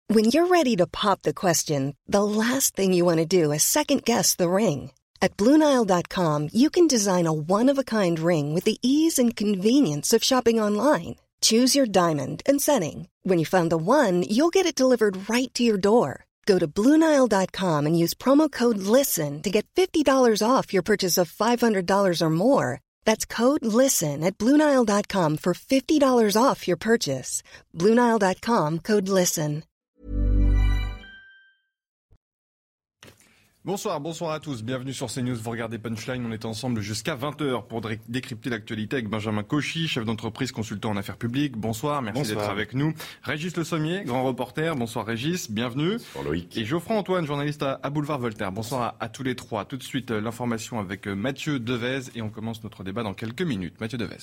When you're ready to pop the question, the last thing you want to do is second-guess the ring. At BlueNile.com, you can design a one-of-a-kind ring with the ease and convenience of shopping online. Choose your diamond and setting. When you find the one, you'll get it delivered right to your door. Go to BlueNile.com and use promo code LISTEN to get $50 off your purchase of $500 or more. That's code LISTEN at BlueNile.com for $50 off your purchase. BlueNile.com, code LISTEN. Bonsoir à tous, bienvenue sur CNews, vous regardez Punchline, on est ensemble jusqu'à 20h pour décrypter l'actualité avec Benjamin Cauchy, chef d'entreprise, consultant en affaires publiques. Bonsoir, merci d'être avec nous. Régis Le Sommier, grand reporter, bonsoir Régis, bienvenue. Bonsoir Loïc. Et Geoffroy Antoine, journaliste à Boulevard Voltaire. Bonsoir à tous les trois. Tout de suite l'information avec Mathieu Devez et on commence notre débat dans quelques minutes. Mathieu Devez.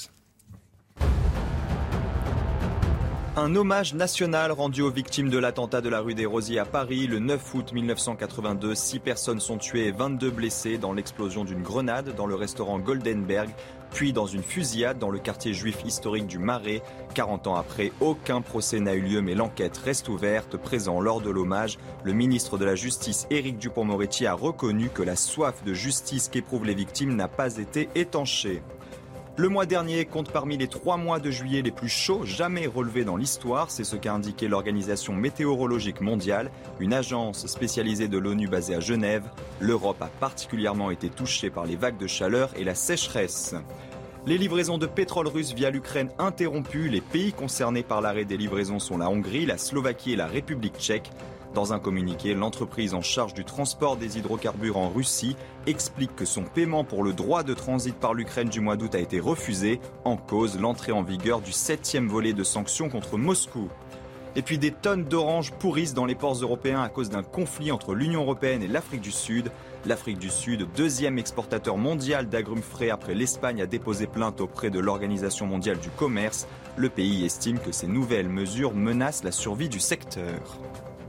Un hommage national rendu aux victimes de l'attentat de la rue des Rosiers à Paris. Le 9 août 1982, 6 personnes sont tuées et 22 blessées dans l'explosion d'une grenade dans le restaurant Goldenberg, puis dans une fusillade dans le quartier juif historique du Marais. 40 ans après, aucun procès n'a eu lieu, mais l'enquête reste ouverte. Présent lors de l'hommage, le ministre de la Justice, Éric Dupond-Moretti, a reconnu que la soif de justice qu'éprouvent les victimes n'a pas été étanchée. Le mois dernier compte parmi les 3 mois de juillet les plus chauds jamais relevés dans l'histoire. C'est ce qu'a indiqué l'Organisation météorologique mondiale, une agence spécialisée de l'ONU basée à Genève. L'Europe a particulièrement été touchée par les vagues de chaleur et la sécheresse. Les livraisons de pétrole russe via l'Ukraine interrompues. Les pays concernés par l'arrêt des livraisons sont la Hongrie, la Slovaquie et la République tchèque. Dans un communiqué, l'entreprise en charge du transport des hydrocarbures en Russie explique que son paiement pour le droit de transit par l'Ukraine du mois d'août a été refusé, en cause l'entrée en vigueur du 7e volet de sanctions contre Moscou. Et puis des tonnes d'oranges pourrissent dans les ports européens à cause d'un conflit entre l'Union européenne et l'Afrique du Sud. L'Afrique du Sud, deuxième exportateur mondial d'agrumes frais après l'Espagne, a déposé plainte auprès de l'Organisation mondiale du commerce. Le pays estime que ces nouvelles mesures menacent la survie du secteur.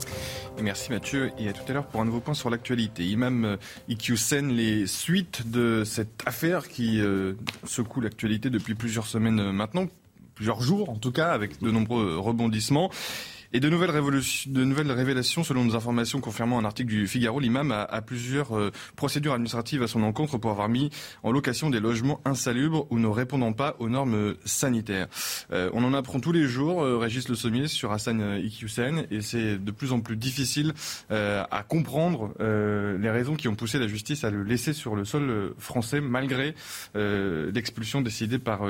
Merci Mathieu, et à tout à l'heure pour un nouveau point sur l'actualité. Imam Iqiyoussen, les suites de cette affaire qui secoue l'actualité depuis plusieurs semaines maintenant, plusieurs jours en tout cas, avec de nombreux rebondissements. Et de nouvelles révélations, selon nos informations confirmant un article du Figaro, l'imam a plusieurs procédures administratives à son encontre pour avoir mis en location des logements insalubres ou ne répondant pas aux normes sanitaires. On en apprend tous les jours, Régis Le Sommier, sur Hassan Iqiyoussen, et c'est de plus en plus difficile à comprendre les raisons qui ont poussé la justice à le laisser sur le sol français, malgré l'expulsion décidée par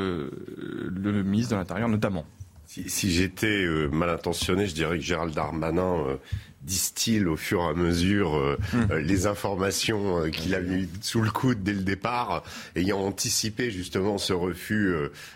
le ministre de l'Intérieur notamment. Si j'étais mal intentionné, je dirais que Gérald Darmanin distille au fur et à mesure les informations qu'il a mis sous le coude dès le départ, ayant anticipé justement ce refus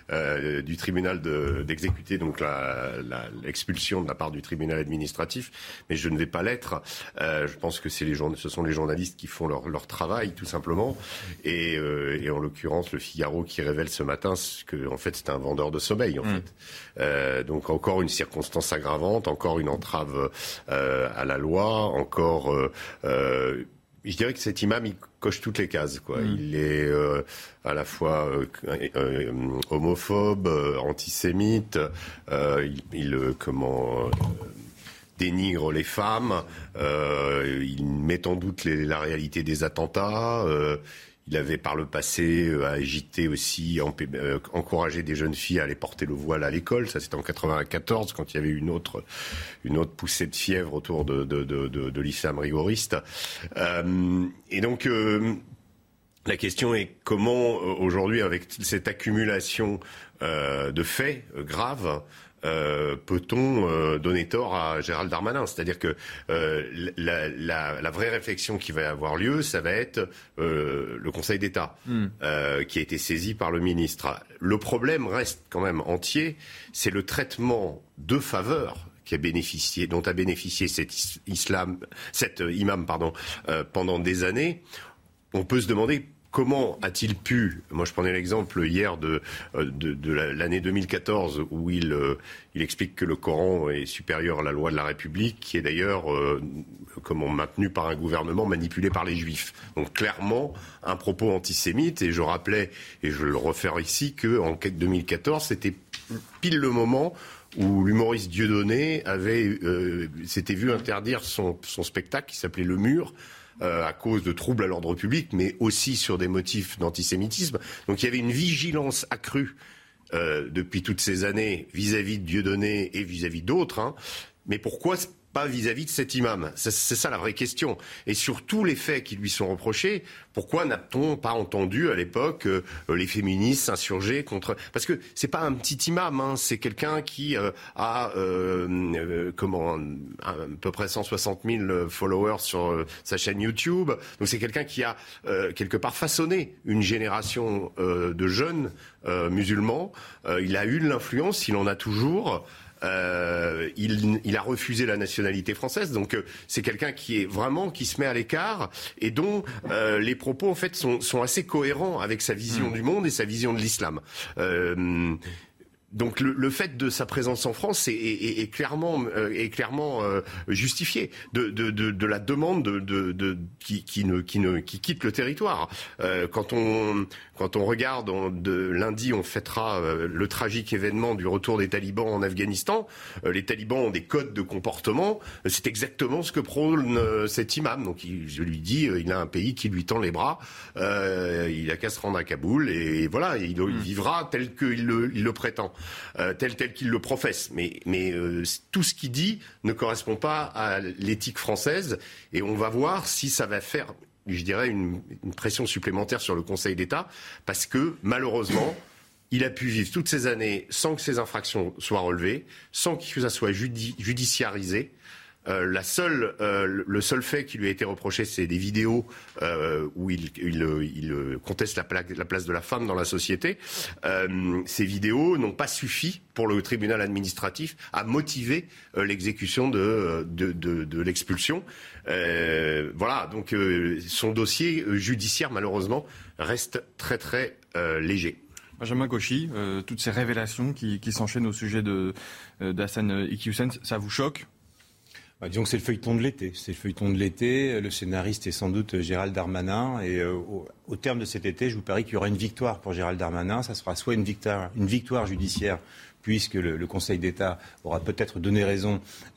du tribunal d'exécuter donc l'expulsion de la part du tribunal administratif. Mais je ne vais pas l'être. Je pense que ce sont les journalistes qui font leur travail tout simplement. Et en l'occurrence, le Figaro qui révèle ce matin que en fait c'est un vendeur de sommeil en fait. Donc encore une circonstance aggravante, encore une entrave à la loi, encore... je dirais que cet imam, il coche toutes les cases, quoi. Il est à la fois homophobe, antisémite, dénigre les femmes, il met en doute la réalité des attentats. Il avait par le passé agité aussi, encouragé des jeunes filles à aller porter le voile à l'école. Ça, c'était en 94, quand il y avait une autre poussée de fièvre autour de l'islam rigoriste. Et donc, la question est comment, aujourd'hui, avec cette accumulation de faits graves, peut-on donner tort à Gérald Darmanin ? C'est-à-dire que la vraie réflexion qui va avoir lieu, ça va être le Conseil d'État qui a été saisi par le ministre. Le problème reste quand même entier, c'est le traitement de faveur dont a bénéficié cet imam pendant des années. On peut se demander comment a-t-il pu... Moi, je prenais l'exemple hier de l'année 2014 où il explique que le Coran est supérieur à la loi de la République, qui est d'ailleurs maintenu par un gouvernement manipulé par les Juifs. Donc clairement, un propos antisémite. Et je rappelais, et je le refais ici, qu'en 2014, c'était pile le moment où l'humoriste Dieudonné s'était vu interdire son spectacle qui s'appelait Le Mur, à cause de troubles à l'ordre public, mais aussi sur des motifs d'antisémitisme. Donc il y avait une vigilance accrue depuis toutes ces années vis-à-vis de Dieudonné et vis-à-vis d'autres. Hein. Mais pourquoi pas vis-à-vis de cet imam? C'est ça la vraie question. Et sur tous les faits qui lui sont reprochés, pourquoi n'a-t-on pas entendu à l'époque les féministes s'insurger contre... Parce que c'est pas un petit imam, hein, c'est quelqu'un qui a à peu près 160 000 followers sur sa chaîne YouTube. Donc c'est quelqu'un qui a quelque part façonné une génération de jeunes musulmans. Il a eu de l'influence, il en a toujours. Il a refusé la nationalité française, donc c'est quelqu'un qui se met à l'écart et dont les propos en fait sont assez cohérents avec sa vision du monde et sa vision de l'islam. Donc le fait de sa présence en France est clairement justifié de la demande qui quitte le territoire. Quand on regarde, lundi on fêtera le tragique événement du retour des talibans en Afghanistan. Les talibans ont des codes de comportement. C'est exactement ce que prône cet imam. Donc je lui dis, il a un pays qui lui tend les bras. Il a qu'à se rendre à Kaboul et voilà, il vivra tel qu'il le prétend. Tel qu'il le professe. Mais tout ce qu'il dit ne correspond pas à l'éthique française et on va voir si ça va faire, je dirais, une pression supplémentaire sur le Conseil d'État parce que, malheureusement, il a pu vivre toutes ces années sans que ces infractions soient relevées, sans que ça soit judiciarisé. Le seul fait qui lui a été reproché, c'est des vidéos où il conteste la place de la femme dans la société. Ces vidéos n'ont pas suffi pour le tribunal administratif à motiver l'exécution de l'expulsion. Voilà, donc son dossier judiciaire, malheureusement, reste très très léger. Benjamin Cauchy, toutes ces révélations qui s'enchaînent au sujet d'Hassane Iqiyoussen, ça vous choque ? Disons que c'est le feuilleton de l'été. C'est le feuilleton de l'été. Le scénariste est sans doute Gérald Darmanin. Et au terme de cet été, je vous parie qu'il y aura une victoire pour Gérald Darmanin. Ça sera soit une victoire judiciaire, puisque le Conseil d'État aura peut-être donné raison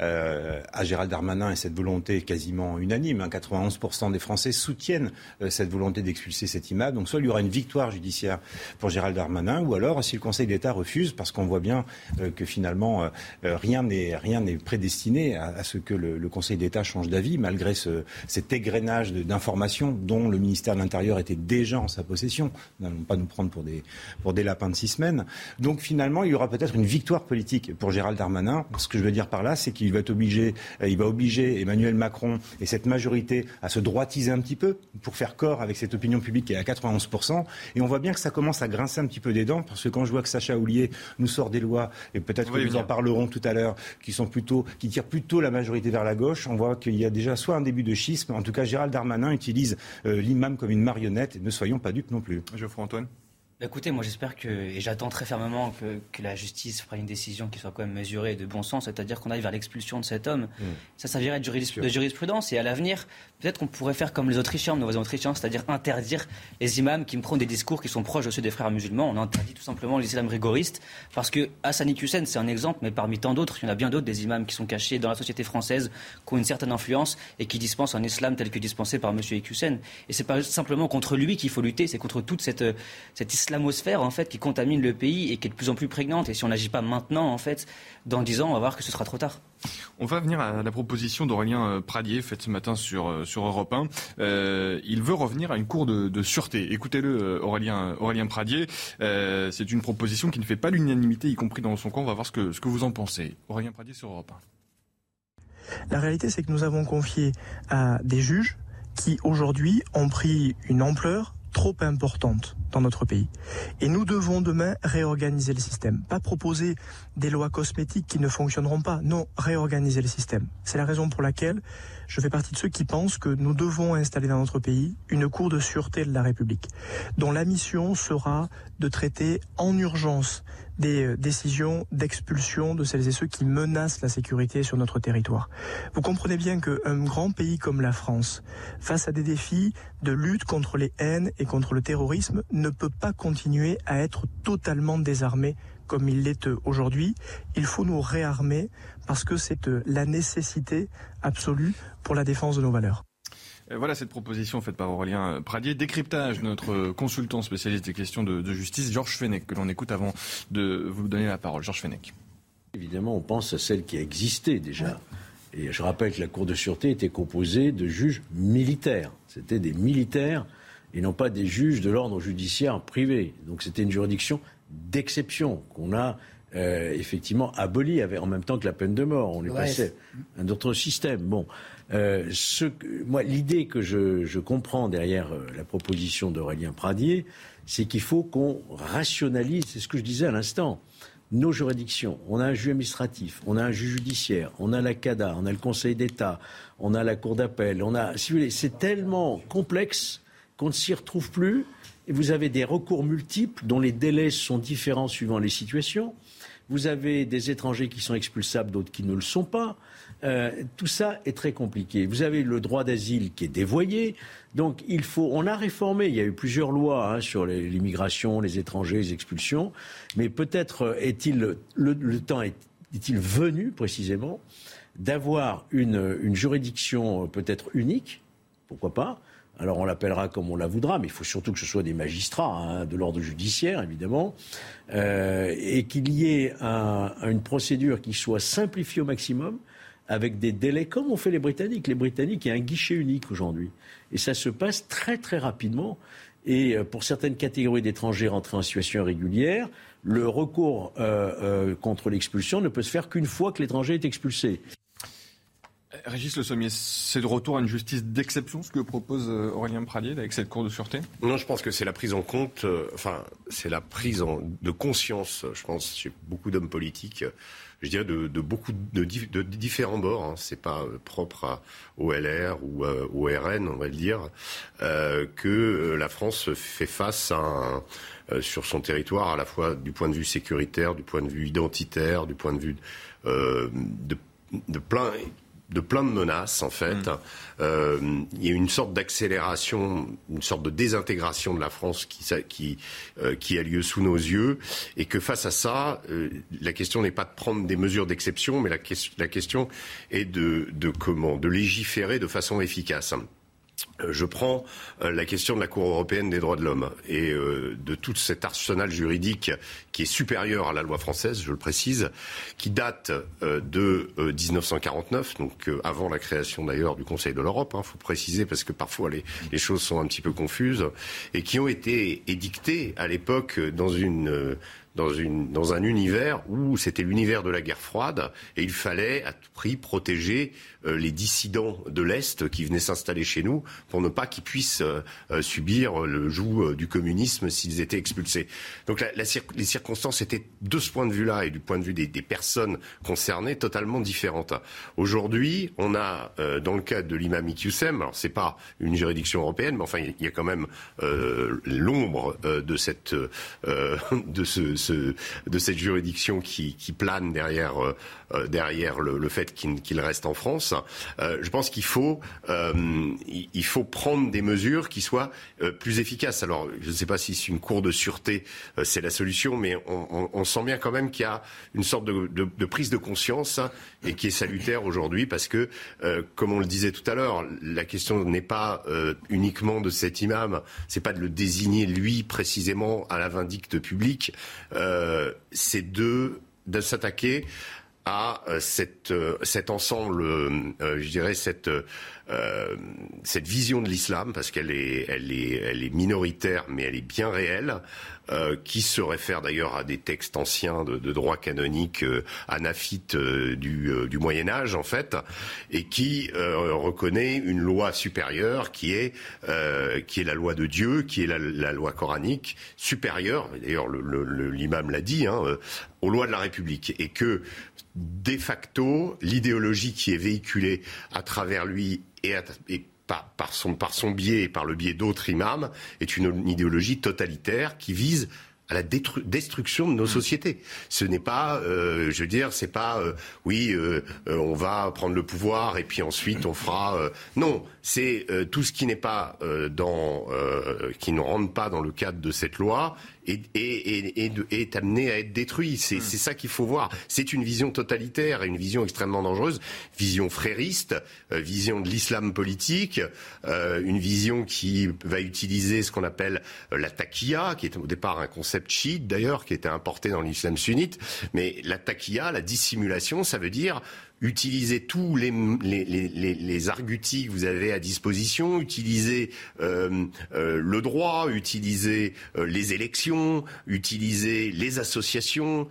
à Gérald Darmanin et cette volonté quasiment unanime. 91% des Français soutiennent cette volonté d'expulser cet imam. Donc soit il y aura une victoire judiciaire pour Gérald Darmanin, ou alors si le Conseil d'État refuse, parce qu'on voit bien que finalement rien n'est prédestiné à ce que le Conseil d'État change d'avis, malgré cet égrenage d'informations dont le ministère de l'Intérieur était déjà en sa possession. N'allons pas nous prendre pour des lapins de 6 semaines. Donc finalement, il y aura peut-être une victoire politique pour Gérald Darmanin. Ce que je veux dire par là, c'est qu'il va obliger Emmanuel Macron et cette majorité à se droitiser un petit peu pour faire corps avec cette opinion publique qui est à 91%. Et on voit bien que ça commence à grincer un petit peu des dents, parce que quand je vois que Sacha Houlié nous sort des lois, et peut-être que nous en parlerons tout à l'heure, qui tirent plutôt la majorité vers la gauche, on voit qu'il y a déjà soit un début de schisme. En tout cas, Gérald Darmanin utilise l'imam comme une marionnette, et ne soyons pas dupes non plus. Geoffroy Antoine. Écoutez, moi j'espère et j'attends très fermement que la justice prenne une décision qui soit quand même mesurée et de bon sens, c'est-à-dire qu'on aille vers l'expulsion de cet homme. Ça servirait de jurisprudence, et à l'avenir, peut-être qu'on pourrait faire comme les Autrichiens, nos voisins autrichiens, c'est-à-dire interdire les imams qui prônent des discours qui sont proches de ceux des frères musulmans. On interdit tout simplement l'islam rigoriste, parce que Hassane Iqiyoussen, c'est un exemple, mais parmi tant d'autres, il y en a bien d'autres, des imams qui sont cachés dans la société française, qui ont une certaine influence et qui dispensent un islam tel que dispensé par M. Iqiyoussen. Et c'est pas simplement contre lui qu'il faut lutter, c'est contre toute cette islamosphère en fait qui contamine le pays et qui est de plus en plus prégnante. Et si on n'agit pas maintenant, en fait, dans 10 ans, on va voir que ce sera trop tard. On va venir à la proposition d'Aurélien Pradier faite ce matin sur Europe 1. Il veut revenir à une cour de sûreté. Écoutez-le, Aurélien Pradier. C'est une proposition qui ne fait pas l'unanimité, y compris dans son camp. On va voir ce que vous en pensez. Aurélien Pradier sur Europe 1. La réalité, c'est que nous avons confié à des juges qui, aujourd'hui, ont pris une ampleur trop importante dans notre pays. Et nous devons demain réorganiser le système. Pas proposer des lois cosmétiques qui ne fonctionneront pas. Non, réorganiser le système. C'est la raison pour laquelle je fais partie de ceux qui pensent que nous devons installer dans notre pays une cour de sûreté de la République, dont la mission sera de traiter en urgence des décisions d'expulsion de celles et ceux qui menacent la sécurité sur notre territoire. Vous comprenez bien qu'un grand pays comme la France, face à des défis de lutte contre les haines et contre le terrorisme, ne peut pas continuer à être totalement désarmé comme il l'est aujourd'hui, il faut nous réarmer parce que c'est la nécessité absolue pour la défense de nos valeurs. Voilà cette proposition faite par Aurélien Pradié. Décryptage, notre consultant spécialiste des questions de justice, Georges Fenech, que l'on écoute avant de vous donner la parole. Georges Fenech. Évidemment, on pense à celle qui a existé déjà. Et je rappelle que la Cour de sûreté était composée de juges militaires. C'était des militaires et non pas des juges de l'ordre judiciaire privé. Donc c'était une juridiction d'exception qu'on a effectivement abolie en même temps que la peine de mort. On est passé à un autre système. Bon, moi, l'idée que je comprends derrière la proposition d'Aurélien Pradié, c'est qu'il faut qu'on rationalise, c'est ce que je disais à l'instant, nos juridictions. On a un juge administratif, on a un juge judiciaire, on a la CADA, on a le Conseil d'État, on a la Cour d'appel, si vous voulez, c'est tellement complexe qu'on ne s'y retrouve plus. Et vous avez des recours multiples dont les délais sont différents suivant les situations. Vous avez des étrangers qui sont expulsables, d'autres qui ne le sont pas. Tout ça est très compliqué. Vous avez le droit d'asile qui est dévoyé. Donc on a réformé, il y a eu plusieurs lois sur l'immigration, les étrangers, les expulsions. Mais peut-être le temps est-il venu précisément d'avoir une juridiction peut-être unique, pourquoi pas. Alors on l'appellera comme on la voudra, mais il faut surtout que ce soit des magistrats de l'ordre judiciaire, évidemment, et qu'il y ait une procédure qui soit simplifiée au maximum, avec des délais comme ont fait les Britanniques. Les Britanniques, il y a un guichet unique aujourd'hui. Et ça se passe très très rapidement. Et pour certaines catégories d'étrangers rentrés en situation irrégulière, le recours contre l'expulsion ne peut se faire qu'une fois que l'étranger est expulsé. Régis Le Sommier, c'est le retour à une justice d'exception, ce que propose Aurélien Pradié avec cette Cour de sûreté ? Non, je pense que c'est la prise en compte, c'est la prise de conscience, je pense, chez beaucoup d'hommes politiques, je dirais de beaucoup de différents bords. C'est pas propre au LR ou au RN, on va le dire, que la France fait face à sur son territoire, à la fois du point de vue sécuritaire, du point de vue identitaire, du point de vue de plein de menaces, en fait. Il y a une sorte d'accélération, une sorte de désintégration de la France qui a lieu sous nos yeux, et que face à ça, la question n'est pas de prendre des mesures d'exception, mais la question est de légiférer de façon efficace. Je prends la question de la Cour européenne des droits de l'homme et de tout cet arsenal juridique qui est supérieur à la loi française, je le précise, qui date de 1949, donc avant la création d'ailleurs du Conseil de l'Europe, faut préciser parce que parfois les choses sont un petit peu confuses, et qui ont été édictées à l'époque dans un univers où c'était l'univers de la guerre froide, et il fallait à tout prix protéger les dissidents de l'Est qui venaient s'installer chez nous pour ne pas qu'ils puissent subir le joug du communisme s'ils étaient expulsés. Donc les circonstances étaient de ce point de vue-là et du point de vue des personnes concernées totalement différentes. Aujourd'hui, on a dans le cas de l'imam Iqiyoussen, alors c'est pas une juridiction européenne, mais enfin il y a quand même l'ombre de cette juridiction qui plane derrière le fait qu'il reste en France. Je pense qu'il faut prendre des mesures qui soient plus efficaces. Alors, je ne sais pas si c'est une cour de sûreté, c'est la solution, mais on sent bien quand même qu'il y a une sorte de prise de conscience et qui est salutaire aujourd'hui parce que, comme on le disait tout à l'heure, la question n'est pas uniquement de cet imam, c'est pas de le désigner lui précisément à la vindicte publique, c'est de s'attaquer à cet ensemble, je dirais cette vision de l'islam, parce qu'elle est minoritaire, mais elle est bien réelle, qui se réfère d'ailleurs à des textes anciens de droit canonique hanafites du Moyen Âge en fait, et qui reconnaît une loi supérieure qui est la loi de Dieu, qui est la loi coranique supérieure. D'ailleurs, l'imam l'a dit, aux lois de la République, et que de facto, l'idéologie qui est véhiculée à travers lui et par son biais et par le biais d'autres imams est une idéologie totalitaire qui vise à la destruction de nos sociétés. Ce n'est pas, c'est pas, on va prendre le pouvoir et puis ensuite on fera. Non, c'est tout ce qui n'est pas qui ne rentre pas dans le cadre de cette loi est amené à être détruit. C'est ça qu'il faut voir. C'est une vision totalitaire et une vision extrêmement dangereuse, vision frériste, vision de l'islam politique, une vision qui va utiliser ce qu'on appelle la taqiyya, qui est au départ un concept chiite d'ailleurs, qui était importé dans l'islam sunnite. Mais la taqiyya, la dissimulation, ça veut dire utiliser tous les arguties que vous avez à disposition, utiliser le droit, utiliser les élections, utiliser les associations,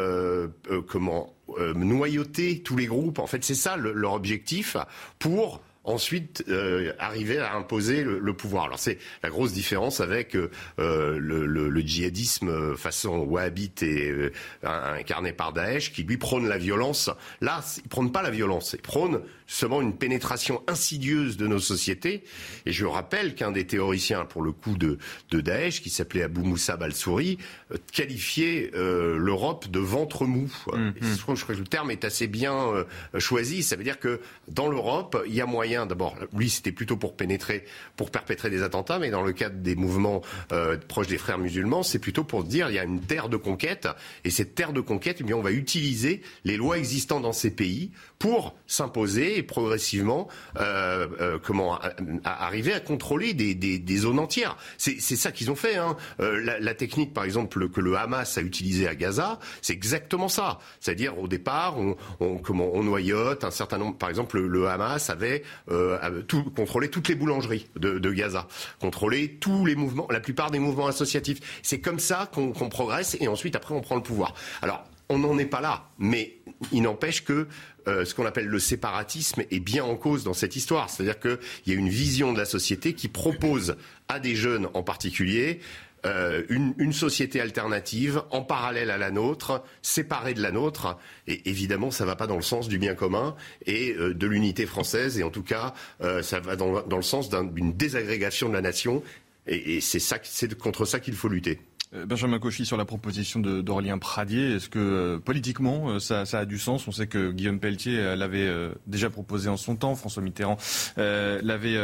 noyauter tous les groupes. En fait, c'est ça leur objectif pour ensuite arriver à imposer le pouvoir. Alors c'est la grosse différence avec le djihadisme façon wahhabite et incarné par Daesh, qui lui prône la violence. Là, il prône pas la violence, il prône seulement une pénétration insidieuse de nos sociétés. Et je rappelle qu'un des théoriciens, pour le coup, de Daesh, qui s'appelait Abou Moussab al-Souri, qualifiait l'Europe de ventre mou. Je crois que le terme est assez bien choisi. Ça veut dire que dans l'Europe, il y a moyen. D'abord, lui, c'était plutôt pour perpétrer des attentats, mais dans le cadre des mouvements proches des frères musulmans, c'est plutôt pour dire il y a une terre de conquête, et cette terre de conquête, eh bien, on va utiliser les lois existantes dans ces pays pour s'imposer et progressivement arriver à contrôler des zones entières. C'est ça qu'ils ont fait. La technique, par exemple, que le Hamas a utilisée à Gaza, c'est exactement ça. C'est-à-dire, au départ, on noyote un certain nombre. Par exemple, le Hamas avait contrôlé toutes les boulangeries de Gaza, contrôlé tous les mouvements, la plupart des mouvements associatifs. C'est comme ça qu'on progresse, et ensuite, après, on prend le pouvoir. Alors, on n'en est pas là, mais il n'empêche que ce qu'on appelle le séparatisme est bien en cause dans cette histoire. C'est-à-dire qu'il y a une vision de la société qui propose à des jeunes en particulier une société alternative en parallèle à la nôtre, séparée de la nôtre. Et évidemment, ça ne va pas dans le sens du bien commun et de l'unité française. Et en tout cas, ça va dans le sens d'une désagrégation de la nation. Et c'est contre ça qu'il faut lutter. Benjamin Cauchy, sur la proposition d'Aurélien Pradié, est-ce que politiquement ça a du sens? On sait que Guillaume Pelletier l'avait déjà proposé en son temps, François Mitterrand l'avait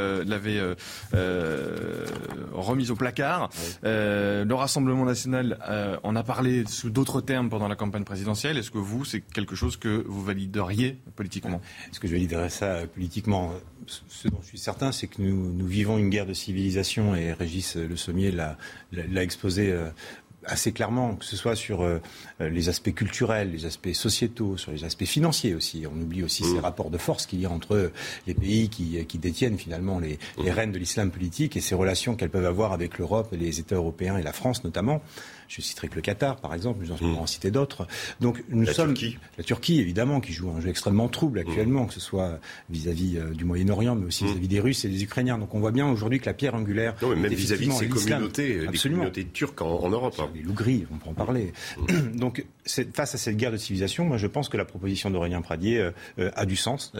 remise au placard. Oui. Le Rassemblement national en a parlé sous d'autres termes pendant la campagne présidentielle. Est-ce que c'est quelque chose que vous valideriez politiquement? Est-ce que je validerais ça politiquement? Ce dont je suis certain, c'est que nous vivons une guerre de civilisation, et Régis Le Sommier l'a exposé assez clairement, que ce soit sur les aspects culturels, les aspects sociétaux, sur les aspects financiers aussi. On oublie aussi ces rapports de force qu'il y a entre les pays qui détiennent finalement les rênes de l'islam politique, et ces relations qu'elles peuvent avoir avec l'Europe et les États européens et la France notamment. Je citerai que le Qatar, par exemple, nous en pourrons en citer d'autres. Donc, la Turquie, évidemment, qui joue un jeu extrêmement trouble actuellement, que ce soit vis-à-vis du Moyen-Orient, mais aussi vis-à-vis des Russes et des Ukrainiens. Donc, on voit bien aujourd'hui que la pierre angulaire. Non, mais même vis-à-vis de ces communautés, les communautés turques en Europe. Les Lougris, on peut en parler. Donc, face à cette guerre de civilisation, moi, je pense que la proposition d'Aurélien Pradié a du sens.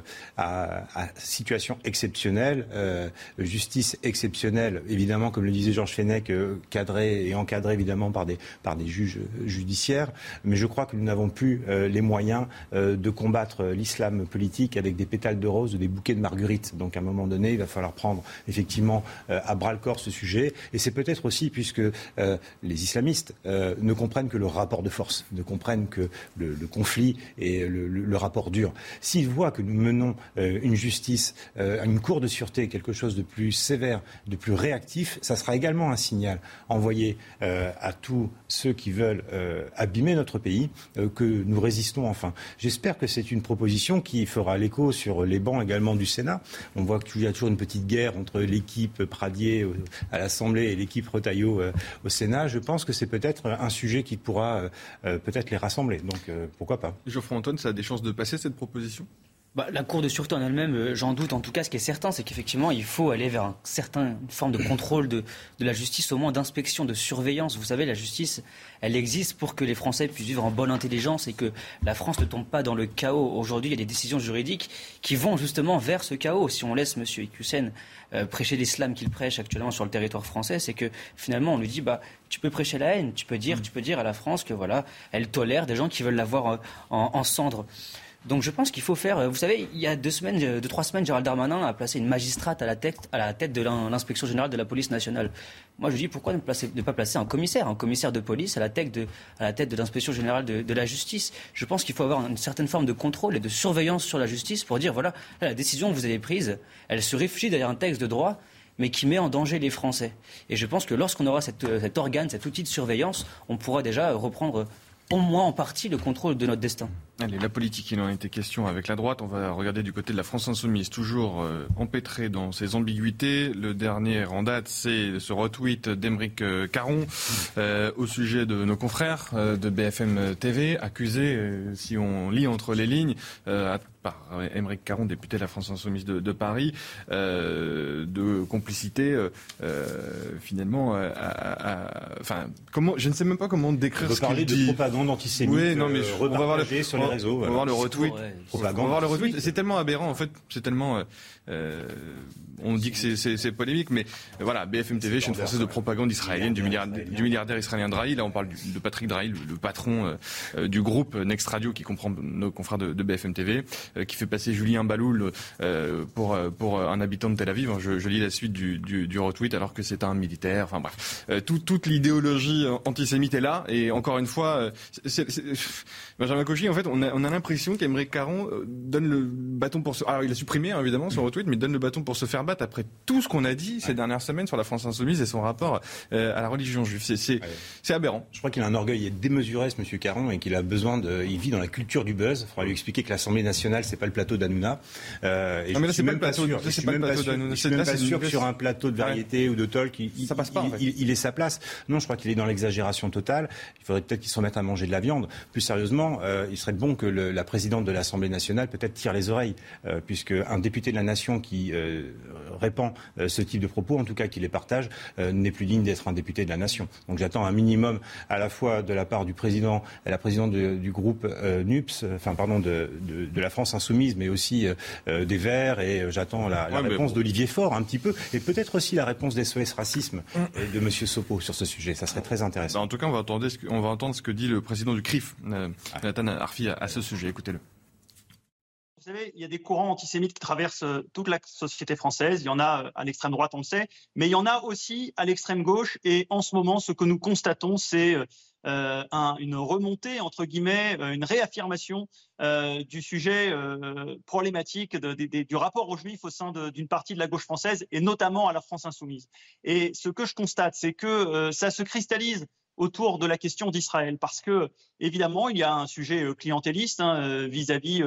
À situation exceptionnelle, justice exceptionnelle, évidemment, comme le disait Georges Fenech, cadré et encadré, évidemment, par des juges judiciaires, mais je crois que nous n'avons plus les moyens de combattre l'islam politique avec des pétales de rose ou des bouquets de marguerites. Donc à un moment donné, il va falloir prendre effectivement à bras-le-corps ce sujet, et c'est peut-être aussi puisque les islamistes ne comprennent que le rapport de force, ne comprennent que le conflit et le rapport dur. S'ils voient que nous menons une justice, une cour de sûreté, quelque chose de plus sévère, de plus réactif, ça sera également un signal envoyé à tous ceux qui veulent abîmer notre pays, que nous résistons enfin. J'espère que c'est une proposition qui fera l'écho sur les bancs également du Sénat. On voit qu'il y a toujours une petite guerre entre l'équipe Pradié à l'Assemblée et l'équipe Retailleau au Sénat. Je pense que c'est peut-être un sujet qui pourra peut-être les rassembler. Donc pourquoi pas. Geoffroy Anton, ça a des chances de passer cette proposition ? La Cour de sûreté en elle-même, j'en doute. En tout cas, ce qui est certain, c'est qu'effectivement, il faut aller vers une forme de contrôle de la justice, au moins d'inspection, de surveillance. Vous savez, la justice, elle existe pour que les Français puissent vivre en bonne intelligence et que la France ne tombe pas dans le chaos. Aujourd'hui, il y a des décisions juridiques qui vont justement vers ce chaos. Si on laisse M. Iqiyoussen prêcher l'islam qu'il prêche actuellement sur le territoire français, c'est que finalement, on lui dit tu peux prêcher la haine, tu peux dire à la France que voilà, elle tolère des gens qui veulent la voir en cendres. Donc je pense qu'il faut faire... Vous savez, il y a 2-3 semaines, Gérald Darmanin a placé une magistrate à la tête de l'inspection générale de la police nationale. Moi je dis pourquoi ne pas placer un commissaire de police à la tête de l'inspection générale de la justice. Je pense qu'il faut avoir une certaine forme de contrôle et de surveillance sur la justice pour dire voilà, la décision que vous avez prise, elle se réfugie derrière un texte de droit mais qui met en danger les Français. Et je pense que lorsqu'on aura cet organe, cet outil de surveillance, on pourra déjà reprendre au moins en partie le contrôle de notre destin. Allez, la politique, il en était question avec la droite. On va regarder du côté de la France Insoumise, toujours empêtrée dans ses ambiguïtés. Le dernier en date, c'est ce retweet d'Aymeric Caron au sujet de nos confrères de BFM TV, accusés, si on lit entre les lignes, par Aymeric Caron, député de la France Insoumise de Paris, de complicité finalement. Enfin, je ne sais même pas comment décrire ce qu'il dit. De propagande antisémite. Oui, non, mais on va voir sur les réseaux. On va voir le retweet. On va voir le retweet. C'est tellement aberrant en fait. C'est tellement. On dit que c'est polémique, mais voilà, BFM TV, chaîne française de propagande israélienne du milliardaire israélien Drahi. Là, on parle de Patrick Drahi, le patron du groupe Next Radio, qui comprend nos confrères de BFM TV, qui fait passer Julien Baloul pour un habitant de Tel Aviv. Je lis la suite du retweet, alors que c'est un militaire. Enfin bref, toute l'idéologie antisémite est là. Et encore une fois, Benjamin Cauchy, en fait, on a l'impression qu'Aymeric Caron donne le bâton pour se... Alors, il a supprimé, évidemment, son retweet, mais donne le bâton pour se faire battre après tout ce qu'on a dit ces dernières semaines sur la France Insoumise et son rapport à la religion juive. C'est aberrant. Je crois qu'il a un orgueil démesuré, ce monsieur Caron, et qu'il a besoin il vit dans la culture du buzz. Il faudra lui expliquer que l'Assemblée nationale, c'est pas le plateau d'Hanouna. Non, mais là, c'est pas le plateau d'Hanouna. Je suis même pas sûr que sur un plateau de variété ou de talk, ça passe pas, en fait. Il ait sa place. Non, je crois qu'il est dans l'exagération totale. Il faudrait peut-être qu'il se remette à manger de la viande. Plus sérieusement, il serait bon que la présidente de l'Assemblée nationale peut-être tire les oreilles, puisque un député de la nation qui répand ce type de propos, en tout cas qui les partage, n'est plus digne d'être un député de la nation. Donc j'attends un minimum à la fois de la part du président et la présidente du groupe NUPS, de la France Insoumise, mais aussi des Verts, et j'attends la réponse d'Olivier Faure un petit peu, et peut-être aussi la réponse des SOS Racisme de M. Sopo sur ce sujet. Ça serait très intéressant. En tout cas, on va entendre ce que dit le président du CRIF, Jonathan Arfi, à ce sujet. Écoutez-le. Vous savez, il y a des courants antisémites qui traversent toute la société française. Il y en a à l'extrême droite, on le sait, mais il y en a aussi à l'extrême gauche. Et en ce moment, ce que nous constatons, c'est une remontée, entre guillemets, une réaffirmation du sujet problématique du rapport aux Juifs au sein d'une partie de la gauche française, et notamment à la France Insoumise. Et ce que je constate, c'est que ça se cristallise autour de la question d'Israël, parce que évidemment il y a un sujet clientéliste vis-à-vis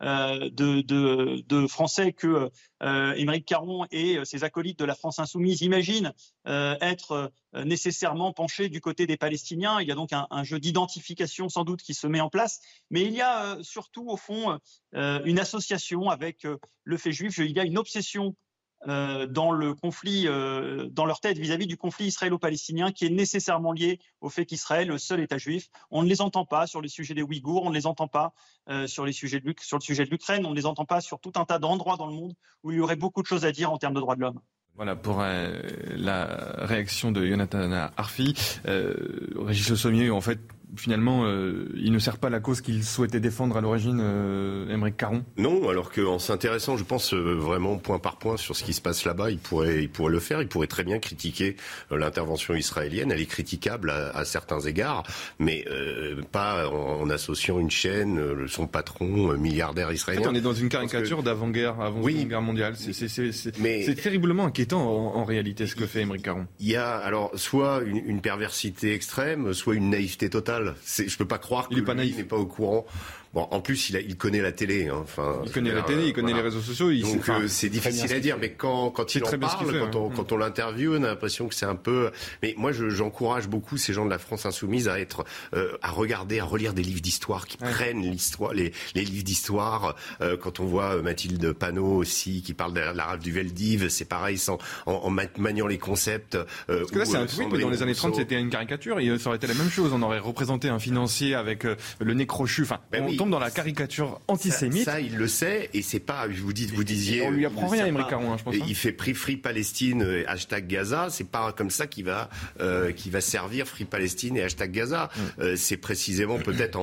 de Français que Aymeric Caron et ses acolytes de la France Insoumise imaginent être nécessairement penchés du côté des Palestiniens. Il y a donc un jeu d'identification sans doute qui se met en place, mais il y a surtout au fond une association avec le fait juif. Il y a une obsession dans le conflit, dans leur tête vis-à-vis du conflit israélo-palestinien, qui est nécessairement lié au fait qu'Israël est le seul État juif. On ne les entend pas sur les sujets des Ouïghours, on ne les entend pas sur le sujet de l'Ukraine, on ne les entend pas sur tout un tas d'endroits dans le monde où il y aurait beaucoup de choses à dire en termes de droits de l'homme. Voilà pour la réaction de Jonathan Arfi. Régis Le Sommier, en fait, finalement, il ne sert pas la cause qu'il souhaitait défendre à l'origine, Aymeric Caron. Non, alors qu'en s'intéressant, je pense, vraiment point par point sur ce qui se passe là-bas, il pourrait le faire. Il pourrait très bien critiquer l'intervention israélienne. Elle est critiquable à certains égards, mais pas en associant une chaîne, son patron, milliardaire israélien. En fait, on est dans une caricature d'avant-guerre, Seconde Guerre mondiale. C'est terriblement inquiétant en réalité ce que fait Aymeric Caron. Il y a alors soit une perversité extrême, soit une naïveté totale. Je peux pas croire que lui n'est pas au courant. Bon, en plus, il connaît la télé. Il connaît la télé, il connaît les réseaux sociaux. Donc c'est difficile à dire, mais quand il en parle, quand on l'interviewe, on a l'impression que c'est un peu... Mais moi, j'encourage beaucoup ces gens de la France Insoumise à être, à regarder, à relire des livres d'histoire qui prennent l'histoire, les livres d'histoire. Quand on voit Mathilde Panot aussi, qui parle de l'arabe du Veldiv, c'est pareil, en maniant les concepts. Parce que là, c'est un tweet, mais dans les années 30, c'était une caricature, et ça aurait été la même chose. On aurait représenté un financier avec le nez crochu. Enfin, tombe dans la caricature antisémite. Ça, il le sait, et c'est pas, vous disiez... On lui apprend rien, Aymeric Caron, je pense. Il fait Free Palestine, hashtag Gaza, c'est pas comme ça qu'il va servir Free Palestine et hashtag Gaza. C'est précisément peut-être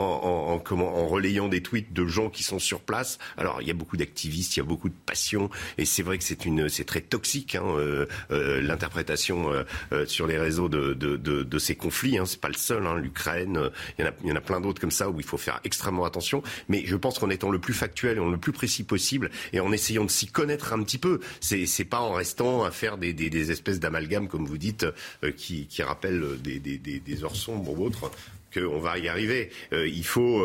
en relayant des tweets de gens qui sont sur place. Alors, il y a beaucoup d'activistes, il y a beaucoup de passion, et c'est vrai que c'est très toxique, l'interprétation sur les réseaux de ces conflits. C'est pas le seul, l'Ukraine, il y en a plein d'autres comme ça où il faut faire extrêmement attention. Mais je pense qu'en étant le plus factuel et le plus précis possible, et en essayant de s'y connaître un petit peu, c'est pas en restant à faire des espèces d'amalgames, comme vous dites, qui rappellent des heures sombres ou autres, qu'on va y arriver. Il faut,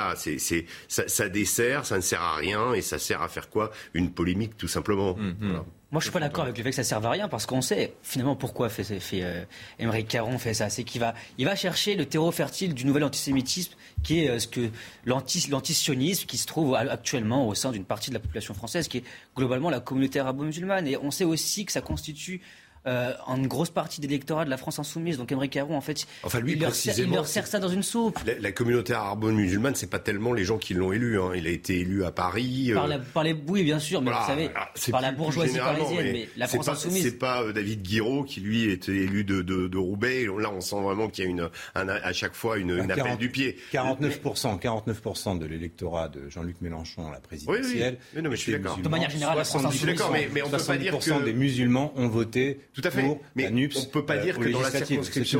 ça dessert, ça ne sert à rien, et ça sert à faire quoi ? Une polémique, tout simplement. Voilà. Moi, je suis pas d'accord avec le fait que ça ne serve à rien, parce qu'on sait finalement pourquoi Aymeric Caron fait ça. C'est qu'il va chercher le terreau fertile du nouvel antisémitisme, qui est l'antisionisme qui se trouve actuellement au sein d'une partie de la population française, qui est globalement la communauté arabo-musulmane. Et on sait aussi que ça constitue une grosse partie de l'électorat de la France insoumise. Donc Aymeric Caron, en fait, il leur sert ça dans une soupe. La communauté arabo-musulmane, c'est pas tellement les gens qui l'ont élu. Il a été élu à Paris. Oui, bien sûr, mais vous savez, par la bourgeoisie parisienne. Mais la France insoumise... C'est pas David Guiraud qui, lui, était élu de Roubaix. Là, on sent vraiment qu'il y a à chaque fois une appel du pied. 49% de l'électorat de Jean-Luc Mélenchon à la présidentielle. Oui. Non, mais je suis d'accord. De manière générale, la France insoumise... Je suis d'accord, mais on peut pas dire que... des musulmans ont voté. Tout à fait. Mais on ne peut pas dire que dans la circonscription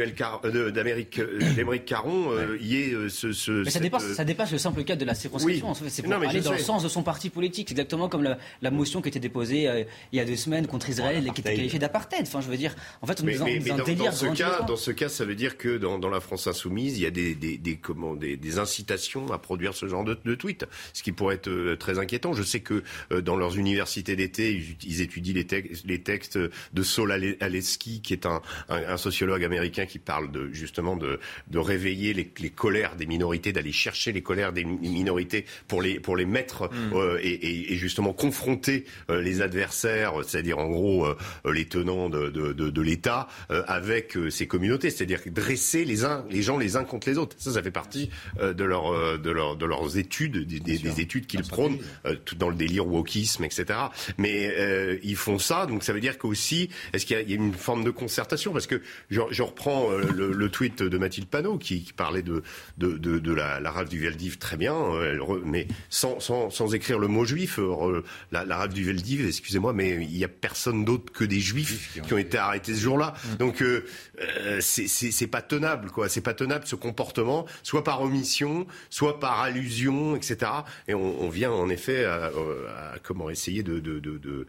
d'Aymeric Caron, il y ait Mais ça dépasse le simple cadre de la circonscription. Oui. C'est pour aller dans le sens de son parti politique. C'est exactement comme la motion qui a été déposée il y a 2 semaines contre Israël et qui était qualifiée d'apartheid. Enfin, je veux dire, en fait, on est dans un délire. Dans ce cas, ça veut dire que dans la France insoumise, il y a des incitations à produire ce genre de tweets, ce qui pourrait être très inquiétant. Je sais que dans leurs universités d'été, ils étudient les textes de Saul Alinsky, qui est un sociologue américain qui parle justement de réveiller les colères des minorités, d'aller chercher les colères des minorités pour les mettre et justement confronter les adversaires, c'est-à-dire en gros les tenants de l'État avec ces communautés, c'est-à-dire dresser les gens les uns contre les autres. Ça fait partie de leurs études, des études qu'ils prônent, tout dans le délire wokisme, etc. Mais ils font ça, donc ça veut dire qu'aussi, est-ce qu'il y a une forme de concertation ? Parce que je reprends le tweet de Mathilde Panot qui parlait de la rave du Veldiv, très bien, mais sans écrire le mot juif. La rave du Veldiv, excusez-moi, mais il n'y a personne d'autre que des juifs qui ont été arrêtés ce jour-là. Donc c'est pas tenable, quoi. C'est pas tenable ce comportement, soit par omission, soit par allusion, etc. Et on vient en effet à essayer de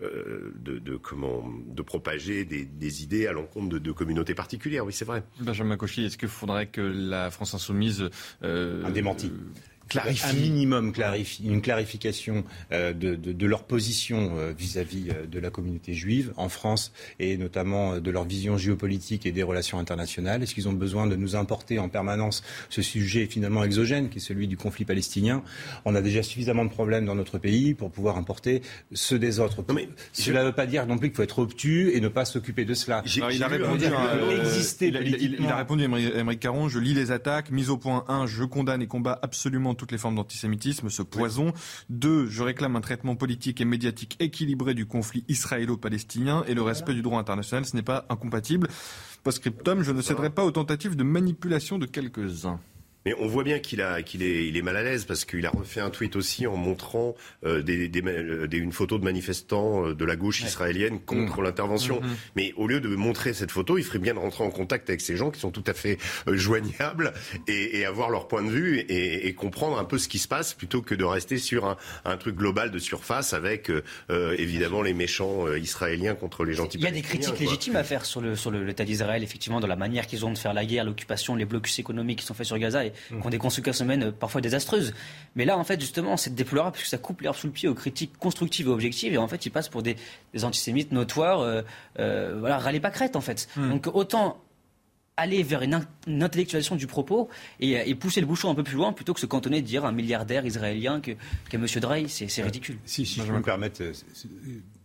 propager des idées à l'encontre de communautés particulières. Oui, c'est vrai. Benjamin Cauchy, est-ce qu'il faudrait que la France insoumise... un démenti. Clarifie. Un minimum une clarification de leur position vis-à-vis de la communauté juive en France et notamment de leur vision géopolitique et des relations internationales. Est-ce qu'ils ont besoin de nous importer en permanence ce sujet finalement exogène qui est celui du conflit palestinien ? On a déjà suffisamment de problèmes dans notre pays pour pouvoir importer ceux des autres. Cela ne veut pas dire non plus qu'il faut être obtus et ne pas s'occuper de cela. Il a répondu à Aymeric Caron, je lis les attaques, mise au point 1, je condamne et combat absolument toutes les formes d'antisémitisme, ce poison. 2, je réclame un traitement politique et médiatique équilibré du conflit israélo-palestinien et le respect du droit international, ce n'est pas incompatible. Post-scriptum, je ne céderai pas aux tentatives de manipulation de quelques-uns. Mais on voit bien qu'il est mal à l'aise parce qu'il a refait un tweet aussi en montrant une photo de manifestants de la gauche israélienne contre l'intervention. Mais au lieu de montrer cette photo, il ferait bien de rentrer en contact avec ces gens qui sont tout à fait joignables et avoir leur point de vue et comprendre un peu ce qui se passe plutôt que de rester sur un truc global de surface avec évidemment les méchants israéliens contre les gentils palestiniens. Il y a des critiques légitimes à faire sur l'État d'Israël, effectivement, dans la manière qu'ils ont de faire la guerre, l'occupation, les blocus économiques qui sont faits sur Gaza et qui ont des conséquences humaines parfois désastreuses. Mais là, en fait, justement, c'est déplorable puisque ça coupe l'herbe sous le pied aux critiques constructives et objectives. Et en fait, ils passent pour des antisémites notoires, râler pâquerettes, en fait. Donc, autant aller vers une intellectualisation du propos et pousser le bouchon un peu plus loin plutôt que se cantonner de dire un milliardaire israélien qu'est M. Drey. C'est ridicule. Si je peux me permettre...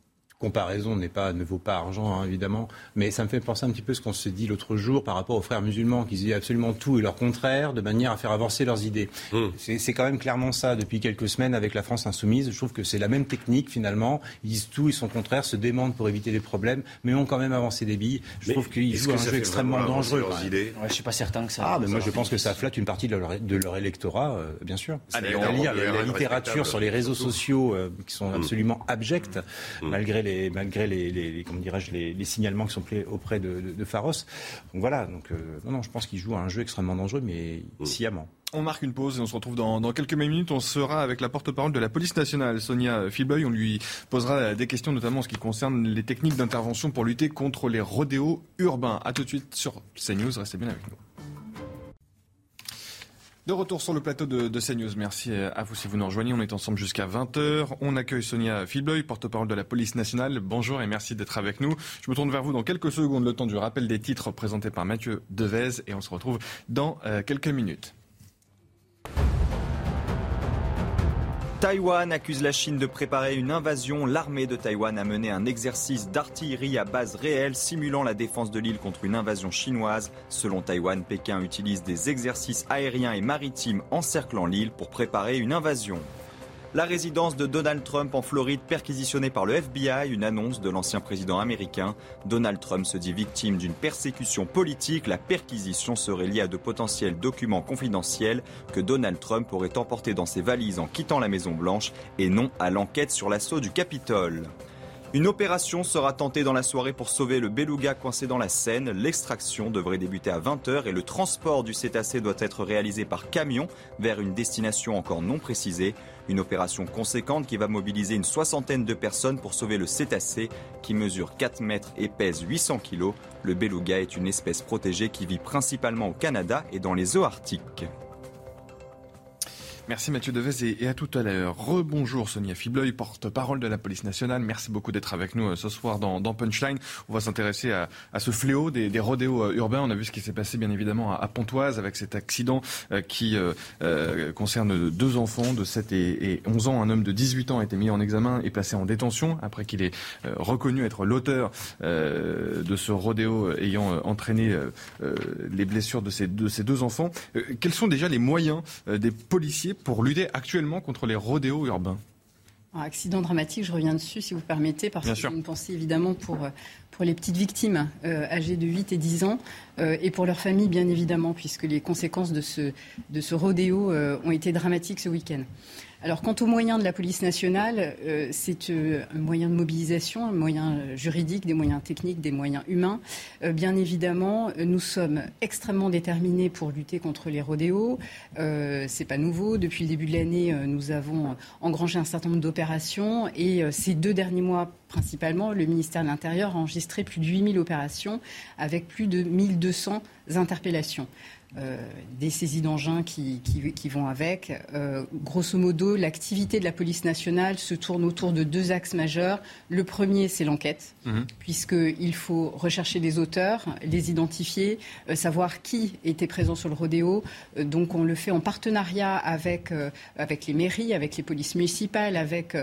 comparaison ne vaut pas argent, hein, évidemment, mais ça me fait penser un petit peu à ce qu'on se dit l'autre jour par rapport aux frères musulmans qui disaient absolument tout et leur contraire de manière à faire avancer leurs idées. C'est quand même clairement ça depuis quelques semaines avec la France insoumise. Je trouve que c'est la même technique finalement. Ils disent tout et son contraire, se démentent pour éviter des problèmes, mais ont quand même avancé des billes. Je trouve qu'ils jouent un jeu extrêmement dangereux. Ouais, je suis pas certain que ça. Mais moi je pense que ça flatte une partie de leur électorat, bien sûr. Allez, on lire la littérature sur les réseaux sociaux qui sont absolument abjects, malgré les signalements qui sont faits auprès de Pharos. Donc voilà, non, je pense qu'il joue à un jeu extrêmement dangereux, mais sciemment. On marque une pause et on se retrouve dans quelques minutes. On sera avec la porte-parole de la police nationale, Sonia Philboy. On lui posera des questions, notamment en ce qui concerne les techniques d'intervention pour lutter contre les rodéos urbains. À tout de suite sur CNews. Restez bien avec nous. De retour sur le plateau de CNews. Merci à vous si vous nous rejoignez. On est ensemble jusqu'à 20h. On accueille Sonia Philboy, porte-parole de la police nationale. Bonjour et merci d'être avec nous. Je me tourne vers vous dans quelques secondes, le temps du rappel des titres présentés par Mathieu Devez. Et on se retrouve dans quelques minutes. Taïwan accuse la Chine de préparer une invasion. L'armée de Taïwan a mené un exercice d'artillerie à base réelle simulant la défense de l'île contre une invasion chinoise. Selon Taïwan, Pékin utilise des exercices aériens et maritimes encerclant l'île pour préparer une invasion. La résidence de Donald Trump en Floride perquisitionnée par le FBI, une annonce de l'ancien président américain. Donald Trump se dit victime d'une persécution politique. La perquisition serait liée à de potentiels documents confidentiels que Donald Trump aurait emportés dans ses valises en quittant la Maison-Blanche et non à l'enquête sur l'assaut du Capitole. Une opération sera tentée dans la soirée pour sauver le beluga coincé dans la Seine. L'extraction devrait débuter à 20h et le transport du cétacé doit être réalisé par camion vers une destination encore non précisée. Une opération conséquente qui va mobiliser une 60aine de personnes pour sauver le cétacé qui mesure 4 mètres et pèse 800 kg. Le beluga est une espèce protégée qui vit principalement au Canada et dans les eaux arctiques. Merci Mathieu Devez et à tout à l'heure. Rebonjour Sonia Philboy, porte-parole de la police nationale. Merci beaucoup d'être avec nous ce soir dans Punchline. On va s'intéresser à ce fléau des rodéos urbains. On a vu ce qui s'est passé bien évidemment à Pontoise avec cet accident qui concerne 2 enfants de 7 et 11 ans. Un homme de 18 ans a été mis en examen et placé en détention après qu'il ait reconnu être l'auteur de ce rodéo ayant entraîné les blessures de ces 2 enfants. Quels sont déjà les moyens des policiers pour lutter actuellement contre les rodéos urbains? Un accident dramatique, je reviens dessus si vous permettez, parce que j'ai une pensée évidemment pour les petites victimes âgées de 8 et 10 ans et pour leurs familles bien évidemment, puisque les conséquences de ce rodéo ont été dramatiques ce week-end. Alors, quant aux moyens de la police nationale, c'est un moyen de mobilisation, un moyen juridique, des moyens techniques, des moyens humains. Bien évidemment, nous sommes extrêmement déterminés pour lutter contre les rodéos. C'est pas nouveau. Depuis le début de l'année, nous avons engrangé un certain nombre d'opérations et ces 2 derniers mois, principalement, le ministère de l'Intérieur a enregistré plus de 8000 opérations avec plus de 1200 interpellations. Des saisies d'engins qui vont avec. Grosso modo, l'activité de la police nationale se tourne autour de 2 axes majeurs. Le premier, c'est l'enquête, puisqu'il faut rechercher les auteurs, les identifier, savoir qui était présent sur le rodéo. Donc on le fait en partenariat avec les mairies, avec les polices municipales, avec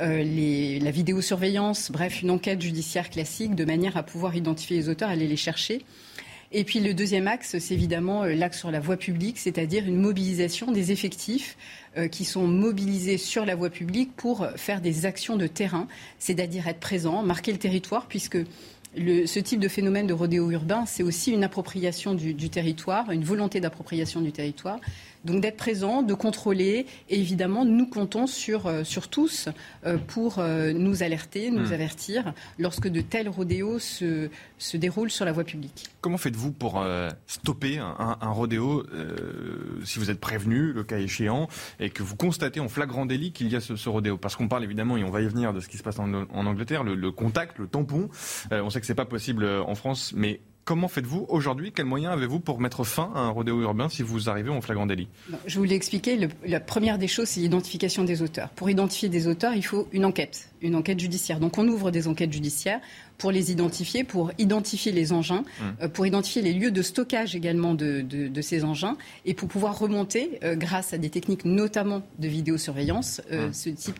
la vidéosurveillance, bref, une enquête judiciaire classique, de manière à pouvoir identifier les auteurs, aller les chercher. Et puis le deuxième axe, c'est évidemment l'axe sur la voie publique, c'est-à-dire une mobilisation des effectifs qui sont mobilisés sur la voie publique pour faire des actions de terrain, c'est-à-dire être présent, marquer le territoire, puisque ce type de phénomène de rodéo urbain, c'est aussi une appropriation du territoire, une volonté d'appropriation du territoire. Donc d'être présent, de contrôler, et évidemment nous comptons sur tous pour nous alerter, nous avertir lorsque de tels rodéos se déroulent sur la voie publique. Comment faites-vous pour stopper un rodéo si vous êtes prévenu, le cas échéant, et que vous constatez en flagrant délit qu'il y a ce rodéo? Parce qu'on parle évidemment, et on va y venir, de ce qui se passe en Angleterre, le contact, le tampon. On sait que c'est pas possible en France, mais Comment faites-vous aujourd'hui? Quels moyens avez-vous pour mettre fin à un rodéo urbain si vous arrivez en flagrant délit? Je vous l'ai expliqué, la première des choses, c'est l'identification des auteurs. Pour identifier des auteurs, il faut une enquête judiciaire. Donc on ouvre des enquêtes judiciaires pour les identifier, pour identifier les engins, pour identifier les lieux de stockage également de ces engins et pour pouvoir remonter, grâce à des techniques notamment de vidéosurveillance, ce type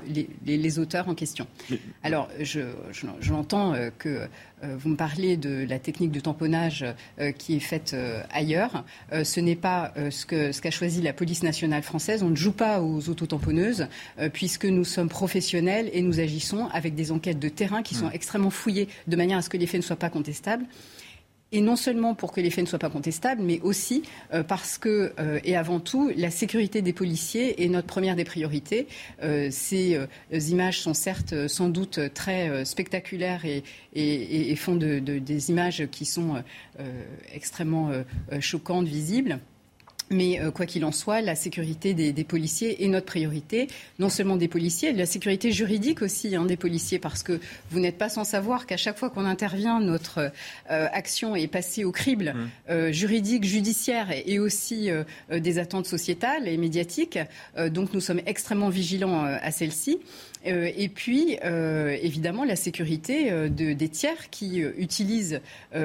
les auteurs en question. Alors j'entends que vous me parlez de la technique de tamponnage qui est faite ailleurs. Ce n'est pas ce qu'a choisi la police nationale française. On ne joue pas aux autotamponneuses puisque nous sommes professionnels et nous agissons avec des enquêtes de terrain qui sont extrêmement fouillées de manière à ce que les faits ne soient pas contestables. Et non seulement pour que les faits ne soient pas contestables, mais aussi parce que, et avant tout, la sécurité des policiers est notre première des priorités. Ces images sont certes sans doute très spectaculaires et font des images qui sont extrêmement choquantes, visibles. Mais quoi qu'il en soit, la sécurité des policiers est notre priorité, non seulement des policiers, la sécurité juridique aussi des policiers, parce que vous n'êtes pas sans savoir qu'à chaque fois qu'on intervient, notre action est passée au crible juridique, judiciaire et aussi des attentes sociétales et médiatiques. Donc nous sommes extrêmement vigilants à celle-ci. Et puis, évidemment, la sécurité des tiers qui utilisent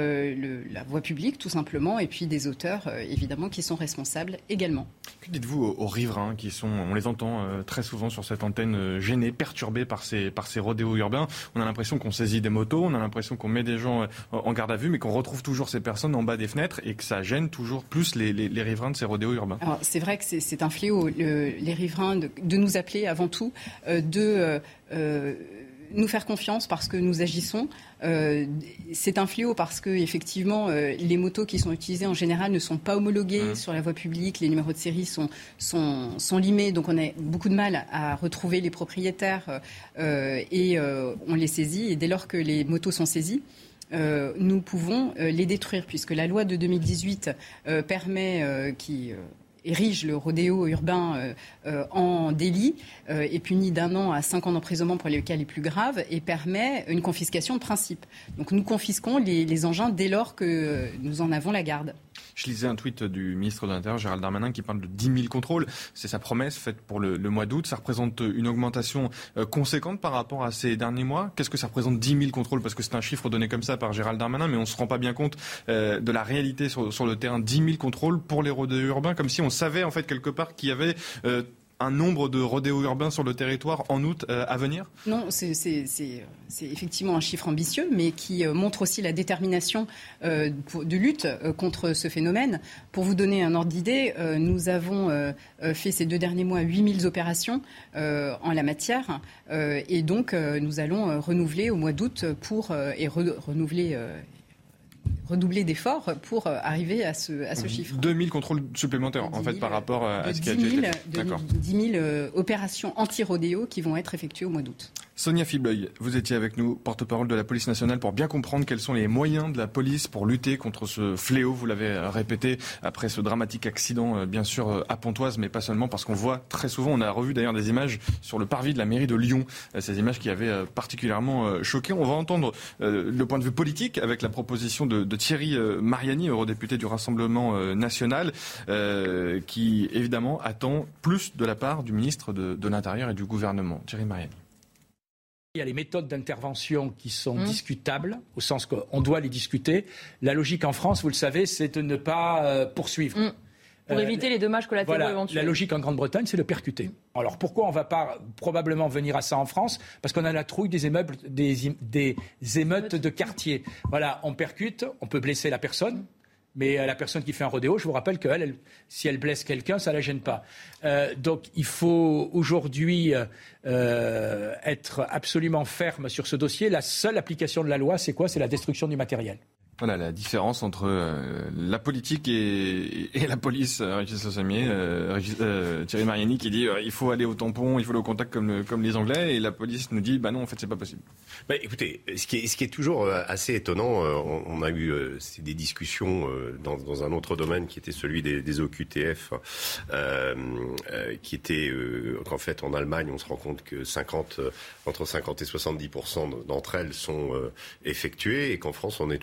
la voie publique, tout simplement, et puis des auteurs, évidemment, qui sont responsables également. Que dites-vous aux riverains qui sont, on les entend très souvent sur cette antenne, gênés, perturbés par ces rodéos urbains? On a l'impression qu'on saisit des motos, on a l'impression qu'on met des gens en garde à vue, mais qu'on retrouve toujours ces personnes en bas des fenêtres et que ça gêne toujours plus les riverains de ces rodéos urbains. Alors, c'est vrai que c'est un fléau, les riverains, de nous appeler avant tout, de nous faire confiance parce que nous agissons. C'est un fléau parce que effectivement, les motos qui sont utilisées en général ne sont pas homologuées sur la voie publique. Les numéros de série sont limés, donc on a beaucoup de mal à retrouver les propriétaires et on les saisit. Et dès lors que les motos sont saisies, nous pouvons les détruire puisque la loi de 2018 permet érige le rodéo urbain en délit et punit d'1 an à 5 ans d'emprisonnement pour les cas les plus graves et permet une confiscation de principe. Donc nous confisquons les engins dès lors que nous en avons la garde. Je lisais un tweet du ministre de l'Intérieur, Gérald Darmanin, qui parle de 10 000 contrôles. C'est sa promesse faite pour le mois d'août. Ça représente une augmentation conséquente par rapport à ces derniers mois. Qu'est-ce que ça représente 10 000 contrôles? Parce que c'est un chiffre donné comme ça par Gérald Darmanin, mais on ne se rend pas bien compte de la réalité sur le terrain. 10 000 contrôles pour les rodéos urbains, comme si on savait en fait quelque part qu'il y avait un nombre de rodéos urbains sur le territoire en août à venir? Non, c'est effectivement un chiffre ambitieux, mais qui montre aussi la détermination de lutte contre ce phénomène. Pour vous donner un ordre d'idée, nous avons fait ces 2 derniers mois 8000 opérations en la matière. Et donc, nous allons renouveler au mois d'août redoubler d'efforts pour arriver à ce chiffre. 2000 contrôles supplémentaires, en fait, par rapport à ce qui a été fait. 10 000 opérations anti-rodéo qui vont être effectuées au mois d'août. Sonia Fibleuil, vous étiez avec nous, porte-parole de la police nationale, pour bien comprendre quels sont les moyens de la police pour lutter contre ce fléau. Vous l'avez répété après ce dramatique accident, bien sûr, à Pontoise, mais pas seulement, parce qu'on voit très souvent, on a revu d'ailleurs des images sur le parvis de la mairie de Lyon, ces images qui avaient particulièrement choqué. On va entendre le point de vue politique avec la proposition de Thierry Mariani, eurodéputé du Rassemblement national, qui évidemment attend plus de la part du ministre de l'Intérieur et du gouvernement. Thierry Mariani. Il y a les méthodes d'intervention qui sont discutables, au sens qu'on doit les discuter. La logique en France, vous le savez, c'est de ne pas poursuivre. Pour éviter les dommages collatéraux éventuels. La logique en Grande-Bretagne, c'est de percuter. Alors pourquoi on ne va pas probablement venir à ça en France? Parce qu'on a la trouille des émeutes de quartier. Voilà, on percute, on peut blesser la personne. Mais la personne qui fait un rodéo, je vous rappelle qu'elle, si elle blesse quelqu'un, ça ne la gêne pas. Donc il faut aujourd'hui être absolument ferme sur ce dossier. La seule application de la loi, c'est quoi? C'est la destruction du matériel. Voilà la différence entre la politique et la police. Régis Le Sommier, Thierry Mariani qui dit il faut aller au tampon, il faut aller au contact comme les Anglais, et la police nous dit non, en fait c'est pas possible. Écoutez, ce qui est toujours assez étonnant, on a eu des discussions dans un autre domaine qui était celui des OQTF, qui était qu'en fait en Allemagne on se rend compte que entre 50 et 70% d'entre elles sont effectuées, et qu'en France on est toujours à 8%.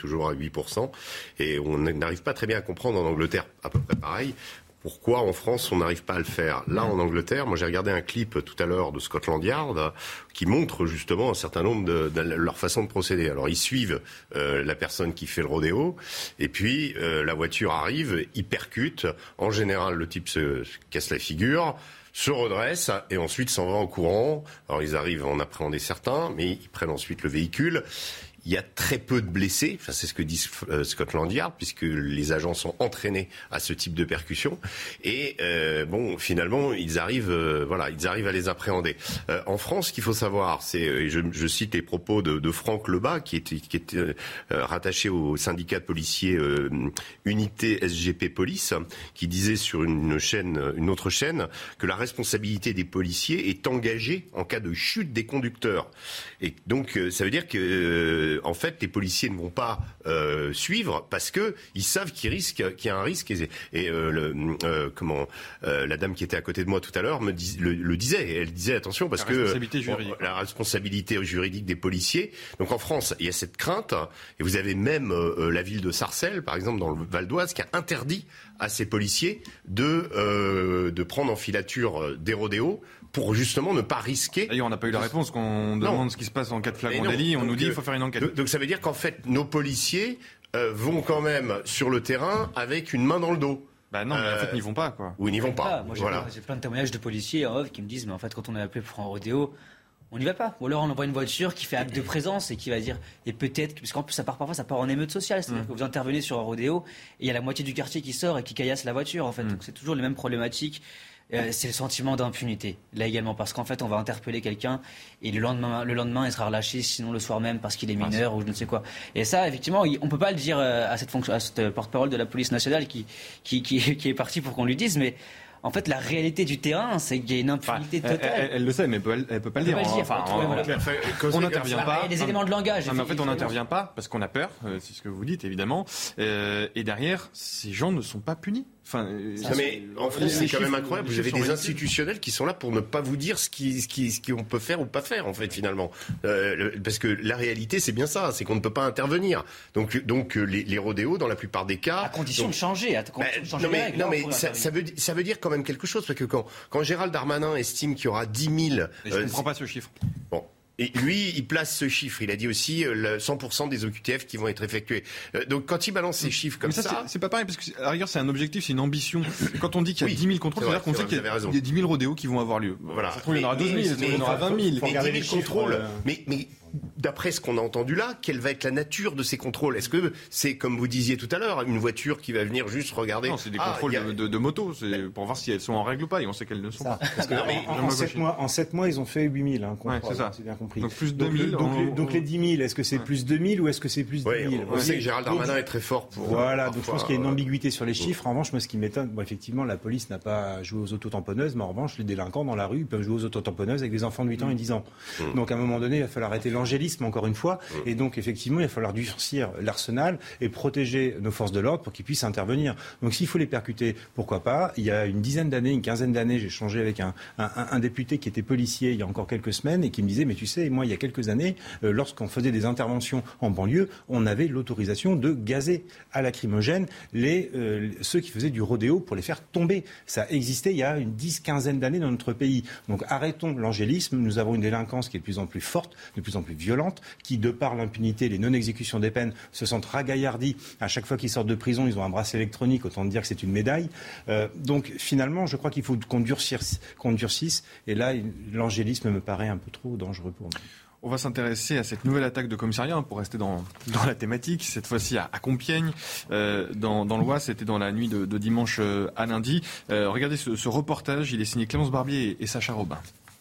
70%. Et on n'arrive pas très bien à comprendre, en Angleterre à peu près pareil, pourquoi en France on n'arrive pas à le faire. Là en Angleterre, moi j'ai regardé un clip tout à l'heure de Scotland Yard qui montre justement un certain nombre de leur façon de procéder. Alors ils suivent la personne qui fait le rodéo et puis la voiture arrive, ils percutent. En général le type se casse la figure, se redresse et ensuite s'en va en courant. Alors ils arrivent à en appréhender certains, mais ils prennent ensuite le véhicule. Il y a très peu de blessés, enfin, c'est ce que dit Scotland Yard, puisque les agents sont entraînés à ce type de percussion. Et finalement, ils arrivent à les appréhender. En France, ce qu'il faut savoir, c'est, je cite les propos de Franck Lebas, qui était rattaché au syndicat de policiers Unité SGP Police, qui disait sur une autre chaîne, que la responsabilité des policiers est engagée en cas de chute des conducteurs. Et donc, ça veut dire que en fait, les policiers ne vont pas suivre parce que ils savent qu'il y a un risque. La dame qui était à côté de moi tout à l'heure le disait. Elle disait attention parce que la responsabilité juridique des policiers. Donc en France, il y a cette crainte. Et vous avez même la ville de Sarcelles, par exemple, dans le Val d'Oise, qui a interdit à ses policiers de prendre en filature des rodéos pour justement ne pas risquer. D'ailleurs, on n'a pas eu la réponse quand on demande ce qui se passe en cas de flagrant délit. On nous dit qu'il faut faire une enquête. Donc ça veut dire qu'en fait, nos policiers vont quand même sur le terrain avec une main dans le dos. Bah non, mais en fait, ils n'y vont pas, quoi. Ou ils n'y vont pas. Moi, j'ai plein de témoignages de policiers en off qui me disent, mais en fait, quand on est appelé pour un rodéo, on n'y va pas. Ou alors on envoie une voiture qui fait acte de présence et qui va dire, et peut-être, parce qu'en plus parfois ça part en émeute sociale, c'est-à-dire que vous intervenez sur un rodéo et il y a la moitié du quartier qui sort et qui caillasse la voiture, en fait. Donc c'est toujours les mêmes problématiques. C'est le sentiment d'impunité, là également, parce qu'en fait on va interpeller quelqu'un et le lendemain il sera relâché, sinon le soir même parce qu'il est mineur ou je ne sais quoi. Et ça, effectivement, on ne peut pas le dire à cette porte-parole de la police nationale qui est partie pour qu'on lui dise, mais en fait, la réalité du terrain, c'est qu'il y a une impunité totale. Elle le sait, mais elle peut pas le dire. On n'intervient pas. Il y a des éléments de langage. Mais en fait, on n'intervient pas parce qu'on a peur. C'est ce que vous dites, évidemment. Et derrière, ces gens ne sont pas punis. Mais en France, c'est quand même incroyable. Vous avez des institutionnels qui sont là pour ne pas vous dire ce qu'on peut faire ou pas faire, en fait, finalement. Parce que la réalité, c'est bien ça, c'est qu'on ne peut pas intervenir. Donc les rodéos, dans la plupart des cas... À condition de changer. Ça veut dire quand même quelque chose, parce que quand Gérald Darmanin estime qu'il y aura 10 000... je ne comprends pas ce chiffre. Bon. Et lui, il place ce chiffre. Il a dit aussi 100% des OQTF qui vont être effectués. Donc quand il balance ces chiffres comme ça... C'est pas pareil, parce que à la rigueur, c'est un objectif, c'est une ambition. Quand on dit qu'il y a 10 000 contrôles, c'est-à-dire qu'on sait qu'il y a 10 000 rodéos qui vont avoir lieu. Voilà. Ça se trouve, il y en aura 12 000, il y en aura 20 000. Mais 10 000 contrôles... Mais d'après ce qu'on a entendu là, quelle va être la nature de ces contrôles ? Est-ce que c'est, comme vous disiez tout à l'heure, une voiture qui va venir juste regarder ? Non, c'est des contrôles de motos, c'est pour voir si elles sont en règle ou pas, et on sait qu'elles ne sont pas. Parce que en 7 mois, ils ont fait 8 000 contrôles, c'est ça. C'est bien compris. Donc plus de 2 000. Donc les 10 000, est-ce que c'est plus 2 000 ou est-ce que c'est plus 10 000 On sait que Gérald Darmanin est très fort pour... Voilà, donc je pense qu'il y a une ambiguïté sur les chiffres. En revanche, moi, ce qui m'étonne, effectivement, la police n'a pas joué aux autotamponneuses, mais en revanche, les délinquants dans la rue, ils peuvent jouer aux autotamponneuses avec des enfants de 8 ans et 10 ans. Donc à un moment donné, il va falloir arrêter l'angélisme, encore une fois. Et donc, effectivement, il va falloir durcir l'arsenal et protéger nos forces de l'ordre pour qu'ils puissent intervenir. Donc, s'il faut les percuter, pourquoi pas ? Il y a une quinzaine d'années, j'ai échangé avec un député qui était policier il y a encore quelques semaines et qui me disait, mais tu sais, moi, il y a quelques années, lorsqu'on faisait des interventions en banlieue, on avait l'autorisation de gazer à lacrymogène ceux qui faisaient du rodéo pour les faire tomber. Ça existait il y a une quinzaine d'années dans notre pays. Donc, arrêtons l'angélisme. Nous avons une délinquance qui est de plus en plus forte, de plus en plus violente, qui, de par l'impunité, les non-exécutions des peines, se sentent ragaillardis. À chaque fois qu'ils sortent de prison, ils ont un bracelet électronique, autant dire que c'est une médaille. Donc finalement, je crois qu'il faut qu'on durcisse. Et là, l'angélisme me paraît un peu trop dangereux pour nous. On va s'intéresser à cette nouvelle attaque de commissariat pour rester dans la thématique, cette fois-ci à Compiègne, dans l'Oise. C'était dans la nuit de dimanche à lundi. Regardez ce reportage, il est signé Clémence Barbier et Sacha Robin.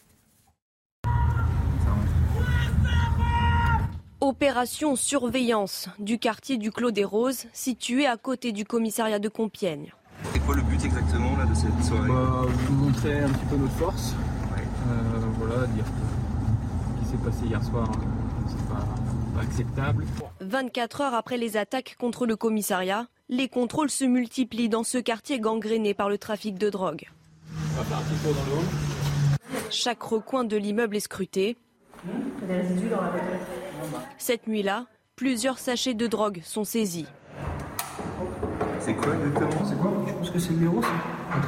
Opération surveillance du quartier du Clos des Roses, situé à côté du commissariat de Compiègne. C'est quoi le but exactement là, de cette soirée ? Vous montrer un petit peu notre force. Dire ce qui s'est passé hier soir, c'est pas acceptable. 24 heures après les attaques contre le commissariat, les contrôles se multiplient dans ce quartier gangréné par le trafic de drogue. On va faire un petit tour dans le hall. Chaque recoin de l'immeuble est scruté. Cette nuit-là, Plusieurs sachets de drogue sont saisis. C'est quoi exactement? C'est quoi? Je pense que c'est le numéro, ça.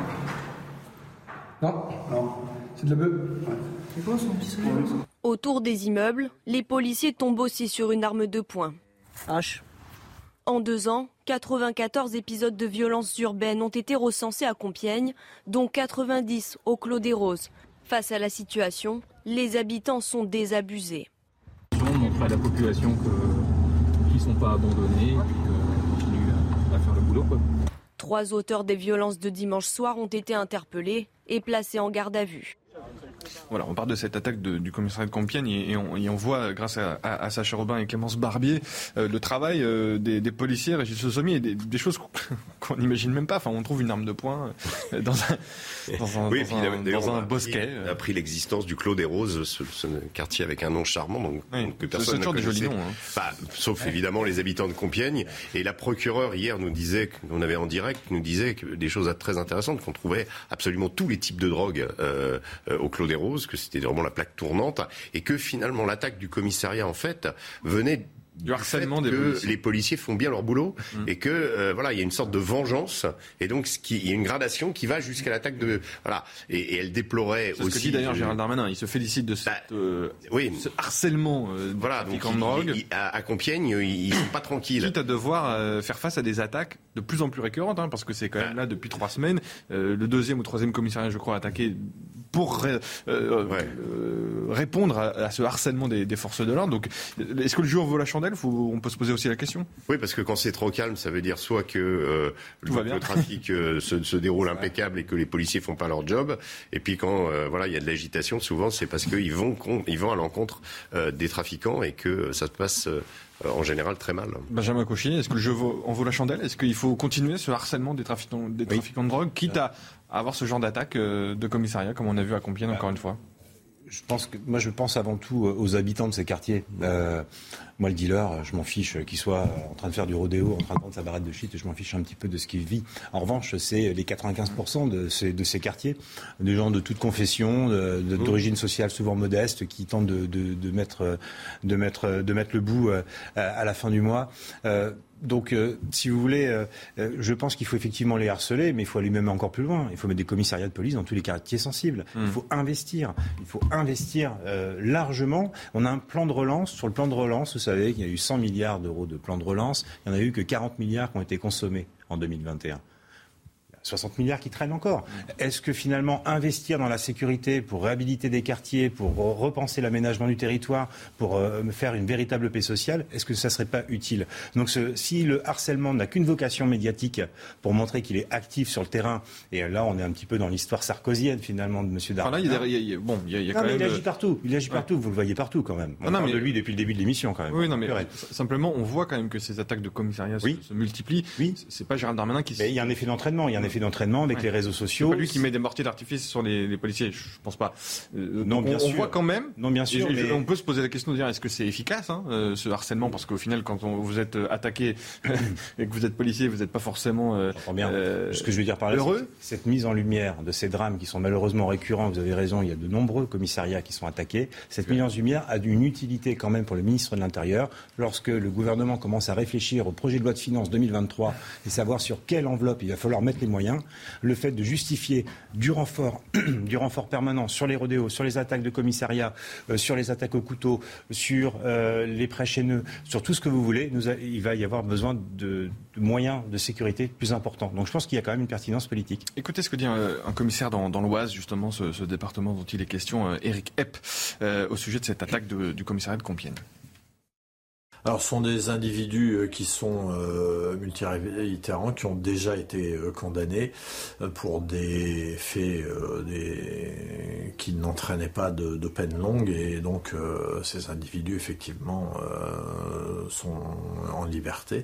Non, c'est de la beuh. Ouais. C'est quoi son petit salut? Autour des immeubles, les policiers tombent aussi sur une arme de poing. H. En 2 ans, 94 épisodes de violences urbaines ont été recensés à Compiègne, dont 90 au Clos des Roses. Face à la situation, les habitants sont désabusés. Montrer à la population qu'ils ne sont pas abandonnés et qu'ils continuent à faire le boulot, quoi. 3 auteurs des violences de dimanche soir ont été interpellés et placés en garde à vue. Voilà, on parle de cette attaque du commissariat de Compiègne et on voit, grâce à Sacha Robin et Clémence Barbier, le travail des policiers, Régis Sommier, et des choses qu'on n'imagine même pas. Enfin, on trouve une arme de poing dans un bosquet. On a appris l'existence du Clos des Roses, ce quartier avec un nom charmant, donc que personne ne connaissait. Des jolis noms, sauf évidemment les habitants de Compiègne. Et la procureure hier nous disait, on avait en direct, nous disait des choses très intéressantes, qu'on trouvait absolument tous les types de drogues au Clos des Roses, que c'était vraiment la plaque tournante, et que finalement l'attaque du commissariat en fait venait du harcèlement des policiers. Les policiers font bien leur boulot et que il y a une sorte de vengeance et donc il y a une gradation qui va jusqu'à l'attaque de et elle déplorait aussi. C'est ce que dit d'ailleurs Gérald Darmanin. Il se félicite de ce harcèlement trafiquant de drogue. À Compiègne, ils sont pas tranquilles. Quitte à devoir faire face à des attaques de plus en plus récurrentes, parce que c'est quand même là depuis 3 semaines. Le 2e ou 3e commissariat, je crois, attaqué pour répondre à ce harcèlement des forces de l'ordre. Donc, est-ce que le jour vaut la chandelle? On peut se poser aussi la question. Oui, parce que quand c'est trop calme, ça veut dire soit que le trafic se déroule impeccable et que les policiers font pas leur job. Et puis quand il y a de l'agitation, souvent c'est parce qu'ils vont à l'encontre des trafiquants et que ça se passe en général très mal. Benjamin Cauchy, est-ce que le jeu en vaut la chandelle? Est-ce qu'il faut continuer ce harcèlement des trafiquants de drogue, quitte à avoir ce genre d'attaque de commissariat, comme on a vu à Compiègne encore une fois? Je pense avant tout aux habitants de ces quartiers. Moi, le dealer, je m'en fiche qu'il soit en train de faire du rodéo, en train de prendre sa barrette de shit, je m'en fiche un petit peu de ce qu'il vit. En revanche, c'est les 95% de ces quartiers, des gens de toute confession, d'origine sociale souvent modeste, qui tentent de mettre le bout à la fin du mois. Donc, si vous voulez, je pense qu'il faut effectivement les harceler, mais il faut aller même encore plus loin. Il faut mettre des commissariats de police dans tous les quartiers sensibles. Il faut investir. Largement. On a un plan de relance. Sur le plan de relance, vous savez qu'il y a eu 100 milliards d'euros de plan de relance. Il n'y en a eu que 40 milliards qui ont été consommés en 2021. 60 milliards qui traînent encore. Est-ce que finalement investir dans la sécurité pour réhabiliter des quartiers, pour repenser l'aménagement du territoire, pour faire une véritable paix sociale, est-ce que ça ne serait pas utile? Donc si le harcèlement n'a qu'une vocation médiatique pour montrer qu'il est actif sur le terrain, et là on est un petit peu dans l'histoire sarkozienne finalement de M. Darmanin. Il agit partout. Il agit partout. Vous le voyez partout quand même. On parle de lui depuis le début de l'émission quand même. Oui, simplement on voit quand même que ces attaques de commissariat se multiplient. Oui. C'est pas Gérald Darmanin qui. Il y a un effet d'entraînement. d'entraînement avec les réseaux sociaux. C'est pas lui qui met des mortiers d'artifice sur les policiers, je pense pas. Non, bien sûr. On voit quand même. Non, bien sûr. Mais... On peut se poser la question de dire est-ce que c'est efficace ce harcèlement, parce qu'au final, quand vous êtes attaqué et que vous êtes policier, vous n'êtes pas forcément. Ce que je veux dire par là, heureux. Cette mise en lumière de ces drames qui sont malheureusement récurrents. Vous avez raison, il y a de nombreux commissariats qui sont attaqués. Cette mise en lumière a une utilité quand même pour le ministre de l'Intérieur lorsque le gouvernement commence à réfléchir au projet de loi de finances 2023 et savoir sur quelle enveloppe il va falloir mettre les moyens. Le fait de justifier du renfort permanent sur les rodéos, sur les attaques de commissariat, sur les attaques au couteau, sur les prêches haineux, sur tout ce que vous voulez, il va y avoir besoin de moyens de sécurité plus importants. Donc je pense qu'il y a quand même une pertinence politique. Écoutez ce que dit un commissaire dans l'Oise, justement, ce département dont il est question, Éric Epp, au sujet de cette attaque du commissariat de Compiègne. Alors, ce sont des individus qui sont multiréitérants, qui ont déjà été condamnés pour des faits qui n'entraînaient pas de peine longue, et donc ces individus, effectivement, sont en liberté.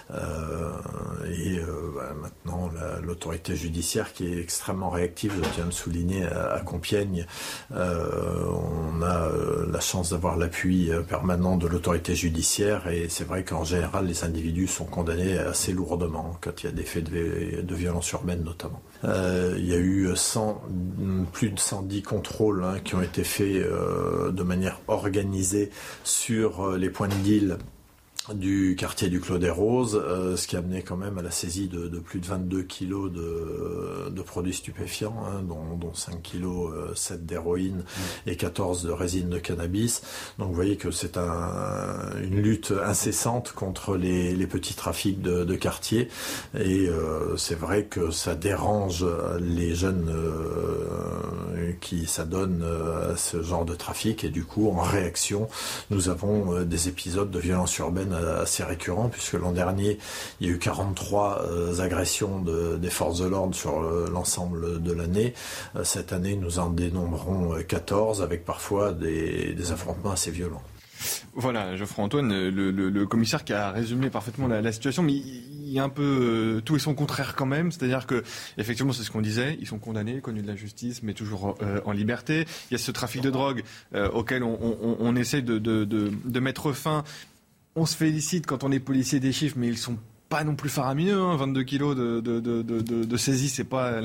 Maintenant, l'autorité judiciaire, qui est extrêmement réactive, je tiens à le souligner, à Compiègne, on a la chance d'avoir l'appui permanent de l'autorité judiciaire. Et c'est vrai qu'en général, les individus sont condamnés assez lourdement quand il y a des faits de violence urbaine notamment. Il y a eu plus de 110 contrôles qui ont été faits de manière organisée sur les points de deal du quartier du Clos des Roses, ce qui a amené quand même à la saisie de plus de 22 kilos de produits stupéfiants, dont 5 kilos 7 d'héroïne et 14 de résine de cannabis. Donc vous voyez que c'est une lutte incessante contre les petits trafics de quartier, et c'est vrai que ça dérange les jeunes qui s'adonnent à ce genre de trafic, et du coup en réaction nous avons des épisodes de violence urbaine assez récurrent, puisque l'an dernier, il y a eu 43 agressions des forces de l'ordre sur l'ensemble de l'année. Cette année, nous en dénombrons 14, avec parfois des affrontements assez violents. Voilà, Geoffroy-Antoine, le commissaire qui a résumé parfaitement la situation, mais il y a un peu tout et son contraire quand même, c'est-à-dire que effectivement c'est ce qu'on disait, ils sont condamnés, connus de la justice, mais toujours en liberté. Il y a ce trafic de drogue auquel on essaie de mettre fin. On se félicite quand on est policier des chiffres, mais ils sont pas non plus faramineux, 22 kilos de saisie, c'est pas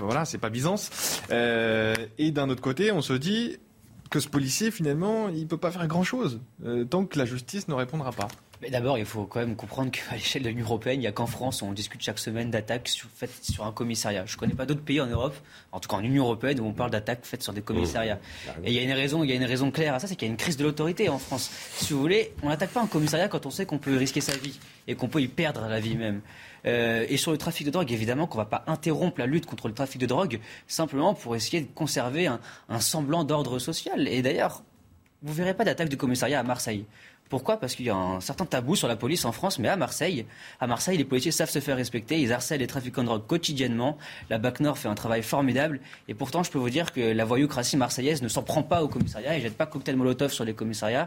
Byzance. Et d'un autre côté, on se dit que ce policier, finalement, il peut pas faire grand-chose tant que la justice ne répondra pas. Mais d'abord, il faut quand même comprendre qu'à l'échelle de l'Union européenne, il n'y a qu'en France où on discute chaque semaine d'attaques faites sur un commissariat. Je ne connais pas d'autres pays en Europe, en tout cas en Union européenne, où on parle d'attaques faites sur des commissariats. Et il y a une raison claire à ça, c'est qu'il y a une crise de l'autorité en France. Si vous voulez, on n'attaque pas un commissariat quand on sait qu'on peut risquer sa vie et qu'on peut y perdre la vie même. Et sur le trafic de drogue, évidemment qu'on ne va pas interrompre la lutte contre le trafic de drogue simplement pour essayer de conserver un semblant d'ordre social. Et d'ailleurs, vous ne verrez pas d'attaque du commissariat à Marseille. Pourquoi ? Parce qu'il y a un certain tabou sur la police en France, mais à Marseille, les policiers savent se faire respecter, ils harcèlent les trafiquants de drogue quotidiennement. La BAC Nord fait un travail formidable, et pourtant je peux vous dire que la voyoucratie marseillaise ne s'en prend pas au commissariat, ils ne jettent pas cocktail Molotov sur les commissariats.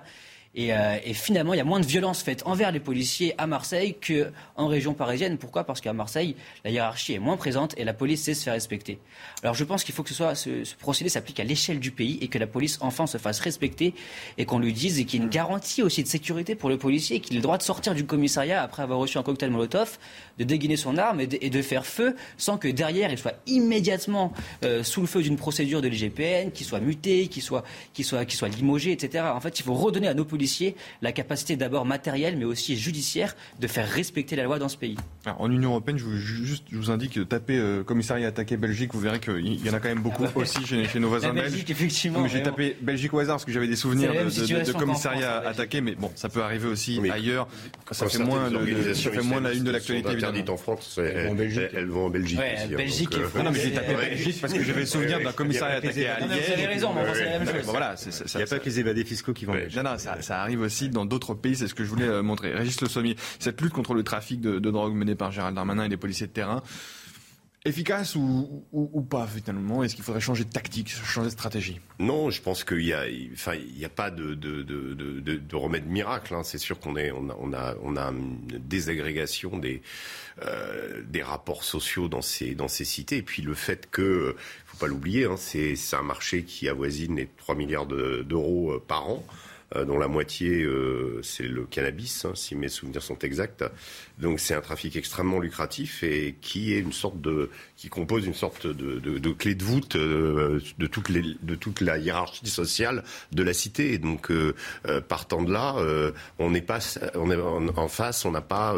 Et finalement, il y a moins de violence faite envers les policiers à Marseille qu'en région parisienne. Pourquoi ? Parce qu'à Marseille, la hiérarchie est moins présente et la police sait se faire respecter. Alors je pense qu'il faut que ce procédé s'applique à l'échelle du pays et que la police enfin se fasse respecter et qu'on lui dise et qu'il y ait une garantie aussi de sécurité pour le policier, qu'il ait le droit de sortir du commissariat après avoir reçu un cocktail Molotov, de dégainer son arme et de faire feu sans que derrière il soit immédiatement sous le feu d'une procédure de l'IGPN, qu'il soit muté, qu'il soit limogé, etc. En fait, il faut redonner à nos policiers la capacité d'abord matérielle mais aussi judiciaire de faire respecter la loi dans ce pays. Alors, en Union européenne, je vous indique taper commissariat attaqué Belgique, vous verrez qu'il y en a quand même beaucoup aussi chez nos voisins belges. Belgique, effectivement. Mais j'ai tapé Belgique au hasard parce que j'avais des souvenirs de commissariats attaqués, mais bon, ça peut arriver aussi ailleurs. Ça fait moins la une de l'actualité. Interdites en France, elles vont en Belgique. Ouais, aussi, Belgique. Non, mais j'ai tapé Belgique parce que j'avais le souvenir d'un commissariat attaqué à Liège. Vous avez raison, mais enfin, c'est la même chose. Voilà, il n'y a pas que les évadés fiscaux qui vont. Non, ça arrive aussi dans d'autres pays, c'est ce que je voulais montrer. Régis Le Sommier, cette lutte contre le trafic de drogue menée par Gérald Darmanin et les policiers de terrain, efficace ou pas finalement ? Est-ce qu'il faudrait changer de tactique, changer de stratégie ? Non, je pense qu'il y a pas de remède miracle. C'est sûr qu'on a une désagrégation des rapports sociaux dans ces cités. Et puis le fait que, faut pas l'oublier, c'est un marché qui avoisine les 3 milliards d'euros par an. Dont la moitié c'est le cannabis, si mes souvenirs sont exacts. Donc c'est un trafic extrêmement lucratif et qui compose une sorte de clé de voûte de toute la hiérarchie sociale de la cité. Et donc partant de là, on est en face, on n'a pas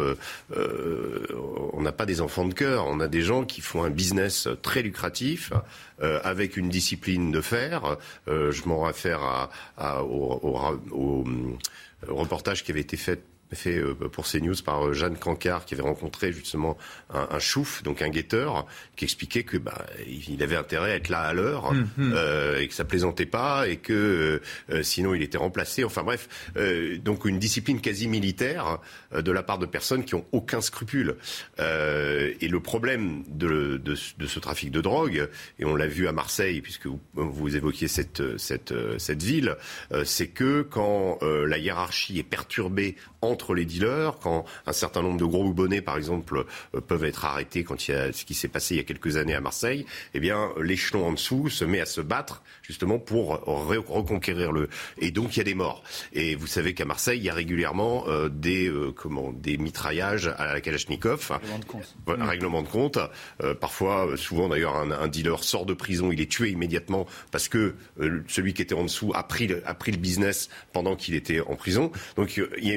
des enfants de cœur, on a des gens qui font un business très lucratif. Avec une discipline de fer. Je m'en réfère au reportage qui avait été fait pour CNews par Jeanne Cancard, qui avait rencontré justement un chouf, donc un guetteur, qui expliquait que il avait intérêt à être là à l'heure et que ça plaisantait pas et que sinon il était remplacé. Enfin bref, donc une discipline quasi militaire de la part de personnes qui ont aucun scrupule. Et le problème de ce trafic de drogue, et on l'a vu à Marseille puisque vous évoquiez cette ville, c'est que quand la hiérarchie est perturbée entre les dealers, quand un certain nombre de gros bonnets, par exemple, peuvent être arrêtés quand il y a ce qui s'est passé il y a quelques années à Marseille, eh bien, l'échelon en dessous se met à se battre, justement, pour reconquérir et donc, il y a des morts. Et vous savez qu'à Marseille, il y a régulièrement des mitraillages à la Kalachnikov. Règlement de compte. Parfois, souvent, d'ailleurs, un dealer sort de prison, il est tué immédiatement parce que celui qui était en dessous a pris le business pendant qu'il était en prison. Donc, il y a une sorte de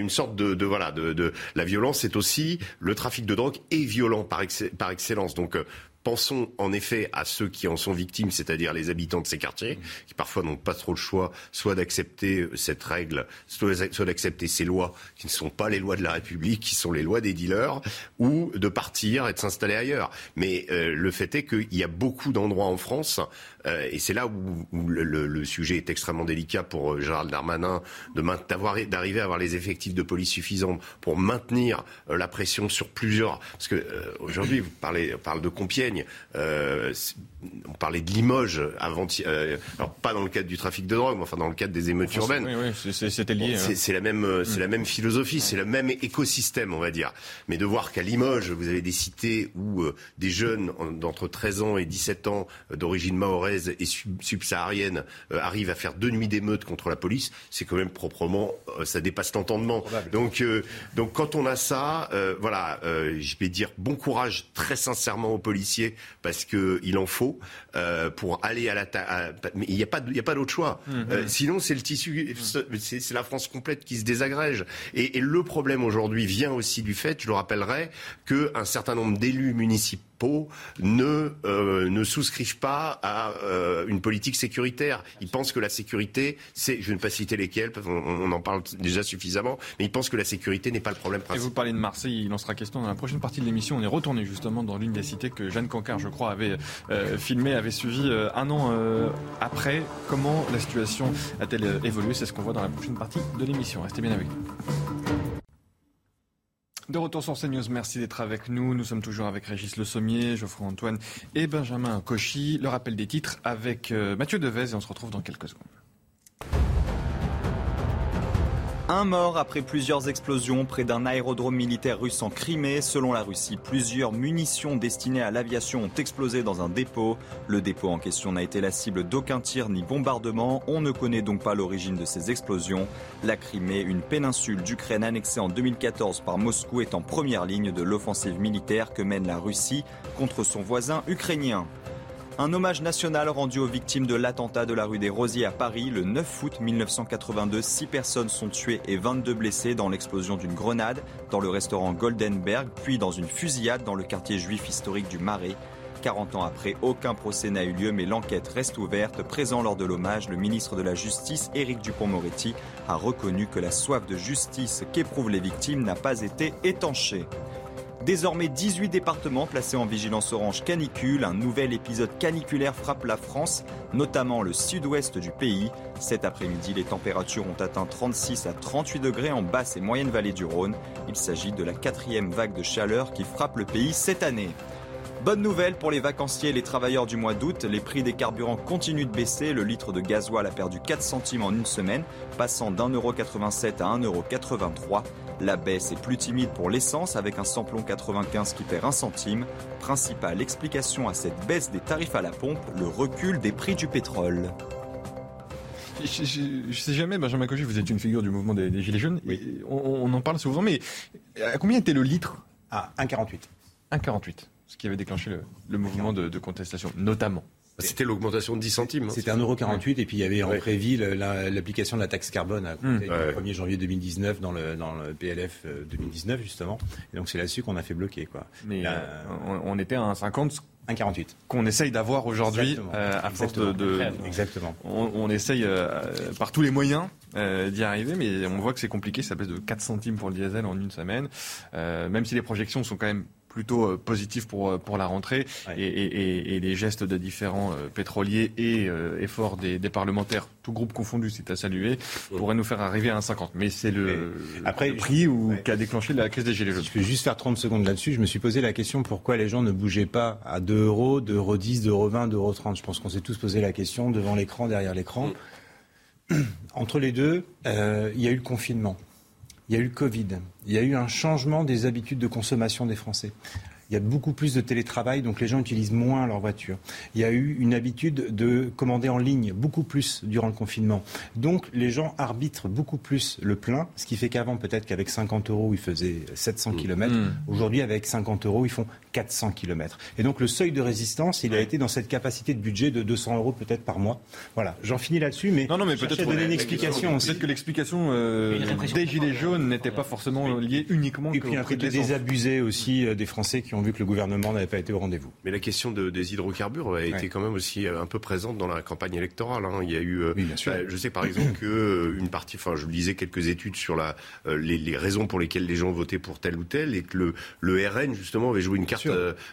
de la violence, c'est aussi le trafic de drogue est violent par excellence. Donc pensons en effet à ceux qui en sont victimes, c'est-à-dire les habitants de ces quartiers, qui parfois n'ont pas trop le choix, soit d'accepter cette règle, soit d'accepter ces lois qui ne sont pas les lois de la République, qui sont les lois des dealers, ou de partir et de s'installer ailleurs. Mais le fait est qu'il y a beaucoup d'endroits en France, et c'est là où le sujet est extrêmement délicat pour Gérald Darmanin, d'arriver à avoir les effectifs de police suffisants pour maintenir la pression sur plusieurs... Parce que aujourd'hui, on parle de Compiègne, on parlait de Limoges alors pas dans le cadre du trafic de drogue, mais enfin dans le cadre des émeutes urbaines. Oui, c'était lié. C'est la même philosophie, c'est le même écosystème, on va dire. Mais de voir qu'à Limoges, vous avez des cités où des jeunes d'entre 13 ans et 17 ans d'origine mahoraise et subsaharienne arrivent à faire 2 nuits d'émeutes contre la police, c'est quand même proprement, ça dépasse l'entendement. Donc quand on a ça, je vais dire bon courage très sincèrement aux policiers, parce que il en faut pour aller à mais il n'y a pas d'autre choix. Sinon c'est le tissu, c'est la France complète qui se désagrège. Et le problème aujourd'hui vient aussi du fait, je le rappellerai, qu'un certain nombre d'élus municipaux ne souscrivent pas à une politique sécuritaire. Ils pensent que la sécurité, je ne vais pas citer lesquels, parce qu'on en parle déjà suffisamment, mais ils pensent que la sécurité n'est pas le problème principal. Et vous parlez de Marseille, il en sera question dans la prochaine partie de l'émission. On est retourné justement dans l'une des cités que Jeanne Cancard, je crois, avait filmé, avait suivi un an après. Comment la situation a-t-elle évolué? C'est ce qu'on voit dans la prochaine partie de l'émission. Restez bien avec nous. De retour sur CNews, merci d'être avec nous. Nous sommes toujours avec Régis Le Sommier, Geoffroy Antoine et Benjamin Cauchy. Le rappel des titres avec Mathieu Devez et on se retrouve dans quelques secondes. Un mort après plusieurs explosions près d'un aérodrome militaire russe en Crimée. Selon la Russie, plusieurs munitions destinées à l'aviation ont explosé dans un dépôt. Le dépôt en question n'a été la cible d'aucun tir ni bombardement. On ne connaît donc pas l'origine de ces explosions. La Crimée, une péninsule d'Ukraine annexée en 2014 par Moscou, est en première ligne de l'offensive militaire que mène la Russie contre son voisin ukrainien. Un hommage national rendu aux victimes de l'attentat de la rue des Rosiers à Paris. Le 9 août 1982, 6 personnes sont tuées et 22 blessées dans l'explosion d'une grenade dans le restaurant Goldenberg, puis dans une fusillade dans le quartier juif historique du Marais. 40 ans après, aucun procès n'a eu lieu, mais l'enquête reste ouverte. Présent lors de l'hommage, le ministre de la Justice, Éric Dupond-Moretti, a reconnu que la soif de justice qu'éprouvent les victimes n'a pas été étanchée. Désormais 18 départements placés en vigilance orange canicule. Un nouvel épisode caniculaire frappe la France, notamment le sud-ouest du pays. Cet après-midi, les températures ont atteint 36 à 38 degrés en basse et moyenne vallée du Rhône. Il s'agit de la 4e vague de chaleur qui frappe le pays cette année. Bonne nouvelle pour les vacanciers et les travailleurs du mois d'août. Les prix des carburants continuent de baisser. Le litre de gasoil a perdu 4 centimes en une semaine, passant d'1,87 € à 1,83 €. La baisse est plus timide pour l'essence, avec un samplon 95 qui perd 1 centime. Principale explication à cette baisse des tarifs à la pompe, le recul des prix du pétrole. Je sais jamais, Benjamin Cauchy, vous êtes une figure du mouvement des Gilets jaunes. Oui. On en parle souvent, mais à combien était le litre? À 1,48. 1,48. Ce qui avait déclenché le mouvement de contestation, notamment. C'était l'augmentation de 10 centimes. C'était 1,48 € et puis il y avait en prévis l'application de la taxe carbone à compter du 1er janvier 2019 dans le PLF 2019 justement. Et donc c'est là-dessus qu'on a fait bloquer, quoi. Mais on était à 1,50. 1,48. Qu'on essaye d'avoir aujourd'hui à force de Exactement. On essaye par tous les moyens d'y arriver, mais on voit que c'est compliqué. Ça baisse de 4 centimes pour le diesel en une semaine, même si les projections sont quand même plutôt positif pour la rentrée, et les gestes de différents pétroliers et efforts des parlementaires, tout groupe confondu, c'est à saluer, pourraient nous faire arriver à 1,50. Mais c'est le prix qui a déclenché la crise des Gilets jaunes. Je peux juste faire 30 secondes là-dessus. Je me suis posé la question pourquoi les gens ne bougeaient pas à 2 €, 2,10 €, 2,20 €, 2,30 €. Je pense qu'on s'est tous posé la question devant l'écran, derrière l'écran. Entre les deux, il y a eu le confinement. Il y a eu le Covid, il y a eu un changement des habitudes de consommation des Français. Il y a beaucoup plus de télétravail, donc les gens utilisent moins leur voiture. Il y a eu une habitude de commander en ligne beaucoup plus durant le confinement. Donc les gens arbitrent beaucoup plus le plein, ce qui fait qu'avant, peut-être qu'avec 50 €, ils faisaient 700 km. Aujourd'hui, avec 50 €, ils font 400 km. Et donc le seuil de résistance, il a été dans cette capacité de budget de 200 € peut-être par mois. Voilà, j'en finis là-dessus, mais, mais peut-être donner une explication aussi. Peut-être que l'explication des Gilets jaunes n'était pas forcément liée uniquement et puis un côté désabusé aussi des Français qui ont vu que le gouvernement n'avait pas été au rendez-vous. Mais la question des hydrocarbures a été quand même aussi un peu présente dans la campagne électorale. Il y a eu, oui, bien sûr. Je sais par exemple qu'une partie, je lisais quelques études sur les raisons pour lesquelles les gens votaient pour tel ou tel, et que le RN justement avait joué une carte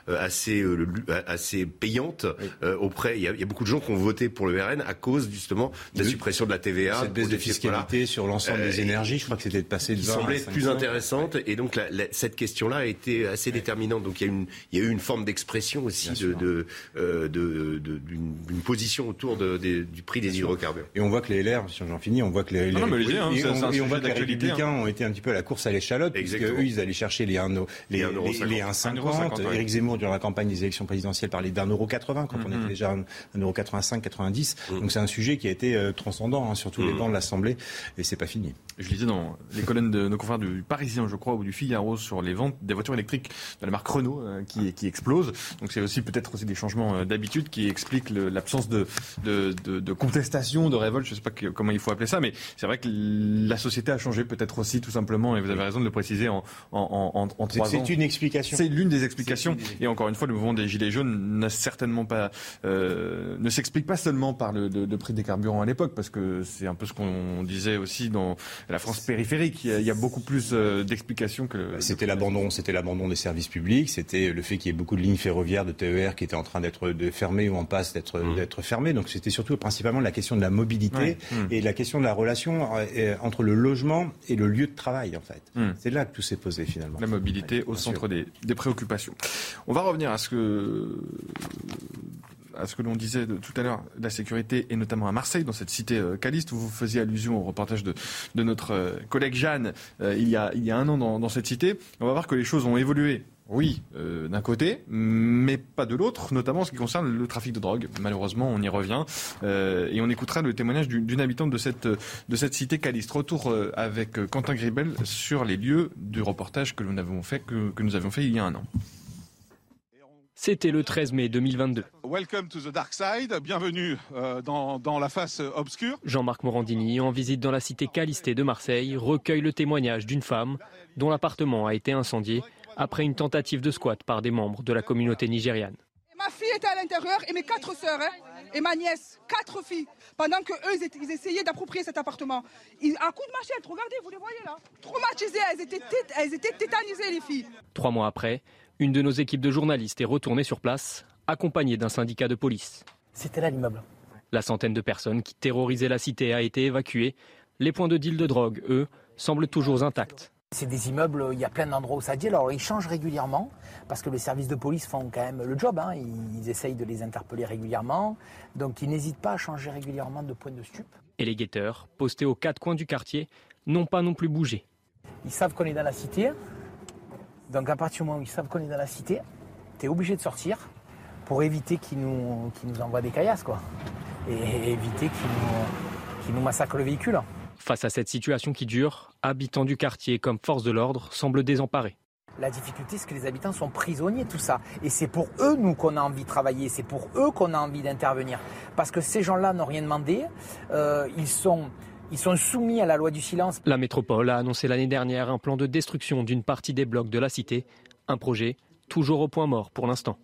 assez payante auprès. Il y a beaucoup de gens qui ont voté pour le RN à cause justement de la suppression de la TVA, cette baisse de fiscalité sur l'ensemble des énergies. Je crois que c'était de passer de 20 semblait à 5, plus intéressante, et donc cette question-là a été assez déterminante. Donc il y a eu une forme d'expression aussi d'une position autour du prix des hydrocarbures. Et on voit que les LR, si j'en finis, on voit que les Républicains ont été un petit peu à la course à l'échalote, puisque eux, ils allaient chercher les 1,50 €. Éric Zemmour, durant la campagne des élections présidentielles, parlait d'1,80 € quand on était déjà à 1,85 €, 90. Donc c'est un sujet qui a été transcendant sur tous les bancs de l'Assemblée, et c'est pas fini. Je lisais dans les colonnes de nos confrères du Parisien, je crois, ou du Figaro, sur les ventes des voitures électriques de la marque Renault qui explosent. Donc c'est aussi peut-être aussi des changements d'habitude qui expliquent l'absence de contestation, de révolte, je ne sais pas comment il faut appeler ça, mais c'est vrai que la société a changé peut-être aussi tout simplement, et vous avez raison de le préciser en 3 ans. C'est une explication. C'est l'une des explications. Et encore une fois, le mouvement des Gilets jaunes n'a certainement pas, ne s'explique pas seulement par le prix des carburants à l'époque, parce que c'est un peu ce qu'on disait aussi dans la France périphérique. Il y a beaucoup plus d'explications que... C'était l'abandon des services publics, c'était le fait qu'il y ait beaucoup de lignes ferroviaires, de TER qui étaient en train d'être fermées ou en passe d'être fermées. Donc c'était surtout principalement la question de la mobilité et la question de la relation entre le logement et le lieu de travail, en fait. C'est là que tout s'est posé finalement. La mobilité au centre des préoccupations. On va revenir à ce que l'on disait tout à l'heure, la sécurité, et notamment à Marseille, dans cette cité caliste, où vous faisiez allusion au reportage de notre collègue Jeanne il y a 1 an dans cette cité. On va voir que les choses ont évolué. Oui, d'un côté, mais pas de l'autre, notamment en ce qui concerne le trafic de drogue. Malheureusement, on y revient. Et on écoutera le témoignage d'une habitante de cette cité caliste. Retour avec Quentin Gribel sur les lieux du reportage que nous avions fait il y a 1 an. C'était le 13 mai 2022. Welcome to the dark side, bienvenue dans la face obscure. Jean-Marc Morandini, en visite dans la cité calistée de Marseille, recueille le témoignage d'une femme dont l'appartement a été incendié après une tentative de squat par des membres de la communauté nigériane. Ma fille était à l'intérieur et mes 4 sœurs et ma nièce, 4 filles, pendant qu'eux ils essayaient d'approprier cet appartement. À coups de machette, regardez, vous les voyez là, traumatisées, elles étaient tétanisées les filles. 3 mois après, une de nos équipes de journalistes est retournée sur place, accompagnée d'un syndicat de police. C'était là l'immeuble. La centaine de personnes qui terrorisaient la cité a été évacuée. Les points de deal de drogue, eux, semblent toujours intacts. C'est des immeubles, il y a plein d'endroits où ça dit. Alors ils changent régulièrement parce que les services de police font quand même le job. Ils essayent de les interpeller régulièrement. Donc ils n'hésitent pas à changer régulièrement de point de stup. Et les guetteurs, postés aux 4 coins du quartier, n'ont pas non plus bougé. Ils savent qu'on est dans la cité. Donc à partir du moment où ils savent qu'on est dans la cité, tu es obligé de sortir pour éviter qu'ils nous envoient des caillasses, quoi. Et éviter qu'ils nous massacrent le véhicule. Face à cette situation qui dure, habitants du quartier comme force de l'ordre semblent désemparés. La difficulté, c'est que les habitants sont prisonniers de tout ça. Et c'est pour eux, nous, qu'on a envie de travailler. C'est pour eux qu'on a envie d'intervenir. Parce que ces gens-là n'ont rien demandé. Ils sont soumis à la loi du silence. La métropole a annoncé l'année dernière un plan de destruction d'une partie des blocs de la cité. Un projet toujours au point mort pour l'instant.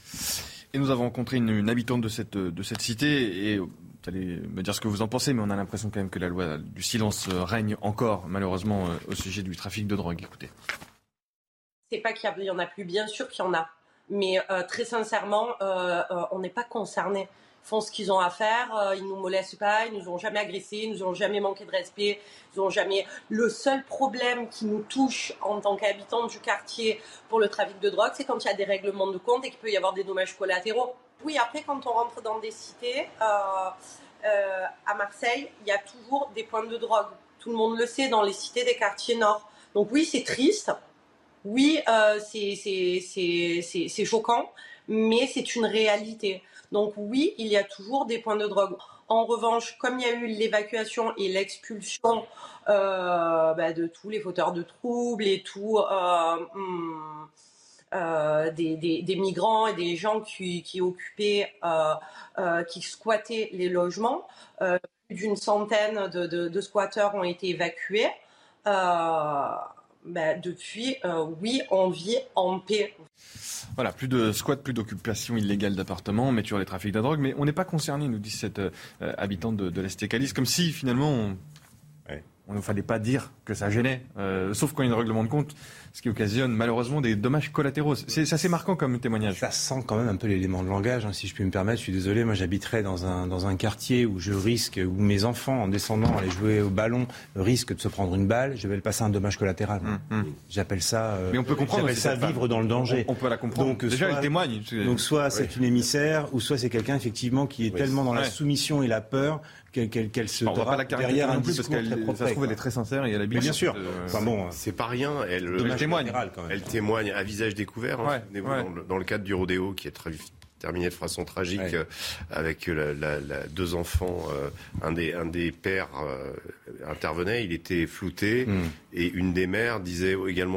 Et nous avons rencontré une habitante de cette cité, et vous allez me dire ce que vous en pensez, mais on a l'impression quand même que la loi du silence règne encore, malheureusement, au sujet du trafic de drogue. Écoutez. C'est pas qu'il y en a plus, bien sûr qu'il y en a. Mais très sincèrement, on n'est pas concernés. Ils font ce qu'ils ont à faire, ils nous molestent pas, ils nous ont jamais agressés, ils nous ont jamais manqué de respect, ils ont jamais... Le seul problème qui nous touche en tant qu'habitants du quartier pour le trafic de drogue, c'est quand il y a des règlements de compte et qu'il peut y avoir des dommages collatéraux. Oui, après, quand on rentre dans des cités, à Marseille, il y a toujours des points de drogue. Tout le monde le sait dans les cités des quartiers nord. Donc oui, c'est triste, Oui, c'est choquant, mais c'est une réalité. Donc oui, il y a toujours des points de drogue. En revanche, comme il y a eu l'évacuation et l'expulsion de tous les fauteurs de troubles et tout, des migrants et des gens qui occupaient, qui squattaient les logements, plus d'une centaine de squatteurs ont été évacués. Depuis, oui, on vit en paix. Voilà, plus de squats, plus d'occupation illégale d'appartements, on met toujours les trafics de drogue, mais on n'est pas concerné, nous dit cette habitante de l'Est-Calice, comme si finalement on ne fallait pas dire que ça gênait, sauf quand il y a un règlement de compte, ce qui occasionne malheureusement des dommages collatéraux. C'est assez marquant comme témoignage. Ça sent quand même un peu l'élément de langage, si je puis me permettre. Je suis désolé, moi j'habiterais dans un quartier où je risque, où mes enfants en descendant aller jouer au ballon risquent de se prendre une balle, je vais le passer un dommage collatéral. J'appelle ça, mais on peut comprendre, vivre dans le danger. On peut la comprendre. Donc, déjà, elle témoigne. Donc soit c'est une émissaire, ou soit c'est quelqu'un effectivement qui est tellement dans la soumission et la peur qu'elle se drape derrière un discours très propre. Ça se trouve, elle est très sincère et elle a bien sûr. C'est pas rien. Elle témoigne à visage découvert. Dans le cadre du rodéo qui est terminé de façon tragique, avec deux enfants, un des pères intervenait, il était flouté, et une des mères disait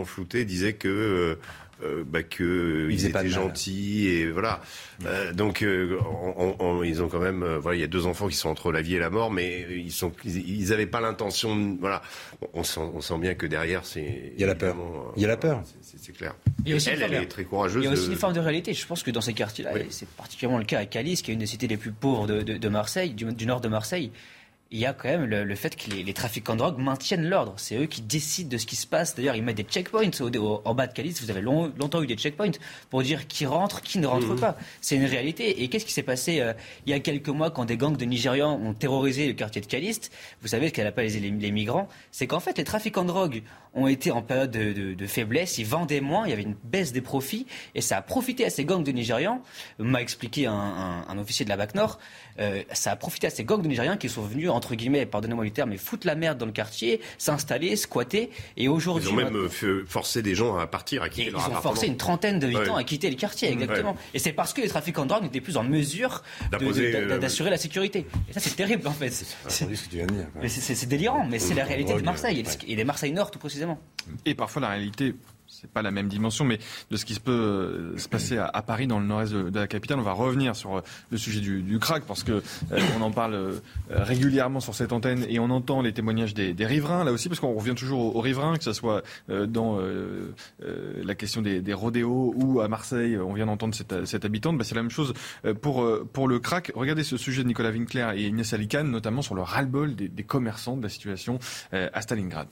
que qu'ils étaient gentils et voilà. Donc ils ont quand même il y a deux enfants qui sont entre la vie et la mort, mais ils avaient pas l'intention voilà. On sent bien que derrière il y a la peur. Il y a la peur. C'est clair. Elle est très courageuse. Il y a aussi une forme de réalité. Je pense que dans ces quartiers-là, et c'est particulièrement le cas à Calice, qui est une des cités les plus pauvres de Marseille, du nord de Marseille. Il y a quand même le fait que les trafiquants de drogue maintiennent l'ordre. C'est eux qui décident de ce qui se passe. D'ailleurs, ils mettent des checkpoints en bas de Calice. Vous avez longtemps eu des checkpoints pour dire qui rentre, qui ne rentre pas. C'est une réalité. Et qu'est-ce qui s'est passé il y a quelques mois quand des gangs de Nigérians ont terrorisé le quartier de Calice? Vous savez ce qu'elle appelle les migrants. C'est qu'en fait, les trafiquants de drogue ont été en période de faiblesse. Ils vendaient moins. Il y avait une baisse des profits. Et ça a profité à ces gangs de Nigérians. M'a expliqué un officier de la BAC Nord. Ça a profité à ces gangs de Nigériens qui sont venus, entre guillemets, pardonnez-moi le terme, mais foutre la merde dans le quartier, s'installer, squatter. Et aujourd'hui, ils ont même forcé des gens à partir, à quitter leur appartement. Ils ont forcé une trentaine d'habitants à quitter le quartier, exactement. Ouais. Et c'est parce que les trafiquants de drogue n'étaient plus en mesure d'assurer la sécurité. Et ça, c'est terrible, en fait. C'est délirant, mais c'est la réalité de Marseille et des Marseille Nord, tout précisément. Et parfois, la réalité... c'est pas la même dimension, mais de ce qui peut se passer à Paris, dans le nord-est de la capitale. On va revenir sur le sujet du crack, parce que on en parle régulièrement sur cette antenne, et on entend les témoignages des riverains, là aussi, parce qu'on revient toujours aux riverains, que ce soit dans la question des rodéos ou à Marseille, on vient d'entendre cette habitante. C'est la même chose pour le crack. Regardez ce sujet de Nicolas Winkler et Inès Alicane, notamment sur le ras-le-bol des commerçants de la situation à Stalingrad.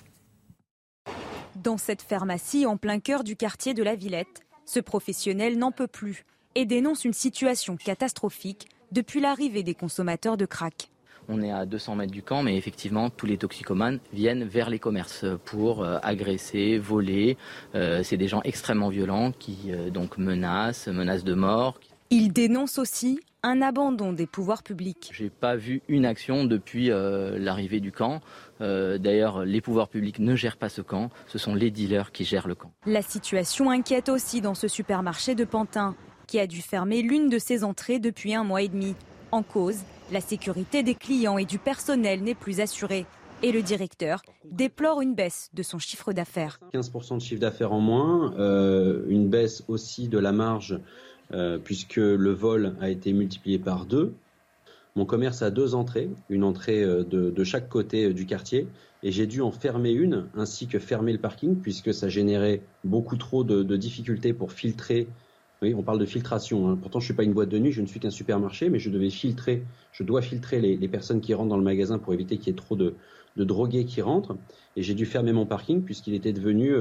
Dans cette pharmacie en plein cœur du quartier de la Villette, ce professionnel n'en peut plus et dénonce une situation catastrophique depuis l'arrivée des consommateurs de crack. On est à 200 mètres du camp, mais effectivement, tous les toxicomanes viennent vers les commerces pour agresser, voler. C'est des gens extrêmement violents qui donc menacent de mort. Il dénonce aussi un abandon des pouvoirs publics. J'ai pas vu une action depuis l'arrivée du camp. D'ailleurs, les pouvoirs publics ne gèrent pas ce camp. Ce sont les dealers qui gèrent le camp. La situation inquiète aussi dans ce supermarché de Pantin, qui a dû fermer l'une de ses entrées depuis 1 mois et demi. En cause, la sécurité des clients et du personnel n'est plus assurée. Et le directeur déplore une baisse de son chiffre d'affaires. 15% de chiffre d'affaires en moins, une baisse aussi de la marge puisque le vol a été multiplié par 2. Mon commerce a 2 entrées, une entrée de chaque côté du quartier, et j'ai dû en fermer une, ainsi que fermer le parking, puisque ça générait beaucoup trop de difficultés pour filtrer. Oui, on parle de filtration, hein. Pourtant je ne suis pas une boîte de nuit, je ne suis qu'un supermarché, mais je dois filtrer les personnes qui rentrent dans le magasin pour éviter qu'il y ait trop de drogués qui rentrent, et j'ai dû fermer mon parking, puisqu'il était devenu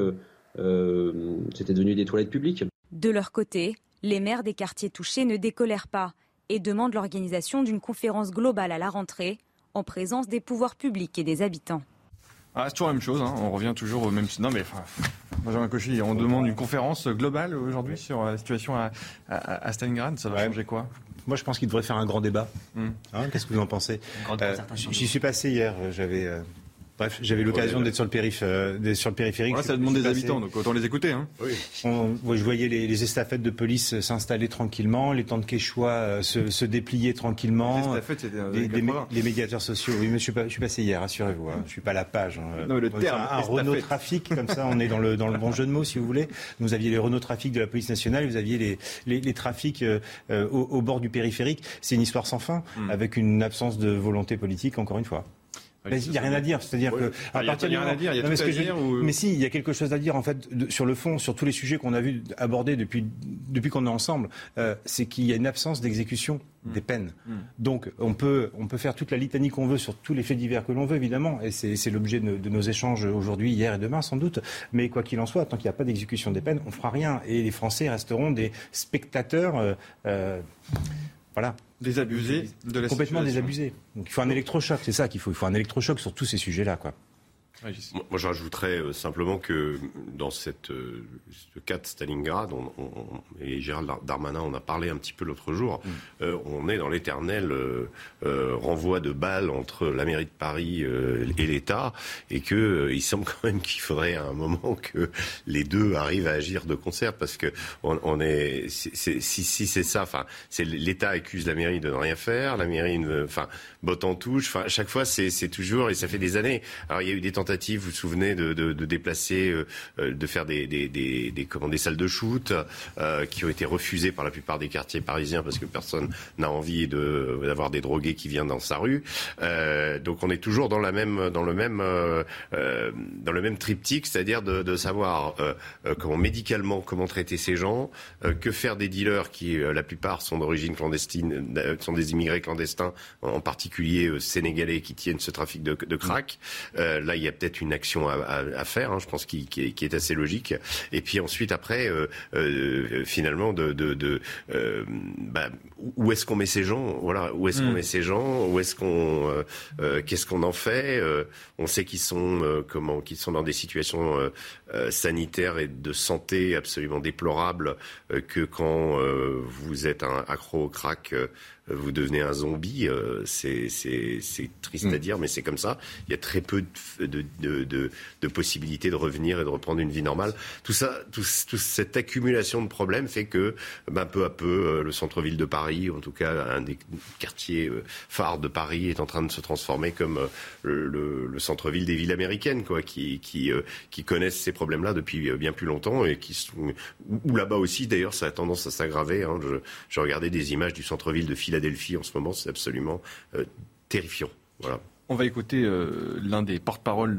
des toilettes publiques. De leur côté, les maires des quartiers touchés ne décolèrent pas et demandent l'organisation d'une conférence globale à la rentrée en présence des pouvoirs publics et des habitants. C'est toujours la même chose, hein. On revient toujours au même... Non mais, Benjamin Cauchy, on demande une conférence globale aujourd'hui sur la situation à Stalingrad. Ça va changer quoi ? Moi, je pense qu'il devrait faire un grand débat. Qu'est-ce que vous en pensez ? J'y suis passé hier, j'avais Bref, j'avais l'occasion d'être sur le périphérique. Ça demande des habitants, donc autant les écouter. Hein. Oui. Je voyais les estafettes de police s'installer tranquillement, les tentes quechua se déplier tranquillement. Les estafettes, les médiateurs sociaux. Oui, mais je suis passé hier, rassurez-vous. Hein. Je suis pas à la page. Hein. Non, le terme un Renault Trafic, comme ça, on est dans le bon jeu de mots, si vous voulez. Vous aviez les Renault Trafic de la police nationale, vous aviez les trafics au bord du périphérique. C'est une histoire sans fin, avec une absence de volonté politique, encore une fois. Il n'y a rien à dire, c'est-à-dire que à partir du moment, il y a tout à dire. Mais si, il y a quelque chose à dire en fait sur le fond, sur tous les sujets qu'on a vu aborder depuis qu'on est ensemble, c'est qu'il y a une absence d'exécution des peines. Donc on peut faire toute la litanie qu'on veut sur tous les faits divers que l'on veut évidemment, et c'est l'objet de nos échanges aujourd'hui, hier et demain sans doute. Mais quoi qu'il en soit, tant qu'il n'y a pas d'exécution des peines, on fera rien, et les Français resteront des spectateurs. Voilà. Désabusés de la complètement situation. Désabusés. Donc il faut un électrochoc, c'est ça qu'il faut. Il faut un électrochoc sur tous ces sujets-là, quoi. Moi, je rajouterais simplement que dans ce cas de Stalingrad, et Gérald Darmanin en a parlé un petit peu l'autre jour, on est dans l'éternel renvoi de balles entre la mairie de Paris et l'État, et il semble quand même qu'il faudrait à un moment que les deux arrivent à agir de concert, parce que si c'est ça, enfin, l'État accuse la mairie de ne rien faire, la mairie botte en touche, enfin, chaque fois c'est toujours, et ça fait des années. Alors il y a eu des tentatives, vous vous souvenez, de déplacer, de faire des salles de shoot qui ont été refusées par la plupart des quartiers parisiens parce que personne n'a envie d'avoir des drogués qui viennent dans sa rue. Donc on est toujours dans le même triptyque, c'est-à-dire de savoir médicalement comment traiter ces gens, que faire des dealers qui la plupart sont d'origine clandestine, sont des immigrés clandestins, en particulier sénégalais qui tiennent ce trafic de crack. Là il y a peut-être une action à faire, je pense, qui est assez logique. Et puis ensuite, après, finalement, où est-ce qu'on met ces gens ? Voilà, où est-ce qu'on met ces gens ? Où est-ce qu'on, qu'est-ce qu'on en fait ? On sait qu'ils sont dans des situations sanitaires et de santé absolument déplorables, que quand vous êtes un accro au crack, vous devenez un zombie. C'est triste à dire, mais c'est comme ça. Il y a très peu de possibilités de revenir et de reprendre une vie normale. Tout ça, toute cette accumulation de problèmes fait que, peu à peu, le centre-ville de Paris, en tout cas un des quartiers phares de Paris, est en train de se transformer comme le centre-ville des villes américaines, quoi, qui connaissent ces problèmes-là depuis bien plus longtemps, et où là-bas aussi, d'ailleurs, ça a tendance à s'aggraver. Je regardais des images du centre-ville de Philadelphie en ce moment, c'est absolument terrifiant. Voilà. On va écouter l'un des porte-paroles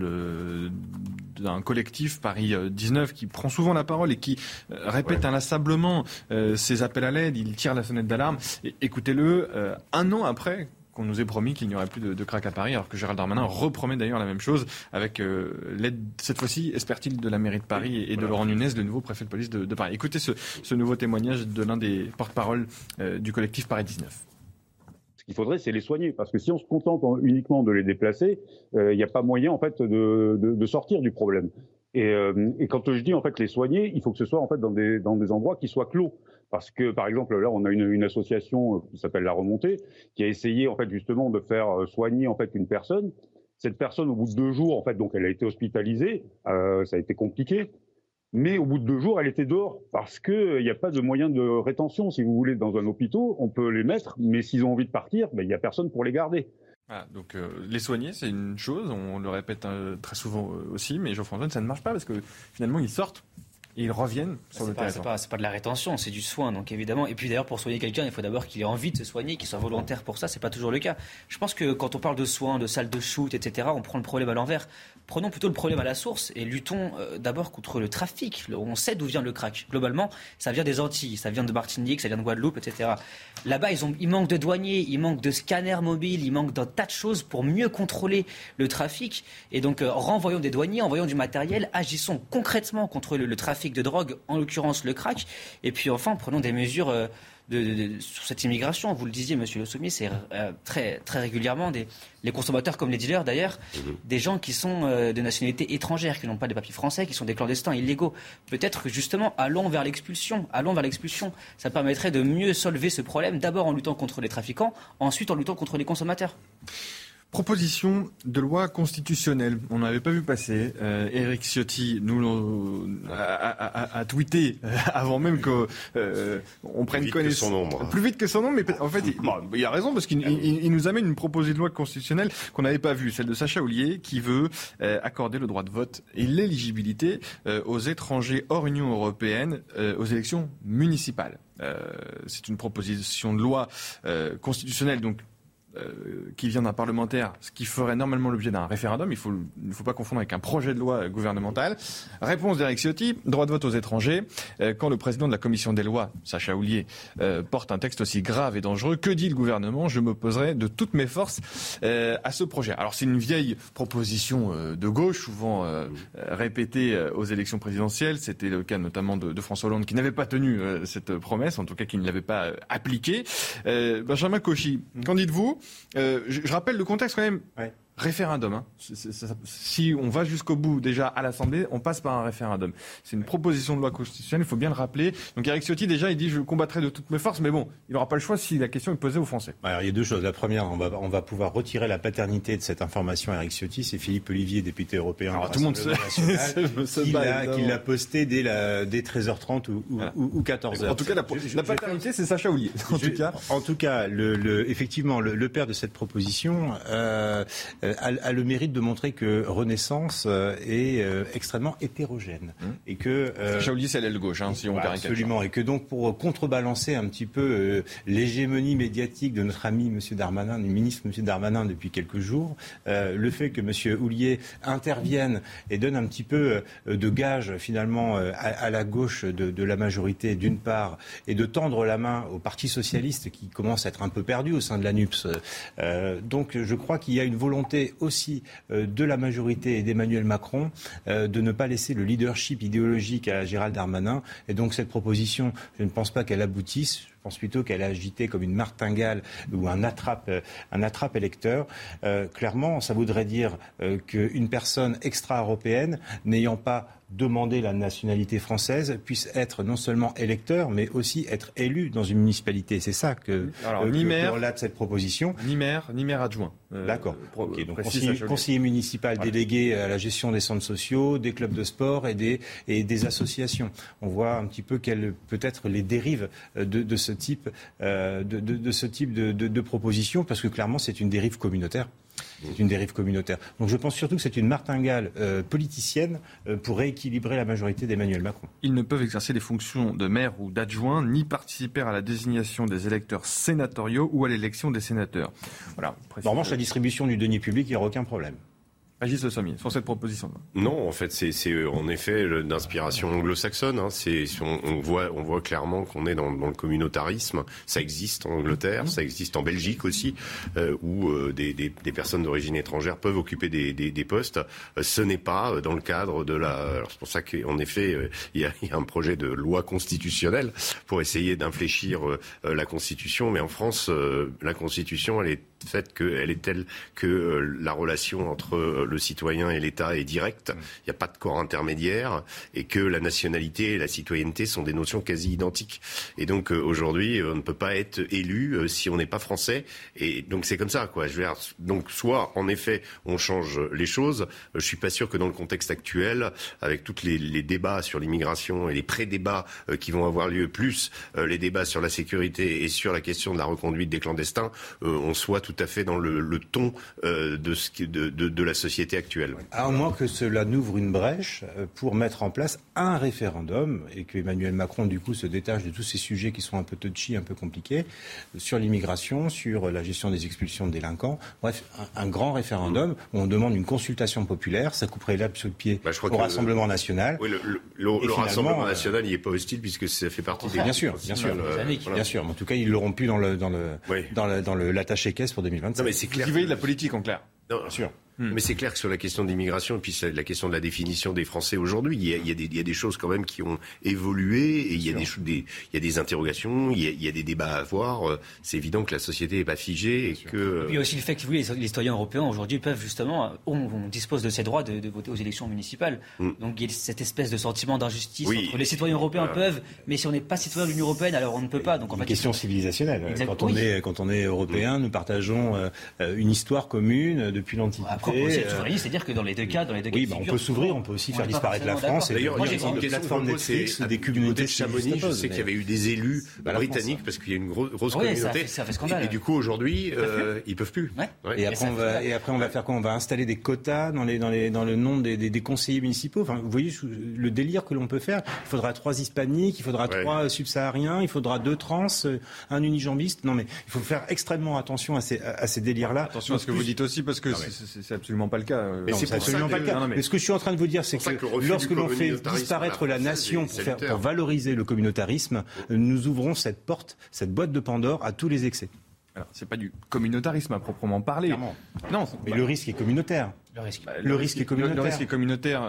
d'un collectif, Paris 19, qui prend souvent la parole et qui répète inlassablement ses appels à l'aide. Il tire la sonnette d'alarme. Écoutez-le, un an après qu'on nous ait promis qu'il n'y aurait plus de crack à Paris, alors que Gérald Darmanin repromet d'ailleurs la même chose, avec l'aide, cette fois-ci, espère-t-il, de la mairie de Paris et de Laurent Nunez, le nouveau préfet de police de Paris. Écoutez ce nouveau témoignage de l'un des porte-paroles du collectif Paris 19. Ce qu'il faudrait, c'est les soigner, parce que si on se contente uniquement de les déplacer, il n'y a pas moyen en fait de sortir du problème. Et quand je dis en fait les soigner, il faut que ce soit en fait dans des endroits qui soient clos. Parce que par exemple là, on a une association qui s'appelle La Remontée, qui a essayé en fait justement de faire soigner en fait une personne. Cette personne, au bout de 2 jours, en fait, donc elle a été hospitalisée. Ça a été compliqué. Mais au bout de 2 jours, elle était dehors, parce qu'il n'y a pas de moyen de rétention, si vous voulez, dans un hôpital. On peut les mettre, mais s'ils ont envie de partir, il n'y a personne pour les garder. Voilà, donc les soigner, c'est une chose, on le répète très souvent aussi, mais Geoffroy Antoine, ça ne marche pas, parce que finalement, ils sortent et ils reviennent sur le territoire. C'est pas de la rétention, c'est du soin, donc évidemment. Et puis d'ailleurs, pour soigner quelqu'un, il faut d'abord qu'il ait envie de se soigner, qu'il soit volontaire pour ça. C'est pas toujours le cas. Je pense que quand on parle de soins, de salles de shoot, etc., on prend le problème à l'envers. Prenons plutôt le problème à la source et luttons d'abord contre le trafic. On sait d'où vient le crack. Globalement, ça vient des Antilles, ça vient de Martinique, ça vient de Guadeloupe, etc. Là-bas, il manque de douaniers, il manque de scanners mobiles, il manque d'un tas de choses pour mieux contrôler le trafic. Et donc, renvoyons des douaniers, envoyons du matériel, agissons concrètement contre le trafic de drogue, en l'occurrence le crack. Et puis enfin, prenons des mesures sur cette immigration. Vous le disiez, monsieur Le Sommier, c'est très, très régulièrement les consommateurs, comme les dealers d'ailleurs, des gens qui sont de nationalité étrangère, qui n'ont pas de papiers français, qui sont des clandestins illégaux. Peut-être que justement, allons vers l'expulsion. Ça permettrait de mieux solver ce problème, d'abord en luttant contre les trafiquants, ensuite en luttant contre les consommateurs. Proposition de loi constitutionnelle. On n'avait pas vu passer. Éric Ciotti a tweeté avant même qu'on prenne connaissance. Plus vite que son nom, mais en fait, il a raison parce qu'il nous amène une proposition de loi constitutionnelle qu'on n'avait pas vue, celle de Sacha Houlié, qui veut accorder le droit de vote et l'éligibilité aux étrangers hors Union européenne aux élections municipales. C'est une proposition de loi constitutionnelle, donc qui vient d'un parlementaire, ce qui ferait normalement l'objet d'un référendum. Il ne faut pas confondre avec un projet de loi gouvernemental. Réponse d'Éric Ciotti, droit de vote aux étrangers. Quand le président de la commission des lois, Sacha Houlié, porte un texte aussi grave et dangereux, que dit le gouvernement ? Je m'opposerai de toutes mes forces à ce projet. Alors c'est une vieille proposition de gauche, souvent répétée aux élections présidentielles. C'était le cas notamment de François Hollande, qui n'avait pas tenu cette promesse, en tout cas qui ne l'avait pas appliquée. Benjamin Cauchy, qu'en dites-vous ? Je rappelle le contexte quand même. Ouais. Référendum. Hein. Si on va jusqu'au bout déjà à l'Assemblée, on passe par un référendum. C'est une proposition de loi constitutionnelle, il faut bien le rappeler. Donc Éric Ciotti, déjà, il dit je combattrai de toutes mes forces, mais bon, il n'aura pas le choix si la question est posée aux Français. Alors, il y a deux choses. La première, on va pouvoir retirer la paternité de cette information à Éric Ciotti. C'est Philippe Olivier, député européen. Alors, tout le monde qui l'a posté dès 13h30 ou 14h. En tout cas, la paternité, c'est Sacha Houlié. En tout cas, effectivement, le père de cette proposition a le mérite de montrer que Renaissance est extrêmement hétérogène. Et que Sacha Houlié, c'est l'aile gauche, si on caricature. Absolument. Et que donc, pour contrebalancer un petit peu l'hégémonie médiatique de notre ami M. Darmanin, du ministre M. Darmanin depuis quelques jours, le fait que M. Houlié intervienne et donne un petit peu de gage finalement à la gauche de la majorité d'une part, et de tendre la main au Parti socialiste qui commence à être un peu perdu au sein de la NUPS. Donc je crois qu'il y a une volonté aussi de la majorité et d'Emmanuel Macron de ne pas laisser le leadership idéologique à Gérald Darmanin. Et donc cette proposition, je ne pense pas qu'elle aboutisse. Je pense plutôt qu'elle est agitée comme une martingale ou un attrape électeur. Clairement, ça voudrait dire qu'une personne extra-européenne n'ayant pas demander la nationalité française puisse être non seulement électeur, mais aussi être élu dans une municipalité. C'est ça que relate cette proposition. Ni maire adjoint. D'accord. Okay, donc conseiller municipal délégué à la gestion des centres sociaux, des clubs de sport et des associations. On voit un petit peu quelles peut-être les dérives de ce type de proposition, parce que clairement c'est une dérive communautaire. C'est une dérive communautaire. Donc je pense surtout que c'est une martingale politicienne pour rééquilibrer la majorité d'Emmanuel Macron. Ils ne peuvent exercer les fonctions de maire ou d'adjoint, ni participer à la désignation des électeurs sénatoriaux ou à l'élection des sénateurs. Voilà. En revanche, la distribution du denier public, il n'y aura aucun problème. Régis Le Sommier, sur cette proposition. Non, en fait, c'est en effet d'inspiration anglo-saxonne. On voit clairement qu'on est dans le communautarisme. Ça existe en Angleterre, ça existe en Belgique aussi, où des personnes d'origine étrangère peuvent occuper des postes. Ce n'est pas dans le cadre de la... Alors c'est pour ça qu'en effet, il y a un projet de loi constitutionnelle pour essayer d'infléchir la Constitution. Mais en France, la Constitution, elle est faite qu'elle est telle que la relation entre le citoyen et l'État est directe, il n'y a pas de corps intermédiaire, et que la nationalité et la citoyenneté sont des notions quasi identiques. Et donc aujourd'hui, on ne peut pas être élu si on n'est pas français, et donc c'est comme ça, quoi. Donc soit, en effet, on change les choses. Je suis pas sûr que dans le contexte actuel, avec tous les débats sur l'immigration et les pré-débats qui vont avoir lieu, plus les débats sur la sécurité et sur la question de la reconduite des clandestins, on soit tout à fait dans le ton de la société actuelle. À moins que cela n'ouvre une brèche pour mettre en place un référendum et que Emmanuel Macron, du coup, se détache de tous ces sujets qui sont un peu touchy, un peu compliqués, sur l'immigration, sur la gestion des expulsions de délinquants. Bref, un grand référendum où on demande une consultation populaire, ça couperait l'herbe sous le pied au Rassemblement national. Oui, le Rassemblement national n'y est pas hostile puisque ça fait partie des... Bien sûr. Bien sûr. En tout cas, ils l'auront pu dans l'attaché-caisse pour 2027. Non, mais c'est clair. Qui veut de la politique, en clair. Non, bien sûr. Mais c'est clair que sur la question d'immigration et puis la question de la définition des Français aujourd'hui, il y a des choses quand même qui ont évolué et il y a des interrogations, il y a des débats à avoir. C'est évident que la société n'est pas figée et que... Il y a aussi le fait que les citoyens européens aujourd'hui peuvent justement, on dispose de ces droits de voter aux élections municipales. Donc il y a cette espèce de sentiment d'injustice entre les citoyens européens peuvent, mais si on n'est pas citoyen de l'Union européenne, alors on ne peut pas. Donc en fait, question civilisationnelle. Quand on est européen, nous partageons une histoire commune depuis l'Antiquité. Après, on peut aussi être souverainiste, c'est-à-dire que dans les deux cas, on peut s'ouvrir, on peut aussi faire disparaître la France. D'ailleurs, il y a des plateformes Netflix ou des communautés de Chamonix. Je sais qu'il y avait eu des élus britanniques parce qu'il y a une grosse communauté. Ça fait scandale. Et du coup, aujourd'hui, ils peuvent plus. Et après, on va faire quoi? On va installer des quotas dans le nombre des conseillers municipaux. Enfin, vous voyez le délire que l'on peut faire. Il faudra 3 hispaniques, il faudra 3 subsahariens, il faudra 2 trans, un unijambiste. Non, mais il faut faire extrêmement attention à ces délires-là. Attention à ce que vous dites aussi, parce que c'est absolument pas le cas. Mais c'est absolument pas le cas. Mais ce que je suis en train de vous dire, c'est que lorsque l'on fait disparaître la nation pour valoriser le communautarisme, nous ouvrons cette porte, cette boîte de Pandore à tous les excès. Alors, c'est pas du communautarisme à proprement parler. Clairement. Non, mais le risque est communautaire. Le risque est communautaire. Le risque est communautaire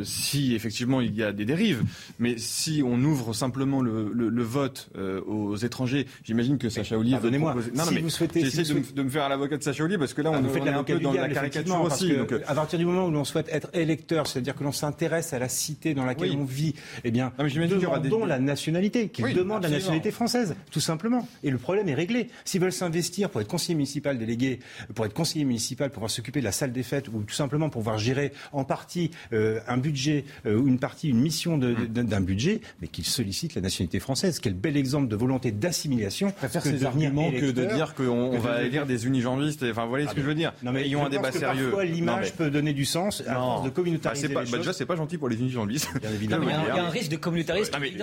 si effectivement il y a des dérives. Mais si on ouvre simplement le vote aux étrangers, j'imagine que Sacha Ollier... Pardonnez-moi, j'essaie de me faire l'avocat de Sacha Ollier parce que là on est un peu dans la caricature aussi. Donc, à partir du moment où l'on souhaite être électeur, c'est-à-dire que l'on s'intéresse à la cité dans laquelle on vit, eh bien, demandons la nationalité, qu'ils demandent la nationalité française, tout simplement. Et le problème est réglé. S'ils veulent s'investir pour être conseiller municipal délégué, pour être conseiller municipal, pour pouvoir s'occuper de la salle des fêtes ou tout simplement pour pouvoir gérer en partie un budget ou une mission d'un budget, mais qu'ils sollicitent la nationalité française. Quel bel exemple de volonté d'assimilation. Je préfère ces arguments que de dire qu'on va élire des unijambistes. Enfin, vous voyez ce que je veux dire. Non, mais ayons un débat sérieux. Parfois, l'image peut donner du sens à force de communautariser les choses. Déjà, c'est pas gentil pour les unijambistes. Bien évidemment. Il y a un risque de communautarisme évident.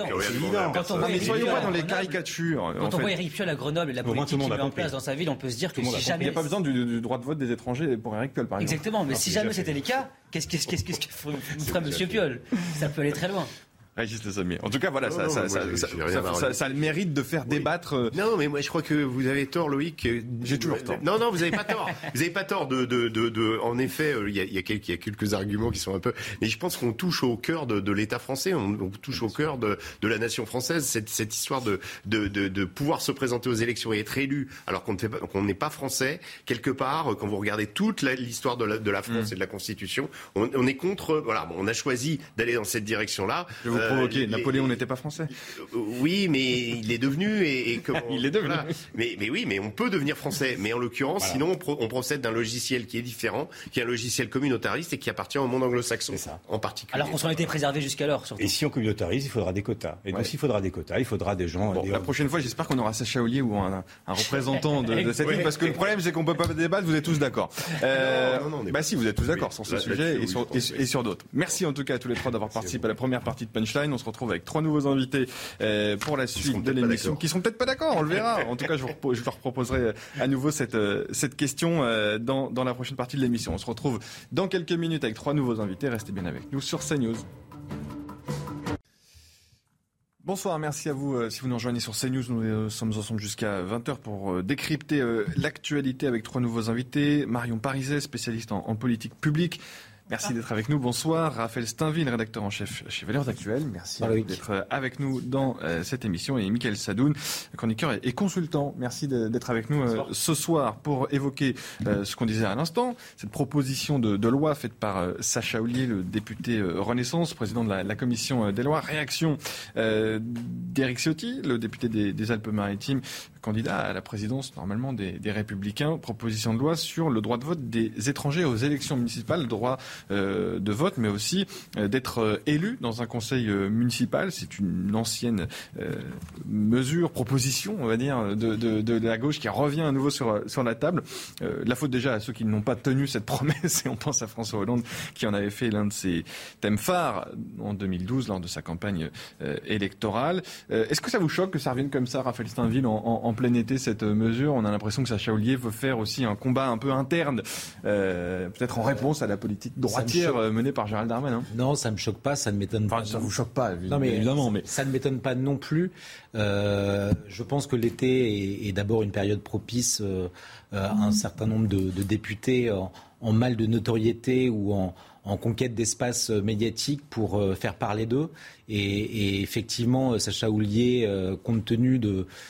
Mais soyez pas dans les caricatures. Quand on voit Éric Piolle à Grenoble et la politique qu'il met en place dans sa ville, on peut se dire que si jamais... Il n'y a pas besoin du droit de vote des étrangers pour Éric Piolle, par exemple. Exactement, mais si jamais c'était le cas, qu'est-ce que ferait M. Piolle? Ça peut aller très loin. Régis Le Sommier. En tout cas, voilà, ça a le mérite de faire débattre. Non, mais moi, je crois que vous avez tort, Loïc. J'ai toujours tort. Non, vous n'avez pas tort. Vous n'avez pas tort en effet, il y a quelques arguments qui sont un peu, mais je pense qu'on touche au cœur de l'État français, on touche au cœur de la nation française, cette histoire de pouvoir se présenter aux élections et être élu, alors qu'on n'est pas français. Quelque part, quand vous regardez toute l'histoire de la France et de la Constitution, on est contre, voilà, on a choisi d'aller dans cette direction-là. Napoléon n'était pas français. Oui, mais il est devenu il est devenu. Voilà. Mais oui, mais on peut devenir français. Mais en l'occurrence, sinon on procède d'un logiciel qui est différent, qui est un logiciel communautariste et qui appartient au monde anglo-saxon en particulier. Alors qu'on s'en était préservé jusqu'alors. Surtout. Et si on communautarise, il faudra des quotas. Et donc s'il faudra des quotas, il faudra des gens. Bon, la prochaine fois, j'espère qu'on aura Sacha Ollier ou un représentant de cette ligne, parce que le problème, c'est qu'on peut pas débattre. Vous êtes tous d'accord. Bah si, vous êtes tous d'accord sur ce sujet et sur d'autres. Merci en tout cas à tous les trois d'avoir participé à la première partie de Punchline. On se retrouve avec 3 nouveaux invités pour la suite de l'émission, qui sont peut-être pas d'accord, on le verra. En tout cas, je leur proposerai à nouveau cette question dans la prochaine partie de l'émission. On se retrouve dans quelques minutes avec 3 nouveaux invités. Restez bien avec nous sur CNews. Bonsoir, merci à vous. Si vous nous rejoignez sur CNews, nous sommes ensemble jusqu'à 20h pour décrypter l'actualité avec 3 nouveaux invités. Marion Pariset, spécialiste en politique publique. Merci d'être avec nous. Bonsoir. Raphaël Steinville, rédacteur en chef chez Valeurs Actuelles. Merci d'être avec nous dans cette émission. Et Mickaël Sadoun, chroniqueur et consultant. Merci d'être avec nous ce soir pour évoquer ce qu'on disait à l'instant. Cette proposition de loi faite par Sacha Ollier, le député Renaissance, président de la commission des lois. Réaction d'Éric Ciotti, le député des Alpes-Maritimes, candidat à la présidence normalement des Républicains. Proposition de loi sur le droit de vote des étrangers aux élections municipales. Le droit de vote, mais aussi d'être élu dans un conseil municipal. C'est une ancienne proposition, on va dire, de la gauche qui revient à nouveau sur la table. La faute déjà à ceux qui n'ont pas tenu cette promesse, et on pense à François Hollande qui en avait fait l'un de ses thèmes phares en 2012 lors de sa campagne électorale. Est-ce que ça vous choque que ça revienne comme ça, Raphaël Steinville, en plein été, cette mesure? On a l'impression que Sacha Ollier veut faire aussi un combat un peu interne, peut-être en réponse à la politique droite droitière menée par Gérald Darmanin. Non, ça ne me choque pas, ça ne m'étonne pas. Ça ne vous choque pas, évidemment. Mais ça ne m'étonne pas non plus. Je pense que l'été est d'abord une période propice à un certain nombre de députés en mal de notoriété ou en conquête d'espace médiatique pour faire parler d'eux. Et effectivement, Sacha Houlié, compte tenu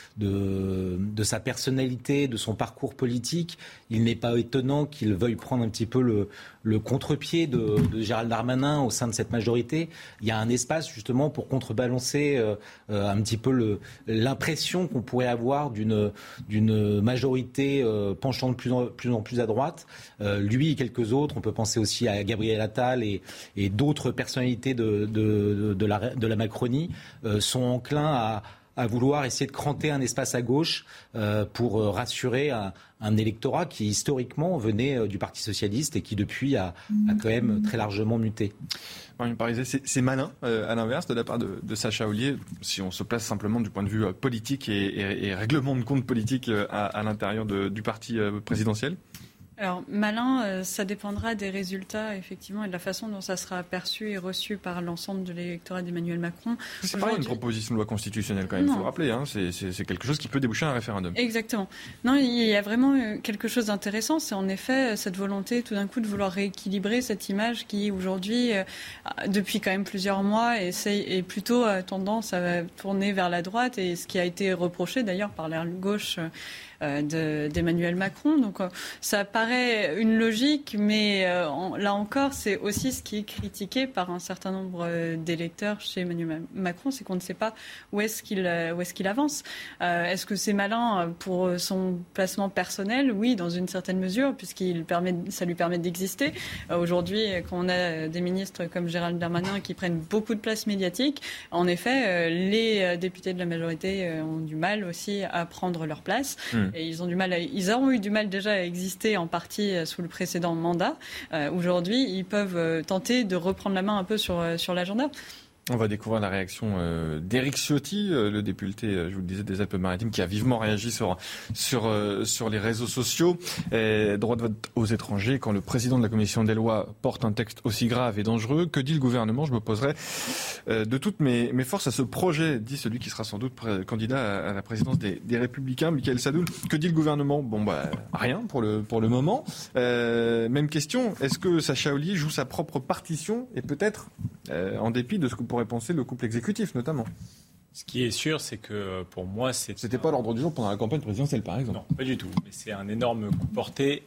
de sa personnalité, de son parcours politique, il n'est pas étonnant qu'il veuille prendre un petit peu le contre-pied de Gérald Darmanin au sein de cette majorité. Il y a un espace justement pour contrebalancer un petit peu l'impression qu'on pourrait avoir d'une majorité penchant de plus en plus à droite. Lui et quelques autres, on peut penser aussi à Gabriel Attal et d'autres personnalités de la Macronie, sont enclins à vouloir essayer de cranter un espace à gauche pour rassurer un électorat qui historiquement venait du Parti Socialiste et qui depuis a quand même très largement muté. Marine Pariset, c'est malin, à l'inverse, de la part de Sacha Houlié, si on se place simplement du point de vue politique et règlement de compte politique à l'intérieur du parti présidentiel. Alors, malin, ça dépendra des résultats, effectivement, et de la façon dont ça sera perçu et reçu par l'ensemble de l'électorat d'Emmanuel Macron. C'est pas une proposition de loi constitutionnelle, quand même, il faut le rappeler. Hein, c'est quelque chose qui peut déboucher un référendum. Exactement. Non, il y a vraiment quelque chose d'intéressant. C'est en effet cette volonté, tout d'un coup, de vouloir rééquilibrer cette image qui, aujourd'hui, depuis quand même plusieurs mois, est plutôt tendance à tourner vers la droite, et ce qui a été reproché, d'ailleurs, par l'aile gauche d'Emmanuel Macron. Donc ça paraît une logique, mais là encore, c'est aussi ce qui est critiqué par un certain nombre d'électeurs chez Emmanuel Macron, c'est qu'on ne sait pas où est-ce qu'il avance. Est-ce que c'est malin pour son placement personnel? Oui, dans une certaine mesure, ça lui permet d'exister. Aujourd'hui, quand on a des ministres comme Gérald Darmanin qui prennent beaucoup de place médiatique, en effet, les députés de la majorité ont du mal aussi à prendre leur place. Et ils ont eu du mal déjà à exister en partie sous le précédent mandat. Aujourd'hui, ils peuvent tenter de reprendre la main un peu sur l'agenda. On va découvrir la réaction d'Éric Ciotti, le député, je vous le disais, des Alpes-Maritimes, qui a vivement réagi sur les réseaux sociaux. Droit de vote aux étrangers, quand le président de la commission des lois porte un texte aussi grave et dangereux, que dit le gouvernement? Je m'opposerai de toutes mes forces à ce projet, dit celui qui sera sans doute candidat à la présidence des Républicains, Mickaël Sadoun. Que dit le gouvernement? Rien pour le moment. Même question, est-ce que Sacha Houlié joue sa propre partition et peut-être, en dépit de ce que pourrait penser le couple exécutif notamment? Ce qui est sûr, c'est que pour moi, c'était pas l'ordre du jour pendant la campagne présidentielle, par exemple. Non, pas du tout. Mais c'est un énorme coup porté,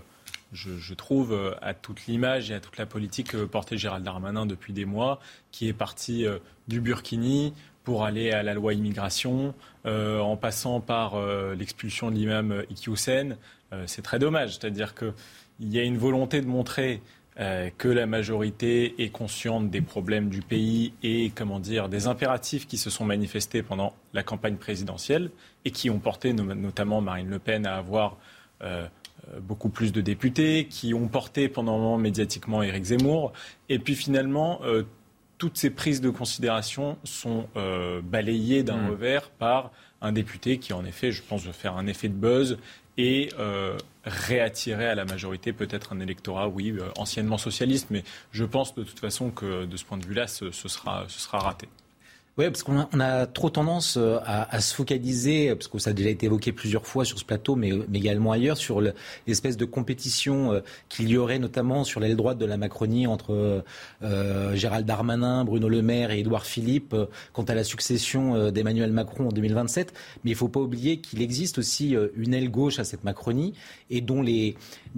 je trouve, à toute l'image et à toute la politique que portait Gérald Darmanin depuis des mois, qui est parti du Burkini pour aller à la loi immigration, en passant par l'expulsion de l'imam Iqiyoussen. C'est très dommage. C'est-à-dire qu'il y a une volonté de montrer que la majorité est consciente des problèmes du pays et, des impératifs qui se sont manifestés pendant la campagne présidentielle et qui ont porté notamment Marine Le Pen à avoir beaucoup plus de députés, qui ont porté pendant un moment médiatiquement Éric Zemmour. Et puis finalement, toutes ces prises de considération sont balayées d'un revers par un député qui, en effet, je pense, veut faire un effet de buzz et réattirer à la majorité peut-être un électorat, anciennement socialiste, mais je pense de toute façon que de ce point de vue-là, ce sera raté. Oui, parce qu'on a trop tendance à se focaliser, parce que ça a déjà été évoqué plusieurs fois sur ce plateau, mais également ailleurs, sur l'espèce de compétition qu'il y aurait notamment sur l'aile droite de la Macronie entre Gérald Darmanin, Bruno Le Maire et Édouard Philippe quant à la succession d'Emmanuel Macron en 2027. Mais il ne faut pas oublier qu'il existe aussi une aile gauche à cette Macronie et dont les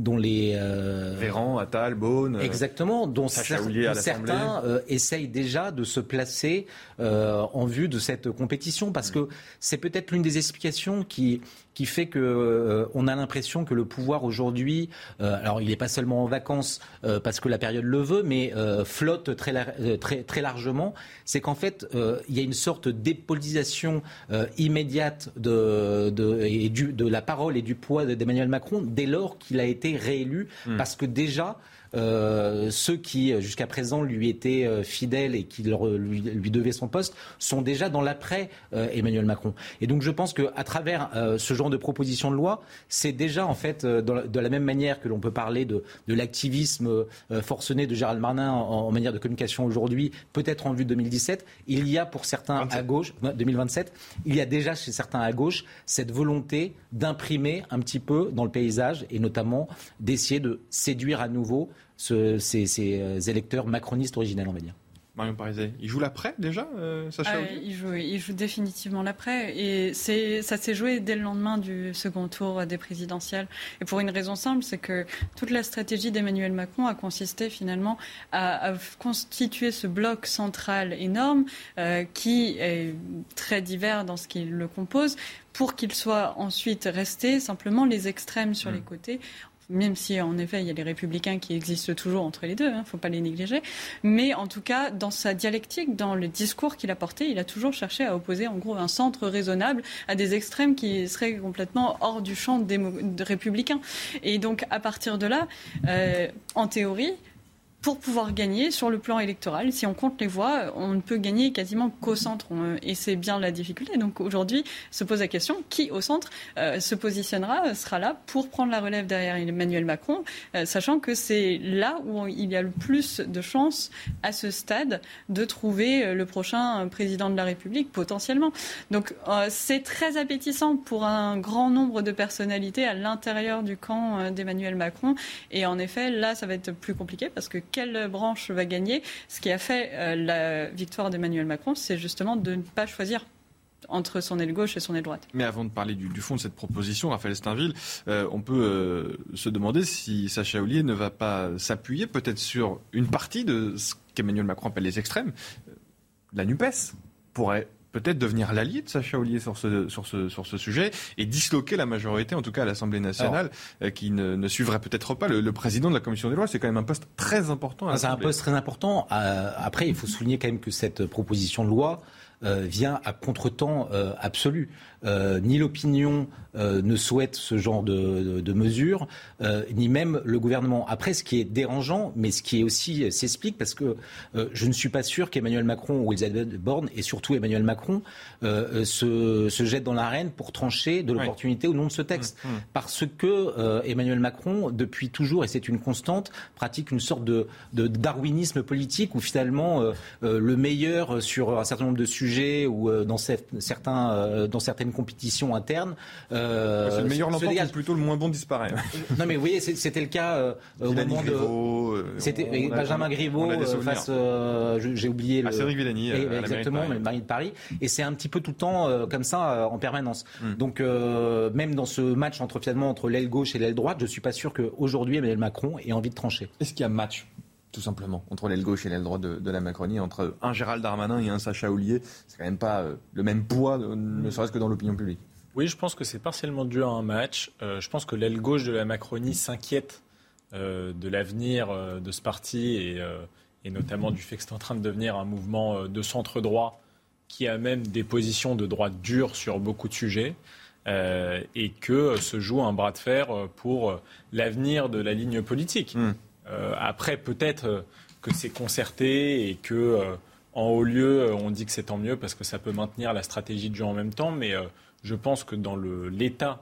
Véran, Attal, Beaune, exactement, dont certains essayent déjà de se placer en vue de cette compétition, parce que c'est peut-être l'une des explications qui fait que on a l'impression que le pouvoir aujourd'hui, alors il n'est pas seulement en vacances parce que la période le veut, mais flotte très largement. C'est qu'en fait, il y a une sorte d'épolitisation immédiate de la parole et du poids d'Emmanuel Macron dès lors qu'il a été réélu, parce que déjà ceux qui, jusqu'à présent, lui étaient fidèles et qui lui devaient son poste, sont déjà dans l'après Emmanuel Macron. Et donc je pense qu'à travers ce genre de proposition de loi, c'est déjà en fait, de la même manière que l'on peut parler de l'activisme forcené de Gérald Darmanin en manière de communication aujourd'hui, peut-être en vue de 2017, il y a pour certains à gauche, 2027, il y a déjà chez certains à gauche cette volonté d'imprimer un petit peu dans le paysage et notamment d'essayer de séduire à nouveau ces électeurs macronistes originels, on va dire. Marion Pariset, il joue l'après déjà, Sacha Houlié ? Il joue définitivement l'après. Et ça s'est joué dès le lendemain du second tour des présidentielles. Et pour une raison simple, c'est que toute la stratégie d'Emmanuel Macron a consisté finalement à constituer ce bloc central énorme qui est très divers dans ce qu'il le compose, pour qu'il soit ensuite resté simplement les extrêmes sur les côtés. Même si, en effet, il y a les républicains qui existent toujours entre les deux, il ne faut pas les négliger. Mais en tout cas, dans sa dialectique, dans le discours qu'il a porté, il a toujours cherché à opposer, en gros, un centre raisonnable à des extrêmes qui seraient complètement hors du champ des républicains. Et donc, à partir de là, en théorie, pour pouvoir gagner sur le plan électoral, si on compte les voix, on ne peut gagner quasiment qu'au centre. Et c'est bien la difficulté. Donc aujourd'hui, se pose la question, qui au centre se positionnera, sera là pour prendre la relève derrière Emmanuel Macron, sachant que c'est là où il y a le plus de chances à ce stade de trouver le prochain président de la République, potentiellement. Donc c'est très appétissant pour un grand nombre de personnalités à l'intérieur du camp d'Emmanuel Macron. Et en effet, là, ça va être plus compliqué parce que quelle branche va gagner. Ce qui a fait la victoire d'Emmanuel Macron, c'est justement de ne pas choisir entre son aile gauche et son aile droite. Mais avant de parler du fond de cette proposition, Raphaël Steinville, on peut se demander si Sacha Houlié ne va pas s'appuyer peut-être sur une partie de ce qu'Emmanuel Macron appelle les extrêmes. La NUPES pourrait peut-être devenir l'allié de Sacha Houlié sur ce sujet et disloquer la majorité, en tout cas à l'Assemblée nationale, qui ne suivrait peut-être pas le président de la Commission des lois. C'est quand même un poste très important. C'est un poste très important. Après, il faut souligner quand même que cette proposition de loi vient à contretemps absolu. Ni l'opinion ne souhaite ce genre de mesures, ni même le gouvernement. Après, ce qui est dérangeant, mais ce qui est aussi s'explique, parce que je ne suis pas sûr qu'Emmanuel Macron ou Elisabeth Borne, et surtout Emmanuel Macron, se jettent dans l'arène pour trancher de l'opportunité ou non de ce texte. Parce que Emmanuel Macron, depuis toujours, et c'est une constante, pratique une sorte de darwinisme politique où finalement le meilleur sur un certain nombre de sujets ou dans certaines compétitions internes. C'est le meilleur l'emporte, ou plutôt le moins bon disparaît. Non mais vous voyez, c'était le cas au moment de... C'était Benjamin Griveaux face... j'ai oublié le... Cédric Villani, exactement, la mairie de Paris. Et c'est un petit peu tout le temps comme ça, en permanence. Donc même dans ce match entre l'aile gauche et l'aile droite, je ne suis pas sûr qu'aujourd'hui Emmanuel Macron ait envie de trancher. Est-ce qu'il y a match tout simplement, entre l'aile gauche et l'aile droite de la Macronie, entre un Gérald Darmanin et un Sacha Houlié? C'est quand même pas le même poids, ne serait-ce que dans l'opinion publique. Oui, je pense que c'est partiellement dû à un match. Je pense que l'aile gauche de la Macronie s'inquiète de l'avenir de ce parti et notamment du fait que c'est en train de devenir un mouvement de centre-droit qui a même des positions de droite dure sur beaucoup de sujets. Et que se joue un bras de fer pour l'avenir de la ligne politique. Après, peut-être que c'est concerté et que en haut lieu, on dit que c'est tant mieux parce que ça peut maintenir la stratégie de jeu en même temps. Mais je pense que dans l'état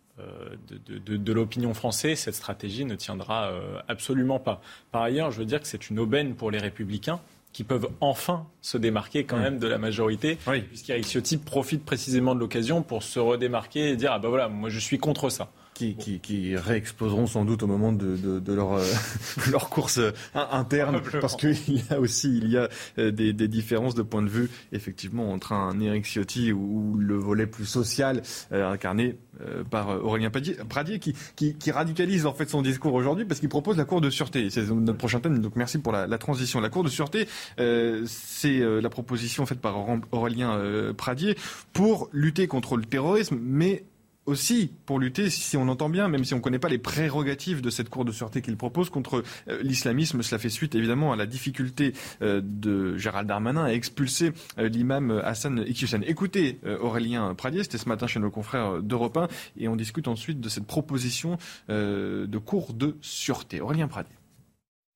de l'opinion française, cette stratégie ne tiendra absolument pas. Par ailleurs, je veux dire que c'est une aubaine pour les Républicains qui peuvent enfin se démarquer quand même de la majorité, puisqu'Éric Ciotti profite précisément de l'occasion pour se redémarquer et dire « Ah ben voilà, moi je suis contre ça ». Qui réexploseront sans doute au moment de leur course interne, parce qu'il y a des différences de point de vue effectivement entre un Éric Ciotti ou le volet plus social incarné par Aurélien Pradié qui radicalise en fait son discours aujourd'hui parce qu'il propose la Cour de sûreté. C'est notre prochain thème, donc merci pour la transition. La Cour de sûreté, c'est la proposition faite par Aurélien Pradié pour lutter contre le terrorisme, mais aussi pour lutter, si on entend bien, même si on ne connaît pas les prérogatives de cette Cour de sûreté qu'il propose, contre l'islamisme. Cela fait suite évidemment à la difficulté de Gérald Darmanin à expulser l'imam Hassan Iqiyoussen. Écoutez Aurélien Pradié, c'était ce matin chez nos confrères d'Europe 1, et on discute ensuite de cette proposition de Cour de sûreté. Aurélien Pradié.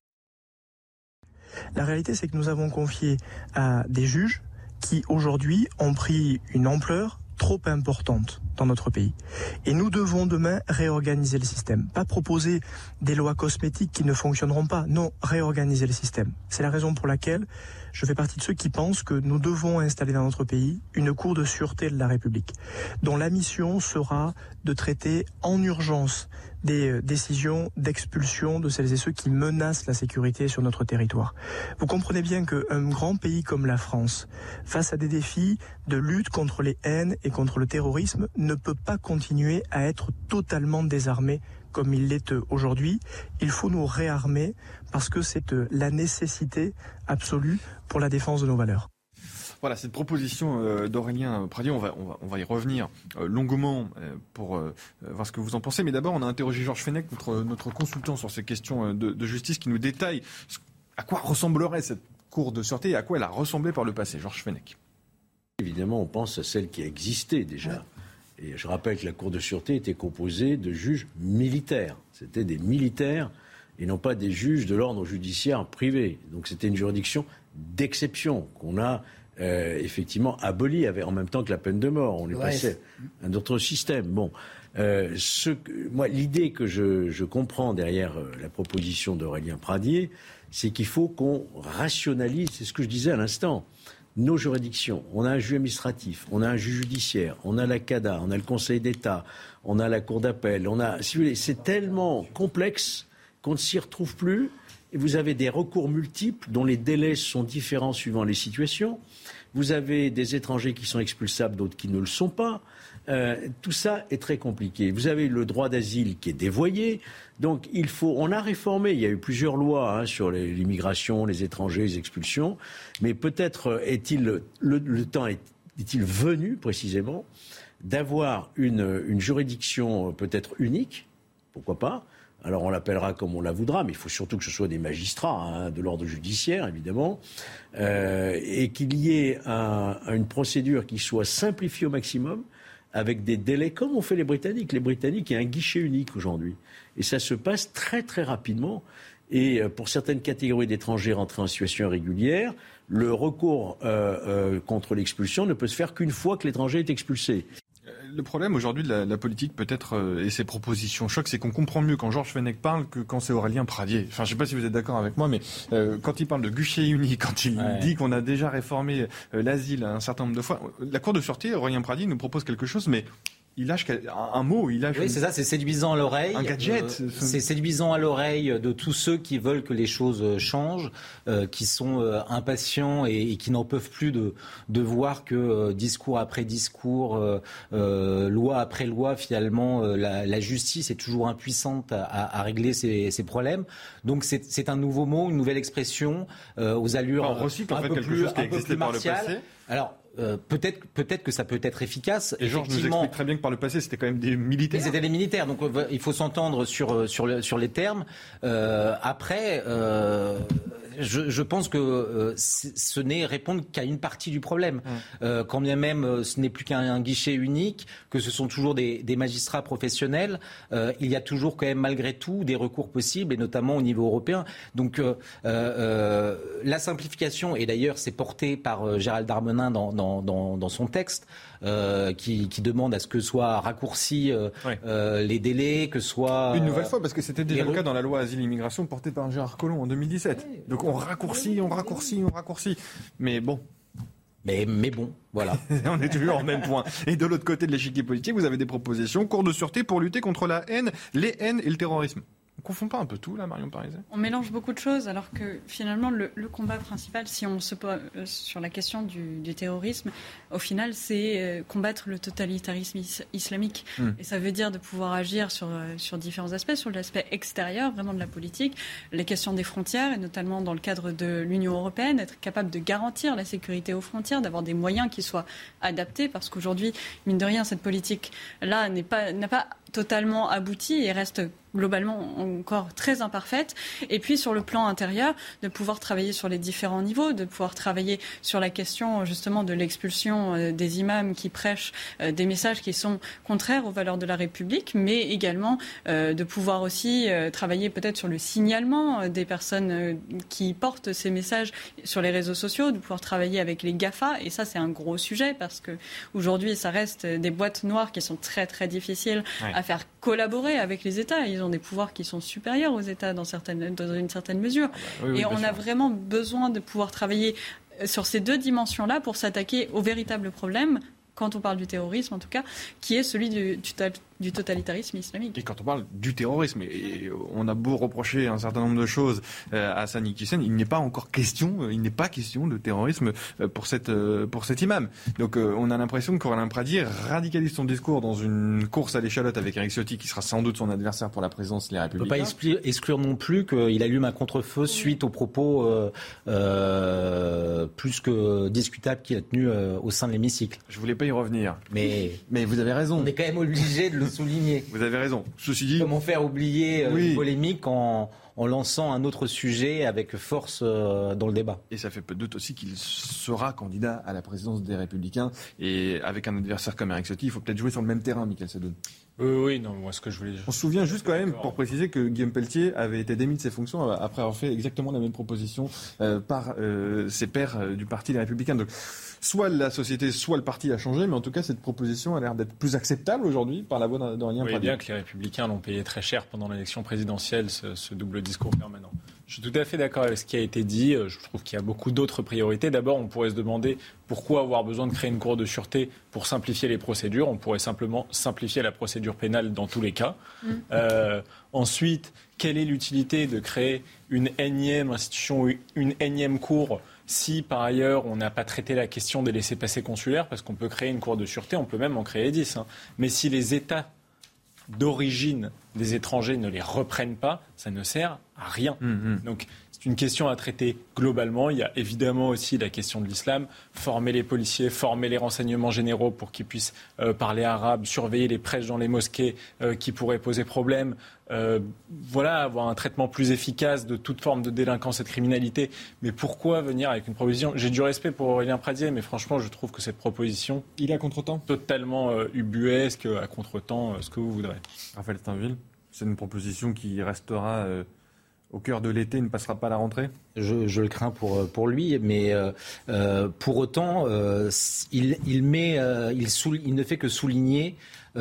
La réalité, c'est que nous avons confié à des juges qui, aujourd'hui, ont pris une ampleur trop importante dans notre pays. Et nous devons demain réorganiser le système. Pas proposer des lois cosmétiques qui ne fonctionneront pas. Non, réorganiser le système. C'est la raison pour laquelle je fais partie de ceux qui pensent que nous devons installer dans notre pays une cour de sûreté de la République, dont la mission sera de traiter en urgence des décisions d'expulsion de celles et ceux qui menacent la sécurité sur notre territoire. Vous comprenez bien qu'un grand pays comme la France, face à des défis de lutte contre les haines et contre le terrorisme, ne peut pas continuer à être totalement désarmé comme il l'est aujourd'hui. Il faut nous réarmer parce que c'est la nécessité absolue pour la défense de nos valeurs. Voilà, cette proposition d'Aurélien Pradier, on va y revenir longuement pour voir ce que vous en pensez. Mais d'abord, on a interrogé Georges Fenech, notre consultant sur ces questions de justice, qui nous détaille à quoi ressemblerait cette cour de sûreté et à quoi elle a ressemblé par le passé. Georges Fenech. Évidemment, on pense à celle qui existait déjà. Et je rappelle que la cour de sûreté était composée de juges militaires. C'était des militaires et non pas des juges de l'ordre judiciaire privé. Donc c'était une juridiction d'exception qu'on a effectivement aboli en même temps que la peine de mort. On est passé à un autre système. Bon, moi, l'idée que je comprends derrière la proposition d'Aurélien Pradier, c'est qu'il faut qu'on rationalise, c'est ce que je disais à l'instant, nos juridictions. On a un juge administratif, on a un juge judiciaire, on a la CADA, on a le Conseil d'État, on a la Cour d'appel, si vous voulez, c'est tellement complexe qu'on ne s'y retrouve plus. Et vous avez des recours multiples dont les délais sont différents suivant les situations. Vous avez des étrangers qui sont expulsables, d'autres qui ne le sont pas. Tout ça est très compliqué. Vous avez le droit d'asile qui est dévoyé. Donc on a réformé, il y a eu plusieurs lois sur l'immigration, les étrangers, les expulsions. Mais peut-être le temps est-il venu précisément d'avoir une juridiction peut-être unique, pourquoi pas. Alors on l'appellera comme on la voudra, mais il faut surtout que ce soit des magistrats de l'ordre judiciaire, évidemment, et qu'il y ait une procédure qui soit simplifiée au maximum, avec des délais, comme ont fait les Britanniques. Les Britanniques, il y a un guichet unique aujourd'hui. Et ça se passe très très rapidement. Et pour certaines catégories d'étrangers rentrés en situation irrégulière, le recours contre l'expulsion ne peut se faire qu'une fois que l'étranger est expulsé. Le problème aujourd'hui de la politique peut-être et ses propositions choc, c'est qu'on comprend mieux quand Georges Fenech parle que quand c'est Aurélien Pradier. Enfin, je ne sais pas si vous êtes d'accord avec moi, mais quand il parle de guichet unique, quand il dit qu'on a déjà réformé l'asile un certain nombre de fois, la Cour de sûreté, Aurélien Pradier nous propose quelque chose, mais il lâche un mot, il lâche. Oui, c'est ça, c'est séduisant à l'oreille. Un gadget. C'est séduisant à l'oreille de tous ceux qui veulent que les choses changent, qui sont impatients et qui n'en peuvent plus de voir que discours après discours, loi après loi, finalement, la justice est toujours impuissante à régler ces problèmes. Donc c'est un nouveau mot, une nouvelle expression aux allures un peu plus martiales. Alors, peut-être que ça peut être efficace. Et Georges nous explique très bien que par le passé, c'était quand même des militaires. Ils étaient des militaires, donc il faut s'entendre sur les termes. Après, je pense que ce n'est répondre qu'à une partie du problème. Quand bien même ce n'est plus qu'un guichet unique, que ce sont toujours des magistrats professionnels, il y a toujours quand même malgré tout des recours possibles, et notamment au niveau européen. Donc la simplification, et d'ailleurs c'est porté par Gérald Darmanin dans son texte, qui demande à ce que soient raccourcis les délais, que soit... Une nouvelle fois, parce que c'était déjà le cas dans la loi Asile-Immigration portée par Gérard Collomb en 2017. Donc on raccourcit. Mais bon. Mais bon, voilà. On est toujours au même point. Et de l'autre côté de l'échiquier politique, vous avez des propositions, cours de sûreté pour lutter contre la haine, les haines et le terrorisme. On ne confond pas un peu tout, là, Marion Pariset ? On mélange beaucoup de choses, alors que finalement, le combat principal, si on se pose sur la question du terrorisme, au final, c'est combattre le totalitarisme islamique. Et ça veut dire de pouvoir agir sur différents aspects, sur l'aspect extérieur, vraiment de la politique, les questions des frontières, et notamment dans le cadre de l'Union européenne, être capable de garantir la sécurité aux frontières, d'avoir des moyens qui soient adaptés, parce qu'aujourd'hui, mine de rien, cette politique-là n'a pas totalement abouti et reste globalement encore très imparfaite. Et puis sur le plan intérieur, de pouvoir travailler sur les différents niveaux, de pouvoir travailler sur la question justement de l'expulsion des imams qui prêchent des messages qui sont contraires aux valeurs de la République, mais également de pouvoir aussi travailler peut-être sur le signalement des personnes qui portent ces messages sur les réseaux sociaux, de pouvoir travailler avec les GAFA. Et ça, c'est un gros sujet parce que aujourd'hui, ça reste des boîtes noires qui sont très très difficiles à faire collaborer avec les États. Ils ont des pouvoirs qui sont supérieurs aux États dans une certaine mesure. Et on a vraiment besoin de pouvoir travailler sur ces deux dimensions-là pour s'attaquer au véritable problème, quand on parle du terrorisme en tout cas, qui est celui du totalitarisme islamique. Et quand on parle du terrorisme, et on a beau reprocher un certain nombre de choses à Hassan Iqiyoussen, il n'est pas question de terrorisme pour cet imam. Donc on a l'impression qu'Aurélien Pradier radicalise son discours dans une course à l'échalote avec Éric Ciotti, qui sera sans doute son adversaire pour la présidence des Républicains. On ne peut pas exclure non plus qu'il allume un contre-feu suite aux propos plus que discutables qu'il a tenus au sein de l'hémicycle. Je voulais pas y revenir. Mais vous avez raison. On est quand même obligé de le souligner. Vous avez raison. Ceci dit, comment faire oublier une polémique en lançant un autre sujet avec force dans le débat. Et ça fait peu de doute aussi qu'il sera candidat à la présidence des Républicains. Et avec un adversaire comme Éric Ciotti, il faut peut-être jouer sur le même terrain, Mickaël Sadoun. Oui, non, moi ce que je voulais dire. On se souvient juste quand même, pour préciser, que Guillaume Pelletier avait été démis de ses fonctions après avoir fait exactement la même proposition par ses pairs du Parti des Républicains. Donc, soit la société, soit le parti a changé, mais en tout cas, cette proposition a l'air d'être plus acceptable aujourd'hui par la voix d'Aurélien Pradier. Vous voyez bien que les Républicains l'ont payé très cher pendant l'élection présidentielle, ce double discours permanent. Je suis tout à fait d'accord avec ce qui a été dit. Je trouve qu'il y a beaucoup d'autres priorités. D'abord, on pourrait se demander pourquoi avoir besoin de créer une cour de sûreté pour simplifier les procédures. On pourrait simplement simplifier la procédure pénale dans tous les cas. Ensuite, quelle est l'utilité de créer une énième institution, une énième cour, si par ailleurs on n'a pas traité la question des laissez-passer consulaires, parce qu'on peut créer une cour de sûreté, on peut même en créer 10. Mais si les États d'origine des étrangers ne les reprennent pas, ça ne sert à rien. Donc c'est une question à traiter globalement. Il y a évidemment aussi la question de l'islam. Former les policiers, former les renseignements généraux pour qu'ils puissent parler arabe, surveiller les prêches dans les mosquées qui pourraient poser problème. Avoir un traitement plus efficace de toute forme de délinquance et de criminalité. Mais pourquoi venir avec une proposition ? J'ai du respect pour Aurélien Pradier, mais franchement, je trouve que cette proposition... Il est à contre-temps ? Totalement ubuesque, à contre-temps, ce que vous voudrez. Raphaël Steinville, c'est une proposition qui restera au cœur de l'été, ne passera pas à la rentrée ? Je le crains pour lui, mais pour autant, il ne fait que souligner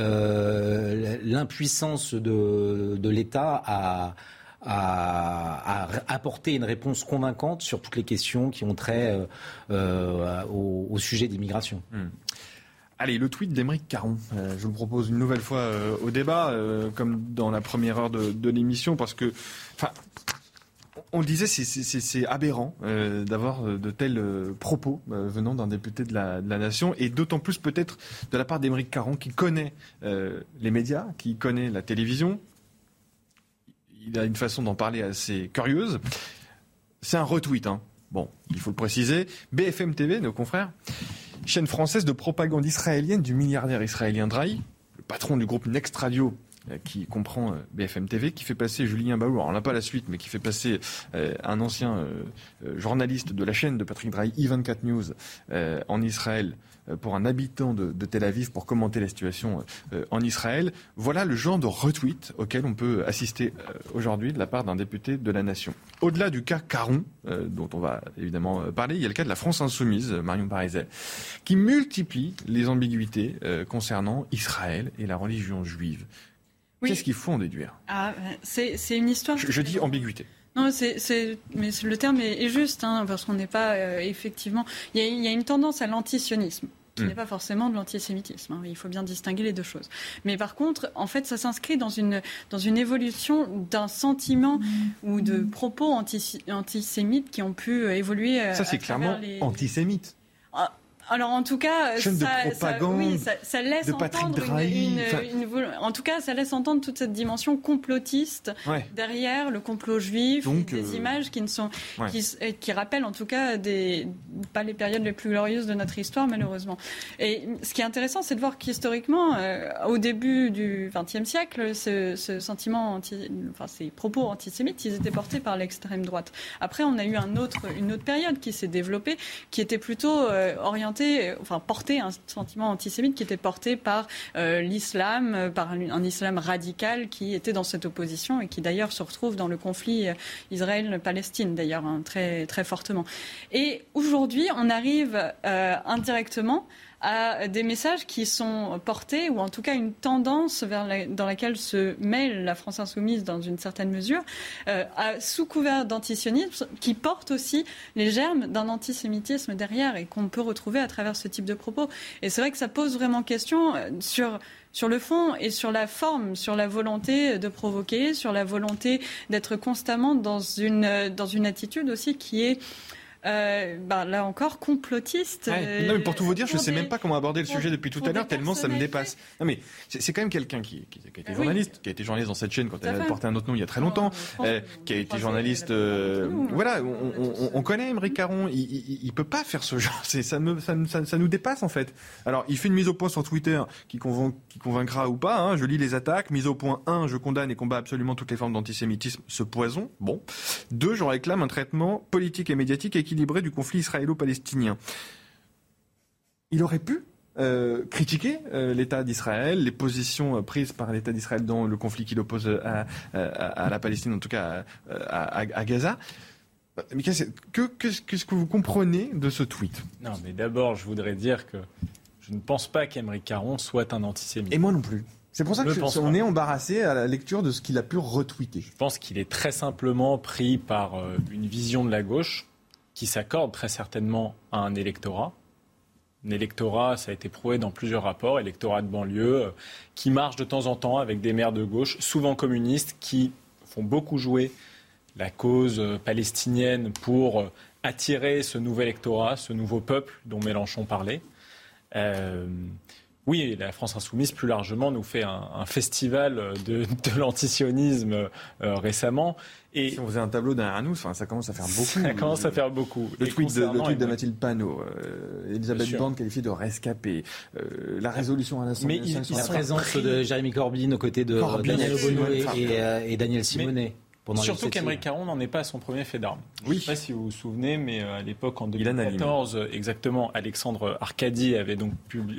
l'impuissance de l'État à apporter une réponse convaincante sur toutes les questions qui ont trait au sujet d'immigration. Allez, le tweet d'Aymeric Caron. Je vous le propose une nouvelle fois au débat, comme dans la première heure de l'émission, parce que... On le disait, c'est aberrant d'avoir de tels propos venant d'un député de la Nation, et d'autant plus peut-être de la part d'Aymeric Caron, qui connaît les médias, qui connaît la télévision. Il a une façon d'en parler assez curieuse. C'est un retweet, Bon, il faut le préciser. BFM TV, nos confrères, chaîne française de propagande israélienne du milliardaire israélien Drahi, le patron du groupe Next Radio, qui comprend BFM TV, qui fait passer Julien Baour, alors on n'a pas la suite, mais qui fait passer un ancien journaliste de la chaîne de Patrick Drahi, I24 News, en Israël, pour un habitant de Tel Aviv, pour commenter la situation en Israël. Voilà le genre de retweet auquel on peut assister aujourd'hui de la part d'un député de la Nation. Au-delà du cas Caron, dont on va évidemment parler, il y a le cas de la France Insoumise, Marion Parizet, qui multiplie les ambiguïtés concernant Israël et la religion juive. Oui. Qu'est-ce qu'il faut en déduire ? C'est une histoire... Je dis ambiguïté. Non, mais le terme est juste, parce qu'on n'est pas effectivement... Il y a une tendance à l'antisionisme, qui n'est pas forcément de l'antisémitisme. Il faut bien distinguer les deux choses. Mais par contre, en fait, ça s'inscrit dans une évolution d'un sentiment ou de propos antisémites qui ont pu évoluer... Ça, c'est clairement antisémite. Alors en tout cas, chaîne de propagande, ça laisse de Patrick entendre Drahi, en tout cas, ça laisse entendre toute cette dimension complotiste derrière le complot juif, des images qui ne sont qui rappellent en tout cas pas les périodes les plus glorieuses de notre histoire malheureusement. Et ce qui est intéressant, c'est de voir qu'historiquement, au début du XXe siècle, ce sentiment ces propos antisémites, ils étaient portés par l'extrême droite. Après, on a eu une autre période qui s'est développée, qui était plutôt porter un sentiment antisémite qui était porté par l'islam, par un islam radical qui était dans cette opposition et qui d'ailleurs se retrouve dans le conflit Israël-Palestine d'ailleurs très, très fortement. Et aujourd'hui, on arrive indirectement à des messages qui sont portés, ou en tout cas une tendance dans laquelle se mêle la France insoumise dans une certaine mesure, sous couvert d'antisionisme, qui porte aussi les germes d'un antisémitisme derrière et qu'on peut retrouver à travers ce type de propos. Et c'est vrai que ça pose vraiment question sur le fond et sur la forme, sur la volonté de provoquer, sur la volonté d'être constamment dans une attitude aussi qui est là encore complotiste. Non, mais pour tout vous dire, je ne sais même pas comment aborder le sujet depuis tout à l'heure, tellement ça me dépasse. Non, mais c'est quand même quelqu'un qui a été journaliste, qui a été journaliste dans cette chaîne quand elle a porté un autre nom il y a très longtemps, qui a été journaliste. Voilà, on connaît Aymeric Caron, il peut pas faire ce genre. Ça nous dépasse en fait. Alors, il fait une mise au point sur Twitter qui convaincra ou pas. Hein, je lis les attaques. Mise au point 1, je condamne et combat absolument toutes les formes d'antisémitisme, ce poison. Bon. 2, je réclame un traitement politique et médiatique équilibré du conflit israélo-palestinien. Il aurait pu critiquer l'État d'Israël, les positions prises par l'État d'Israël dans le conflit qu'il oppose à la Palestine, en tout cas à Gaza. Mais qu'est-ce que vous comprenez de ce tweet ? Non, mais d'abord, je voudrais dire que je ne pense pas qu'Aymeric Caron soit un antisémite. Et moi non plus. C'est pour ça qu'on est embarrassé à la lecture de ce qu'il a pu retweeter. Je pense qu'il est très simplement pris par une vision de la gauche qui s'accorde très certainement à un électorat. Un électorat, ça a été prouvé dans plusieurs rapports, électorat de banlieue, qui marche de temps en temps avec des maires de gauche, souvent communistes, qui font beaucoup jouer la cause palestinienne pour attirer ce nouvel électorat, ce nouveau peuple dont Mélenchon parlait. Oui, la France insoumise, plus largement, nous fait un festival de l'antisionisme récemment. Et si on faisait un tableau derrière nous, ça commence à faire beaucoup. Ça commence à faire beaucoup. Le tweet de Mathilde Panot, Elisabeth Borne qualifiée de rescapée, la résolution à l'Assemblée nationale. La présence de Jérémy Corbyn aux côtés de Daniel Obono et Daniel Simonet. Surtout qu'Aymeric Caron n'en est pas à son premier fait d'armes. Oui. Je ne sais pas si vous vous souvenez, mais à l'époque, en 2014, exactement, Alexandre Arcadi avait donc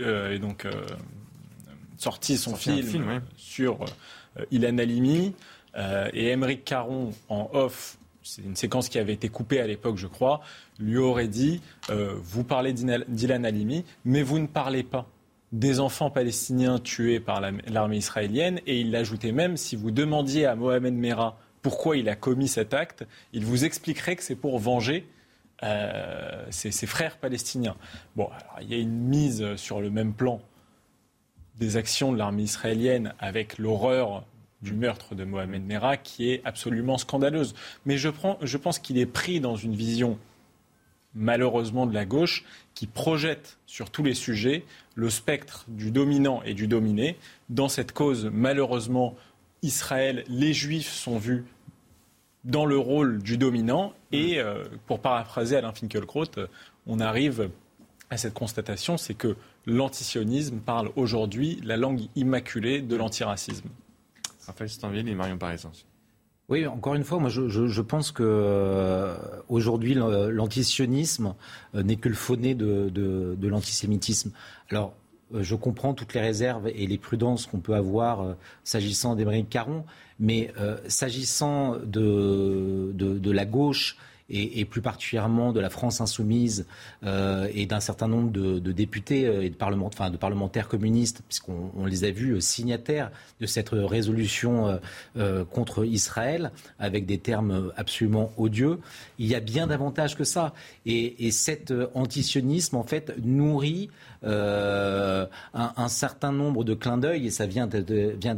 sorti son film sur Ilan Halimi. Et Aymeric Caron, en off, c'est une séquence qui avait été coupée à l'époque, je crois, lui aurait dit vous parlez d'Ilan Halimi, mais vous ne parlez pas des enfants palestiniens tués par l'armée israélienne. Et il l'ajoutait même, si vous demandiez à Mohamed Merah pourquoi il a commis cet acte, il vous expliquerait que c'est pour venger ses frères palestiniens. Bon, alors, il y a une mise sur le même plan des actions de l'armée israélienne avec l'horreur du meurtre de Mohamed Merah qui est absolument scandaleuse. Mais je pense qu'il est pris dans une vision, malheureusement, de la gauche qui projette sur tous les sujets le spectre du dominant et du dominé. Dans cette cause, malheureusement, Israël, les Juifs sont vus dans le rôle du dominant. Et pour paraphraser Alain Finkielkraut, on arrive à cette constatation, c'est que l'antisionisme parle aujourd'hui la langue immaculée de l'antiracisme. Raphaël Steinville et Marion Paré. Oui, encore une fois, moi je pense que aujourd'hui l'antisionisme n'est que le faux-nez de l'antisémitisme. Alors, je comprends toutes les réserves et les prudences qu'on peut avoir s'agissant d'Aymeric Caron, mais s'agissant de la gauche et plus particulièrement de la France insoumise et d'un certain nombre de députés et de parlementaires communistes, puisqu'on les a vus signataires de cette résolution contre Israël, avec des termes absolument odieux. Il y a bien davantage que ça. Et cet antisionisme, en fait, nourrit un certain nombre de clins d'œil, et ça vient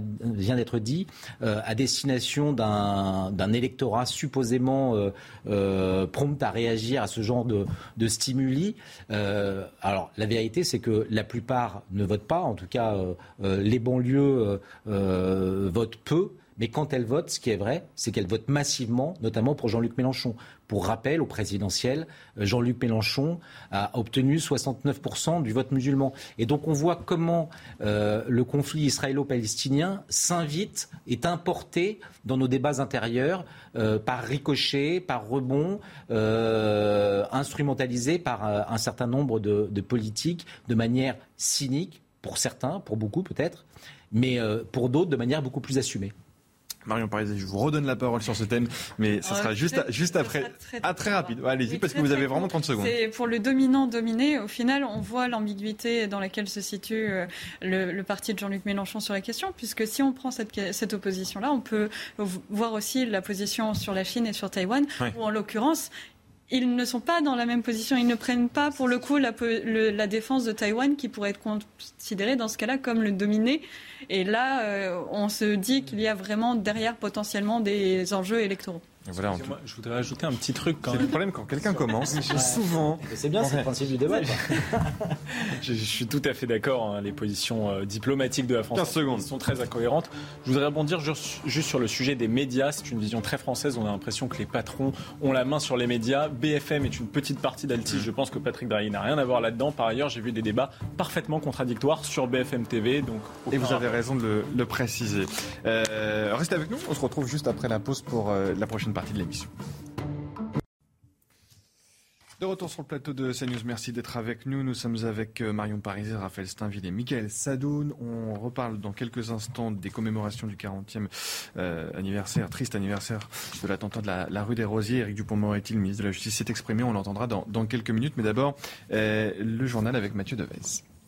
d'être dit, à destination d'un électorat supposément promptes à réagir à ce genre de stimuli. Alors la vérité, c'est que la plupart ne votent pas. En tout cas, les banlieues votent peu. Mais quand elles votent, ce qui est vrai, c'est qu'elles votent massivement, notamment pour Jean-Luc Mélenchon. Pour rappel, au présidentiel, Jean-Luc Mélenchon a obtenu 69% du vote musulman. Et donc on voit comment le conflit israélo-palestinien s'invite, est importé dans nos débats intérieurs par ricochet, par rebond, instrumentalisé par un certain nombre de politiques de manière cynique, pour certains, pour beaucoup peut-être, mais pour d'autres de manière beaucoup plus assumée. Marion Pariset, je vous redonne la parole sur ce thème, mais ça sera juste après. Très rapide. Allez-y, parce que vous avez vraiment 30 secondes. C'est pour le dominant-dominé. Au final, on voit l'ambiguïté dans laquelle se situe le parti de Jean-Luc Mélenchon sur la question, puisque si on prend cette opposition-là, on peut voir aussi la position sur la Chine et sur Taïwan, où en l'occurrence, ils ne sont pas dans la même position. Ils ne prennent pas, pour le coup, la défense de Taïwan, qui pourrait être considérée dans ce cas-là comme le dominé. Et là, on se dit qu'il y a vraiment derrière potentiellement des enjeux électoraux. Voilà, je voudrais ajouter un petit truc quand même. C'est le problème quand quelqu'un commence. Souvent. C'est bien, c'est le principe du débat. Je suis tout à fait d'accord. Les positions diplomatiques de la France sont très incohérentes. Je voudrais rebondir juste sur le sujet des médias. C'est une vision très française. On a l'impression que les patrons ont la main sur les médias. BFM est une petite partie d'Altis. Je pense que Patrick Drahi n'a rien à voir là-dedans. Par ailleurs, j'ai vu des débats parfaitement contradictoires sur BFM TV. Donc, et vous avez raison de le préciser. Restez avec nous. On se retrouve juste après la pause pour la prochaine partie de l'émission. De retour sur le plateau de CNews, merci d'être avec nous. Nous sommes avec Marion Pariset, Raphaël Steinville et Mickaël Sadoun. On reparle dans quelques instants des commémorations du 40e anniversaire, triste anniversaire de l'attentat de la rue des Rosiers. Éric Dupond-Moretti, le ministre de la Justice, s'est exprimé. On l'entendra dans quelques minutes. Mais d'abord, le journal avec Mathieu Devez.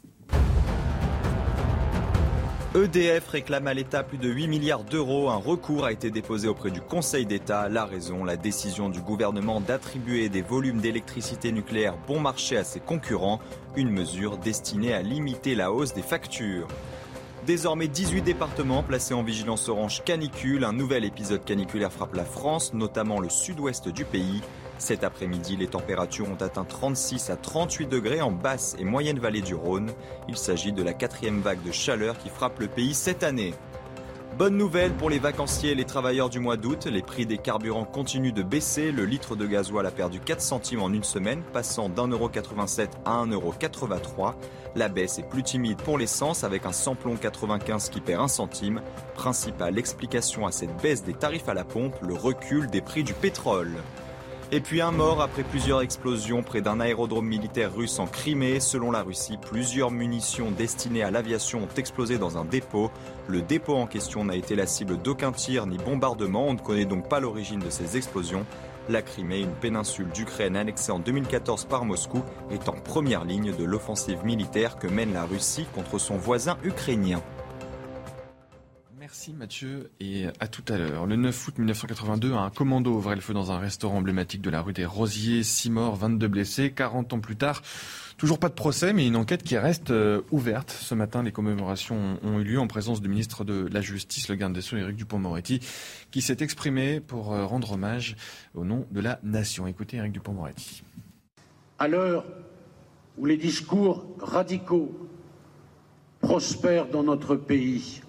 EDF réclame à l'État plus de 8 milliards d'euros. Un recours a été déposé auprès du Conseil d'État. La raison, la décision du gouvernement d'attribuer des volumes d'électricité nucléaire bon marché à ses concurrents. Une mesure destinée à limiter la hausse des factures. Désormais 18 départements placés en vigilance orange canicule. Un nouvel épisode caniculaire frappe la France, notamment le sud-ouest du pays. Cet après-midi, les températures ont atteint 36 à 38 degrés en basse et moyenne vallée du Rhône. Il s'agit de la 4e vague de chaleur qui frappe le pays cette année. Bonne nouvelle pour les vacanciers et les travailleurs du mois d'août. Les prix des carburants continuent de baisser. Le litre de gasoil a perdu 4 centimes en une semaine, passant d'1,87 € à 1,83 €. La baisse est plus timide pour l'essence, avec un samplon 95 qui perd 1 centime. Principale explication à cette baisse des tarifs à la pompe, le recul des prix du pétrole. Et puis un mort après plusieurs explosions près d'un aérodrome militaire russe en Crimée. Selon la Russie, plusieurs munitions destinées à l'aviation ont explosé dans un dépôt. Le dépôt en question n'a été la cible d'aucun tir ni bombardement. On ne connaît donc pas l'origine de ces explosions. La Crimée, une péninsule d'Ukraine annexée en 2014 par Moscou, est en première ligne de l'offensive militaire que mène la Russie contre son voisin ukrainien. Merci Mathieu et à tout à l'heure. Le 9 août 1982, un commando ouvrait le feu dans un restaurant emblématique de la rue des Rosiers. 6 morts, 22 blessés. 40 ans plus tard, toujours pas de procès, mais une enquête qui reste ouverte. Ce matin, les commémorations ont eu lieu en présence du ministre de la Justice, le garde des Sceaux, Éric Dupond-Moretti, qui s'est exprimé pour rendre hommage au nom de la nation. Écoutez Éric Dupond-Moretti. À l'heure où les discours radicaux prospèrent dans notre pays,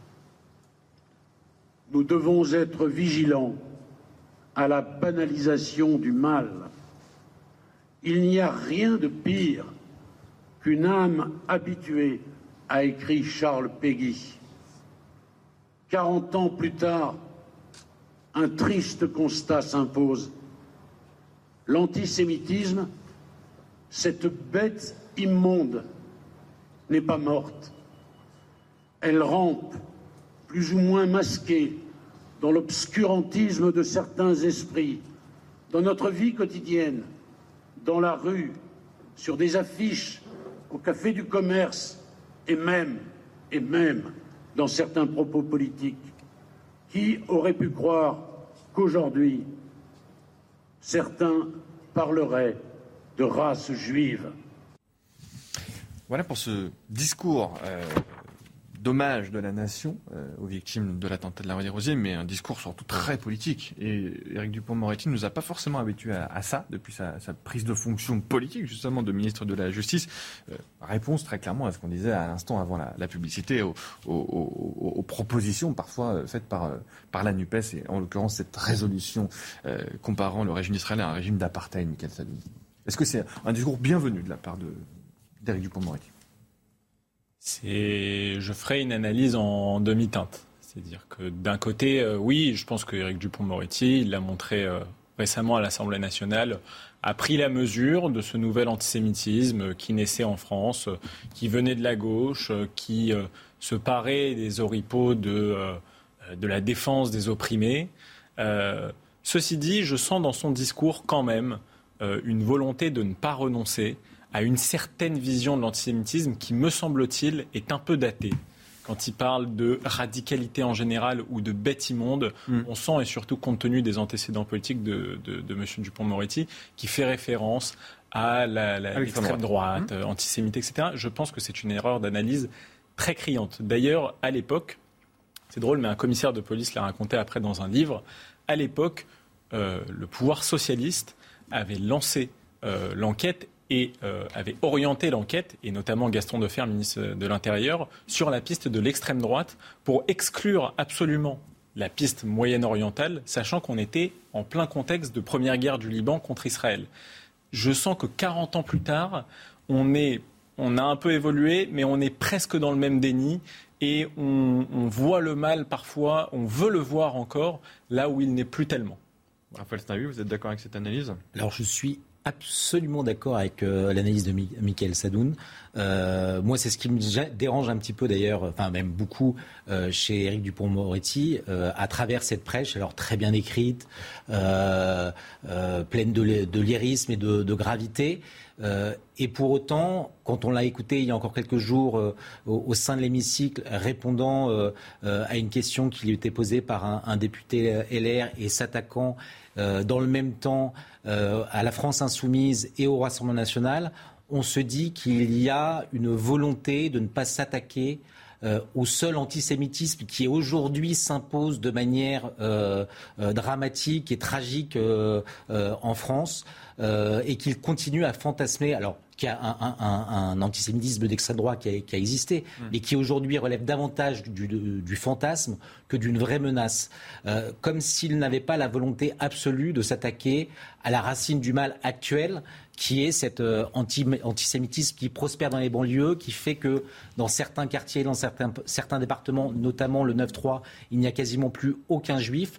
nous devons être vigilants à la banalisation du mal. Il n'y a rien de pire qu'une âme habituée, a écrit Charles Péguy. 40 ans plus tard, un triste constat s'impose. L'antisémitisme, cette bête immonde, n'est pas morte. Elle rampe, plus ou moins masquée, dans l'obscurantisme de certains esprits, dans notre vie quotidienne, dans la rue, sur des affiches, au café du commerce, et même dans certains propos politiques. Qui aurait pu croire qu'aujourd'hui, certains parleraient de race juive? Voilà pour ce discours d'hommage de la nation aux victimes de l'attentat de la rue des Rosiers, mais un discours surtout très politique. Et Éric Dupond-Moretti ne nous a pas forcément habitués à ça, depuis sa prise de fonction politique, justement, de ministre de la Justice. Réponse très clairement à ce qu'on disait à l'instant avant la publicité, aux propositions parfois faites par la NUPES, et en l'occurrence cette résolution comparant le régime d'Israël à un régime d'apartheid, Michael Sadoun. Est-ce que c'est un discours bienvenu de la part d'Éric Dupond-Moretti ? Je ferai une analyse en demi-teinte. C'est-à-dire que d'un côté, oui, je pense qu'Éric Dupond-Moretti, il l'a montré récemment à l'Assemblée nationale, a pris la mesure de ce nouvel antisémitisme qui naissait en France, qui venait de la gauche, qui se parait des oripeaux de la défense des opprimés. Ceci dit, je sens dans son discours quand même une volonté de ne pas renoncer à une certaine vision de l'antisémitisme qui, me semble-t-il, est un peu datée. Quand il parle de radicalité en général ou de bête immonde, on sent, et surtout compte tenu des antécédents politiques de M. Dupond-Moretti, qui fait référence à l'extrême droite, antisémite, etc. Je pense que c'est une erreur d'analyse très criante. D'ailleurs, à l'époque, c'est drôle, mais un commissaire de police l'a raconté après dans un livre, à l'époque, le pouvoir socialiste avait lancé l'enquête et avait orienté l'enquête, et notamment Gaston Defferre, ministre de l'Intérieur, sur la piste de l'extrême droite pour exclure absolument la piste moyen-orientale, sachant qu'on était en plein contexte de première guerre du Liban contre Israël. Je sens que 40 ans plus tard, on a un peu évolué, mais on est presque dans le même déni, et on voit le mal parfois, on veut le voir encore, là où il n'est plus tellement. Raphaël Stainville, vous êtes d'accord avec cette analyse ? Alors je suis absolument d'accord avec l'analyse de Michael Sadoun. Moi, c'est ce qui me dérange un petit peu d'ailleurs, enfin même beaucoup chez Éric Dupond-Moretti, à travers cette prêche, alors très bien écrite, pleine de lyrisme et de gravité. Et pour autant, quand on l'a écouté il y a encore quelques jours au sein de l'hémicycle, répondant à une question qui lui était posée par un député LR et s'attaquant dans le même temps à la France insoumise et au Rassemblement national, on se dit qu'il y a une volonté de ne pas s'attaquer au seul antisémitisme qui aujourd'hui s'impose de manière dramatique et tragique en France, et qu'il continue à fantasmer. Alors, qu'il y a un antisémitisme d'extrême droite qui a existé, mais qui aujourd'hui relève davantage du fantasme que d'une vraie menace. Comme s'il n'avait pas la volonté absolue de s'attaquer à la racine du mal actuel, qui est cet antisémitisme qui prospère dans les banlieues, qui fait que dans certains quartiers, dans certains départements, notamment le 9-3, il n'y a quasiment plus aucun juif.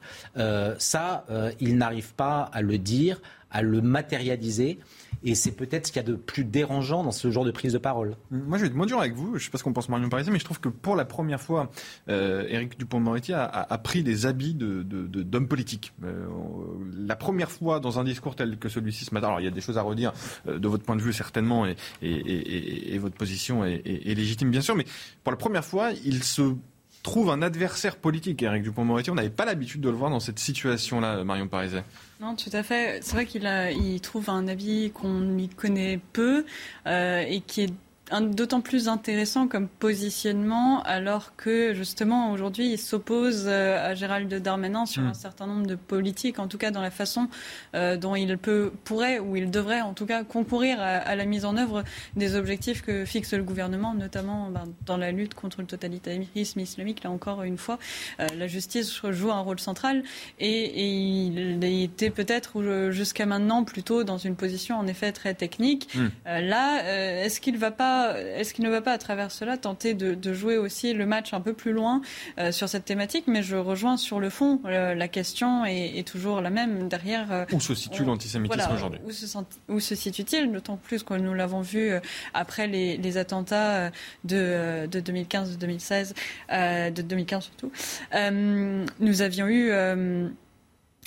Il n'arrive pas à le dire, à le matérialiser. Et c'est peut-être ce qu'il y a de plus dérangeant dans ce genre de prise de parole. Moi, je vais être moins dur avec vous. Je ne sais pas ce qu'on pense Marion Parisi, mais je trouve que pour la première fois, Éric Dupond-Moretti a pris des habits d'homme politique. La première fois dans un discours tel que celui-ci ce matin, alors il y a des choses à redire de votre point de vue certainement, et votre position est légitime bien sûr, mais pour la première fois, il se trouve un adversaire politique, Éric Dupond-Moretti. On n'avait pas l'habitude de le voir dans cette situation-là, Marion Parisi. Non, tout à fait. C'est vrai qu'il trouve un habit qu'on y connaît peu et qui est d'autant plus intéressant comme positionnement, alors que justement aujourd'hui il s'oppose à Gérald Darmanin sur un certain nombre de politiques, en tout cas dans la façon dont il pourrait ou il devrait en tout cas concourir à la mise en œuvre des objectifs que fixe le gouvernement, notamment dans la lutte contre le totalitarisme islamique. Là encore une fois, la justice joue un rôle central et il était peut-être jusqu'à maintenant plutôt dans une position en effet très technique. Là, est-ce qu'il ne va pas à travers cela tenter de jouer aussi le match un peu plus loin sur cette thématique? Mais je rejoins sur le fond, la question est toujours la même derrière. Où se situe l'antisémitisme aujourd'hui? Où se situe-t-il? D'autant plus que nous l'avons vu après les attentats de 2015, de 2016, de 2015 surtout. Nous avions eu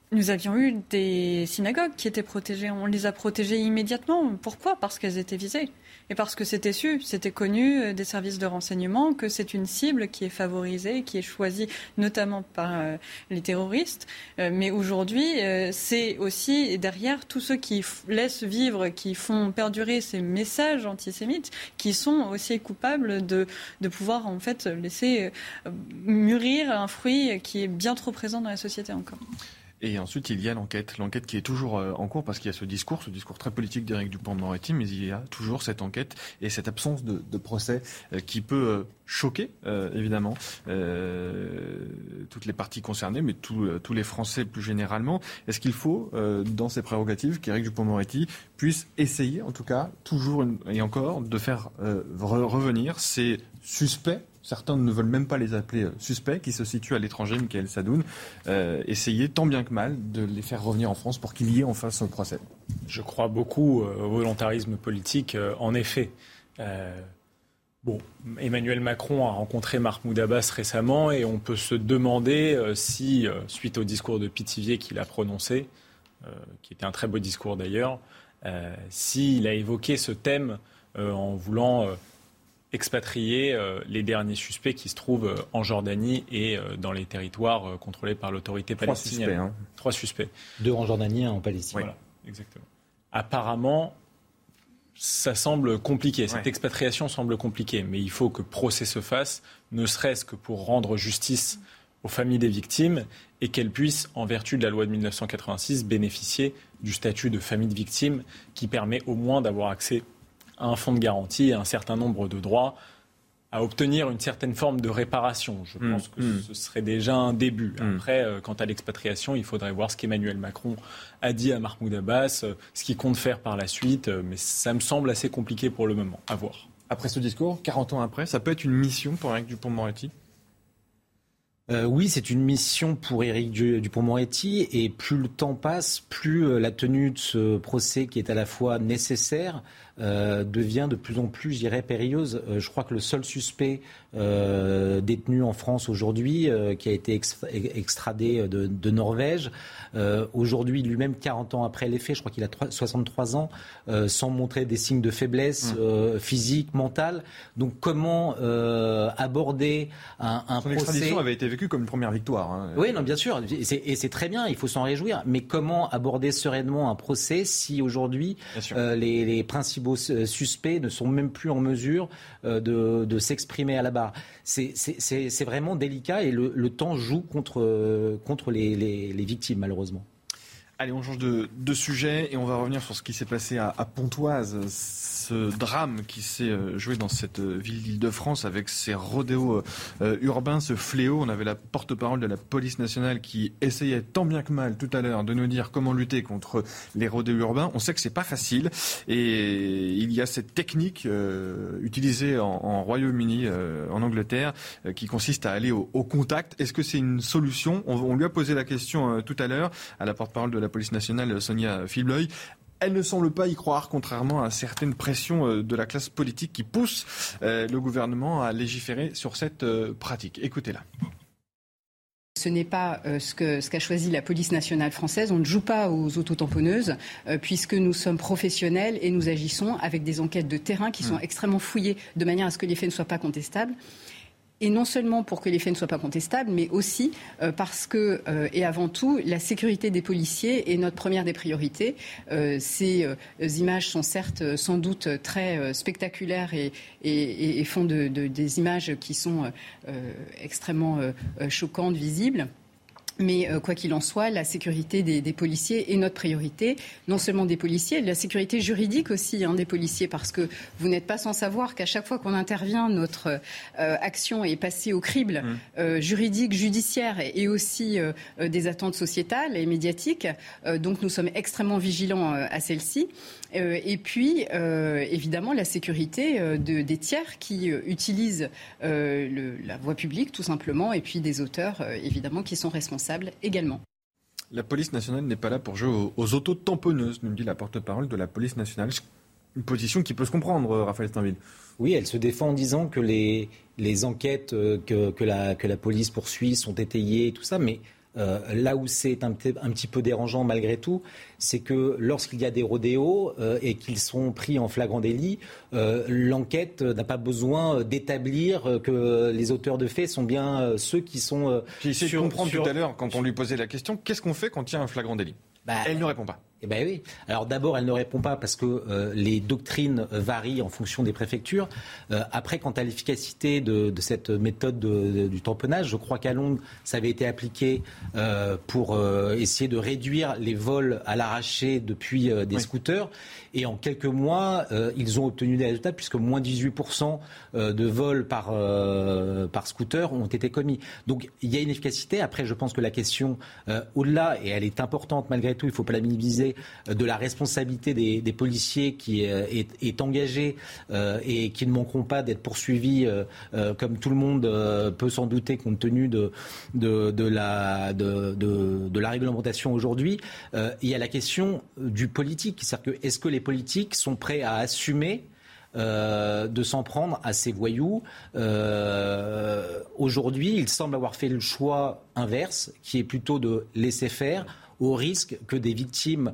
Nous avions eu des synagogues qui étaient protégées. On les a protégées immédiatement. Pourquoi ? Parce qu'elles étaient visées. Et parce que c'était connu des services de renseignement que c'est une cible qui est favorisée, qui est choisie notamment par les terroristes. Mais aujourd'hui, c'est aussi derrière tous ceux qui laissent vivre, qui font perdurer ces messages antisémites, qui sont aussi coupables de pouvoir en fait laisser mûrir un fruit qui est bien trop présent dans la société encore. Et ensuite, il y a l'enquête qui est toujours en cours parce qu'il y a ce discours très politique d'Éric Dupond-Moretti, mais il y a toujours cette enquête et cette absence de procès qui peut choquer, évidemment, toutes les parties concernées, mais tous les Français plus généralement. Est-ce qu'il faut, dans ses prérogatives, qu'Éric Dupond-Moretti puisse essayer, en tout cas, toujours et encore, de faire revenir ces suspects? Certains ne veulent même pas les appeler suspects, qui se situent à l'étranger, Michael Sadoun, essayer tant bien que mal de les faire revenir en France pour qu'il y ait enfin ce procès. Je crois beaucoup au volontarisme politique, en effet. Emmanuel Macron a rencontré Mahmoud Abbas récemment et on peut se demander si, suite au discours de Pithiviers qu'il a prononcé, qui était un très beau discours d'ailleurs, s'il a évoqué ce thème en voulant... expatrier les derniers suspects qui se trouvent en Jordanie et dans les territoires contrôlés par l'autorité palestinienne. 3 suspects. 2 en Jordanie, 1 en Palestine. Voilà, exactement. Apparemment, ça semble compliqué. Cette expatriation semble compliquée. Mais il faut que procès se fasse, ne serait-ce que pour rendre justice aux familles des victimes et qu'elles puissent, en vertu de la loi de 1986, bénéficier du statut de famille de victime qui permet au moins d'avoir accès à un fonds de garantie et un certain nombre de droits, à obtenir une certaine forme de réparation. Je pense que ce serait déjà un début. Après, quant à l'expatriation, il faudrait voir ce qu'Emmanuel Macron a dit à Mahmoud Abbas, ce qu'il compte faire par la suite, mais ça me semble assez compliqué pour le moment. À voir. Après ce discours, 40 ans après, ça peut être une mission pour Éric Dupond-Moretti ? Oui, c'est une mission pour Éric Dupond-Moretti et plus le temps passe, plus la tenue de ce procès qui est à la fois nécessaire devient de plus en plus, je dirais, périlleuse. Je crois que le seul suspect détenu en France aujourd'hui, qui a été extradé de Norvège, aujourd'hui lui-même 40 ans après les faits, je crois qu'il a 63 ans, sans montrer des signes de faiblesse physique, mentale. Donc comment aborder un Son procès... extradition avait été vécue comme une première victoire. Oui, non, bien sûr, et c'est très bien, il faut s'en réjouir. Mais comment aborder sereinement un procès si aujourd'hui les principaux suspects ne sont même plus en mesure de s'exprimer à la barre. C'est vraiment délicat et le temps joue contre les victimes, malheureusement. Allez, on change de sujet et on va revenir sur ce qui s'est passé à Pontoise, ce drame qui s'est joué dans cette ville d'Île-de-France avec ces rodéos urbains, ce fléau. On avait la porte-parole de la police nationale qui essayait tant bien que mal tout à l'heure de nous dire comment lutter contre les rodéos urbains. On sait que c'est pas facile et il y a cette technique utilisée en Royaume-Uni, en Angleterre, qui consiste à aller au contact. Est-ce que c'est une solution ? On lui a posé la question tout à l'heure à la porte-parole de la police nationale, Sonia Filbleuil. Elle ne semble pas y croire, contrairement à certaines pressions de la classe politique qui poussent le gouvernement à légiférer sur cette pratique. Écoutez-la. Ce n'est pas ce qu'a choisi la police nationale française. On ne joue pas aux autotamponneuses puisque nous sommes professionnels et nous agissons avec des enquêtes de terrain qui sont extrêmement fouillées de manière à ce que les faits ne soient pas contestables. Et non seulement pour que les faits ne soient pas contestables, mais aussi parce que, et avant tout, la sécurité des policiers est notre première des priorités. Ces images sont certes sans doute très spectaculaires et font des images qui sont extrêmement choquantes, visibles. Mais quoi qu'il en soit, la sécurité des policiers est notre priorité. Non seulement des policiers, la sécurité juridique aussi des policiers, parce que vous n'êtes pas sans savoir qu'à chaque fois qu'on intervient, notre action est passée au crible juridique, judiciaire et aussi des attentes sociétales et médiatiques. Donc nous sommes extrêmement vigilants à celle-ci. Et puis, évidemment, la sécurité des tiers qui utilisent la voie publique, tout simplement, et puis des auteurs, évidemment, qui sont responsables également. La police nationale n'est pas là pour jouer aux auto-tamponneuses, nous dit la porte-parole de la police nationale. Une position qui peut se comprendre, Raphaël Steinville. Oui, elle se défend en disant que les enquêtes que la police poursuit sont étayées et tout ça, mais Là où c'est un petit peu dérangeant malgré tout, c'est que lorsqu'il y a des rodéos et qu'ils sont pris en flagrant délit, l'enquête n'a pas besoin d'établir que les auteurs de faits sont bien ceux qui sont... J'ai essayé de comprendre tout à l'heure, quand on lui posait la question, qu'est-ce qu'on fait quand il y a un flagrant délit ? Elle ne répond pas. Eh ben oui. Alors d'abord, elle ne répond pas parce que les doctrines varient en fonction des préfectures. Après, quant à l'efficacité de cette méthode du tamponnage, je crois qu'à Londres, ça avait été appliqué pour essayer de réduire les vols à l'arraché depuis des scooters. Et en quelques mois, ils ont obtenu des résultats puisque moins 18% de vols par scooter ont été commis. Donc il y a une efficacité. Après, je pense que la question, au-delà, et elle est importante malgré tout, il ne faut pas la minimiser, de la responsabilité des policiers qui est engagée et qui ne manqueront pas d'être poursuivis comme tout le monde peut s'en douter compte tenu de la réglementation aujourd'hui. Il y a la question du politique. C'est-à-dire que est-ce que les politiques sont prêts à assumer de s'en prendre à ces voyous. Aujourd'hui, il semble avoir fait le choix inverse, qui est plutôt de laisser faire, au risque que des victimes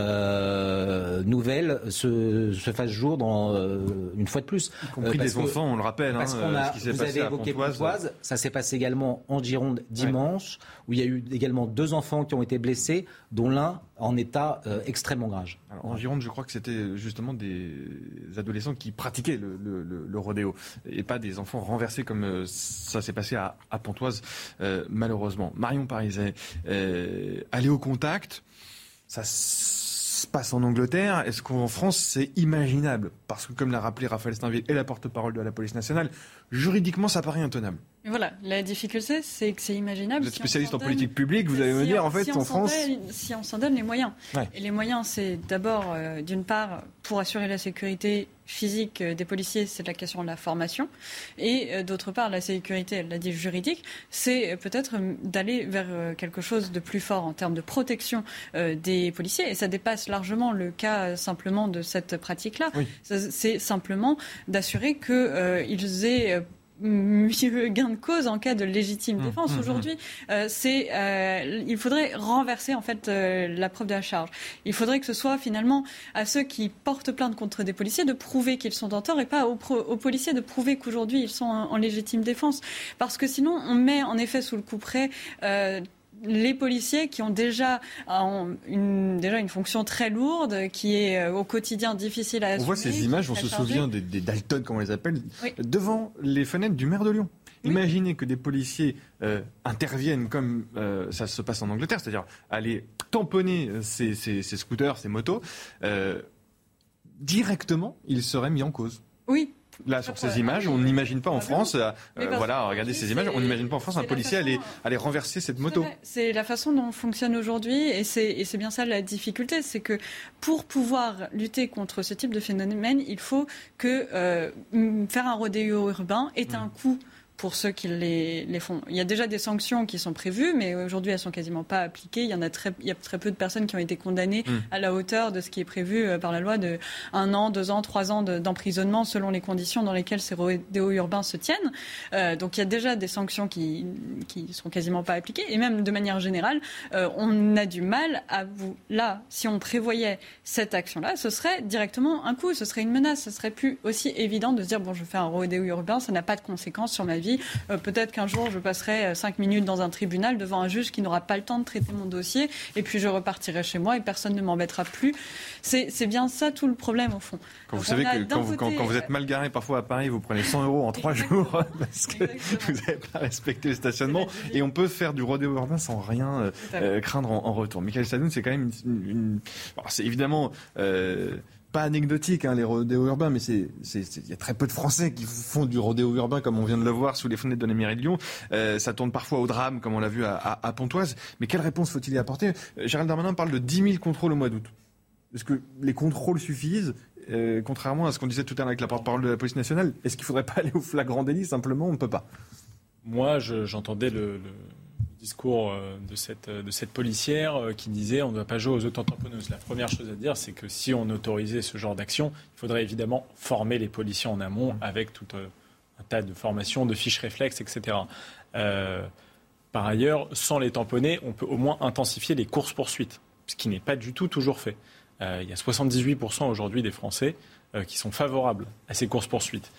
nouvelles se fassent jour une fois de plus. Y compris des enfants, on le rappelle. Parce qu'on ce qui s'est vous passé avez évoqué Pontoise, ça s'est passé également en Gironde dimanche, où il y a eu également 2 enfants qui ont été blessés, dont l'un en état extrêmement grave. Alors, en Gironde, je crois que c'était justement des adolescents qui pratiquaient le rodéo, et pas des enfants renversés comme ça s'est passé à Pontoise, malheureusement. Marion Pariset, aller au contact, ça se passe en Angleterre. Est-ce qu'en France, c'est imaginable ? Parce que, comme l'a rappelé Raphaël Steinville et la porte-parole de la police nationale, juridiquement, ça paraît intenable. Et voilà, la difficulté, c'est que c'est imaginable. Vous êtes spécialiste en politique publique, vous allez me dire, en fait, en France... Si on s'en donne les moyens. Ouais. Et les moyens, c'est d'abord, d'une part, pour assurer la sécurité physique des policiers, c'est la question de la formation. Et d'autre part, la sécurité, elle l'a dit, juridique, c'est peut-être d'aller vers quelque chose de plus fort en termes de protection des policiers. Et ça dépasse largement le cas simplement de cette pratique-là. Oui. C'est simplement d'assurer qu'ils aient... mieux gain de cause en cas de légitime défense. Aujourd'hui, il faudrait renverser en fait la preuve de la charge. Il faudrait que ce soit finalement à ceux qui portent plainte contre des policiers de prouver qu'ils sont en tort et pas aux policiers de prouver qu'aujourd'hui ils sont en légitime défense. Parce que sinon, on met en effet sous le couperet les policiers qui ont déjà une fonction très lourde, qui est au quotidien difficile à assumer. On voit ces images, on se souvient des Dalton, comme on les appelle, devant les fenêtres du maire de Lyon. Oui. Imaginez que des policiers interviennent comme ça se passe en Angleterre, c'est-à-dire aller tamponner ces scooters, ces motos. Directement, ils seraient mis en cause. Oui. Là, sur ces images, on n'imagine pas en France, regardez ces images, on n'imagine pas en France un policier aller renverser cette moto. C'est la façon dont on fonctionne aujourd'hui et c'est bien ça la difficulté, c'est que pour pouvoir lutter contre ce type de phénomène, il faut que faire un rodéo urbain ait un coût pour ceux qui les font. Il y a déjà des sanctions qui sont prévues, mais aujourd'hui, elles sont quasiment pas appliquées. Il y a très peu de personnes qui ont été condamnées à la hauteur de ce qui est prévu par la loi de 1 an, 2 ans, 3 ans d'emprisonnement selon les conditions dans lesquelles ces rodéos urbains se tiennent. Donc il y a déjà des sanctions qui sont quasiment pas appliquées. Et même de manière générale, on a du mal à là, si on prévoyait cette action-là, ce serait directement un coup, ce serait une menace. Ce serait plus aussi évident de se dire, bon, je fais un rodéo urbain, ça n'a pas de conséquences sur ma vie. Peut-être qu'un jour, je passerai 5 minutes dans un tribunal devant un juge qui n'aura pas le temps de traiter mon dossier et puis je repartirai chez moi et personne ne m'embêtera plus. C'est bien ça tout le problème au fond. Quand vous savez que quand vous êtes mal garé parfois à Paris, vous prenez 100 € en 3 jours parce que vous n'avez pas respecté le stationnement et on peut faire du rodéo urbain sans rien craindre en retour. Michael Sadoun, c'est quand même c'est évidemment... pas anecdotique, les rodéos urbains, mais il y a très peu de Français qui font du rodéo urbain comme on vient de le voir sous les fenêtres de la mairie de Lyon. Ça tourne parfois au drame, comme on l'a vu à Pontoise. Mais quelle réponse faut-il y apporter ? Gérald Darmanin parle de 10 000 contrôles au mois d'août. Est-ce que les contrôles suffisent ? Contrairement à ce qu'on disait tout à l'heure avec la porte-parole de la police nationale, est-ce qu'il ne faudrait pas aller au flagrant délit ? Simplement, on ne peut pas. Moi, j'entendais le discours de cette policière qui disait on ne doit pas jouer aux autotamponneuses. La première chose à dire, c'est que si on autorisait ce genre d'action, il faudrait évidemment former les policiers en amont avec tout un tas de formations, de fiches réflexes, etc. Par ailleurs, sans les tamponner, on peut au moins intensifier les courses-poursuites, ce qui n'est pas du tout toujours fait. Il y a 78% aujourd'hui des Français qui sont favorables à ces courses-poursuites.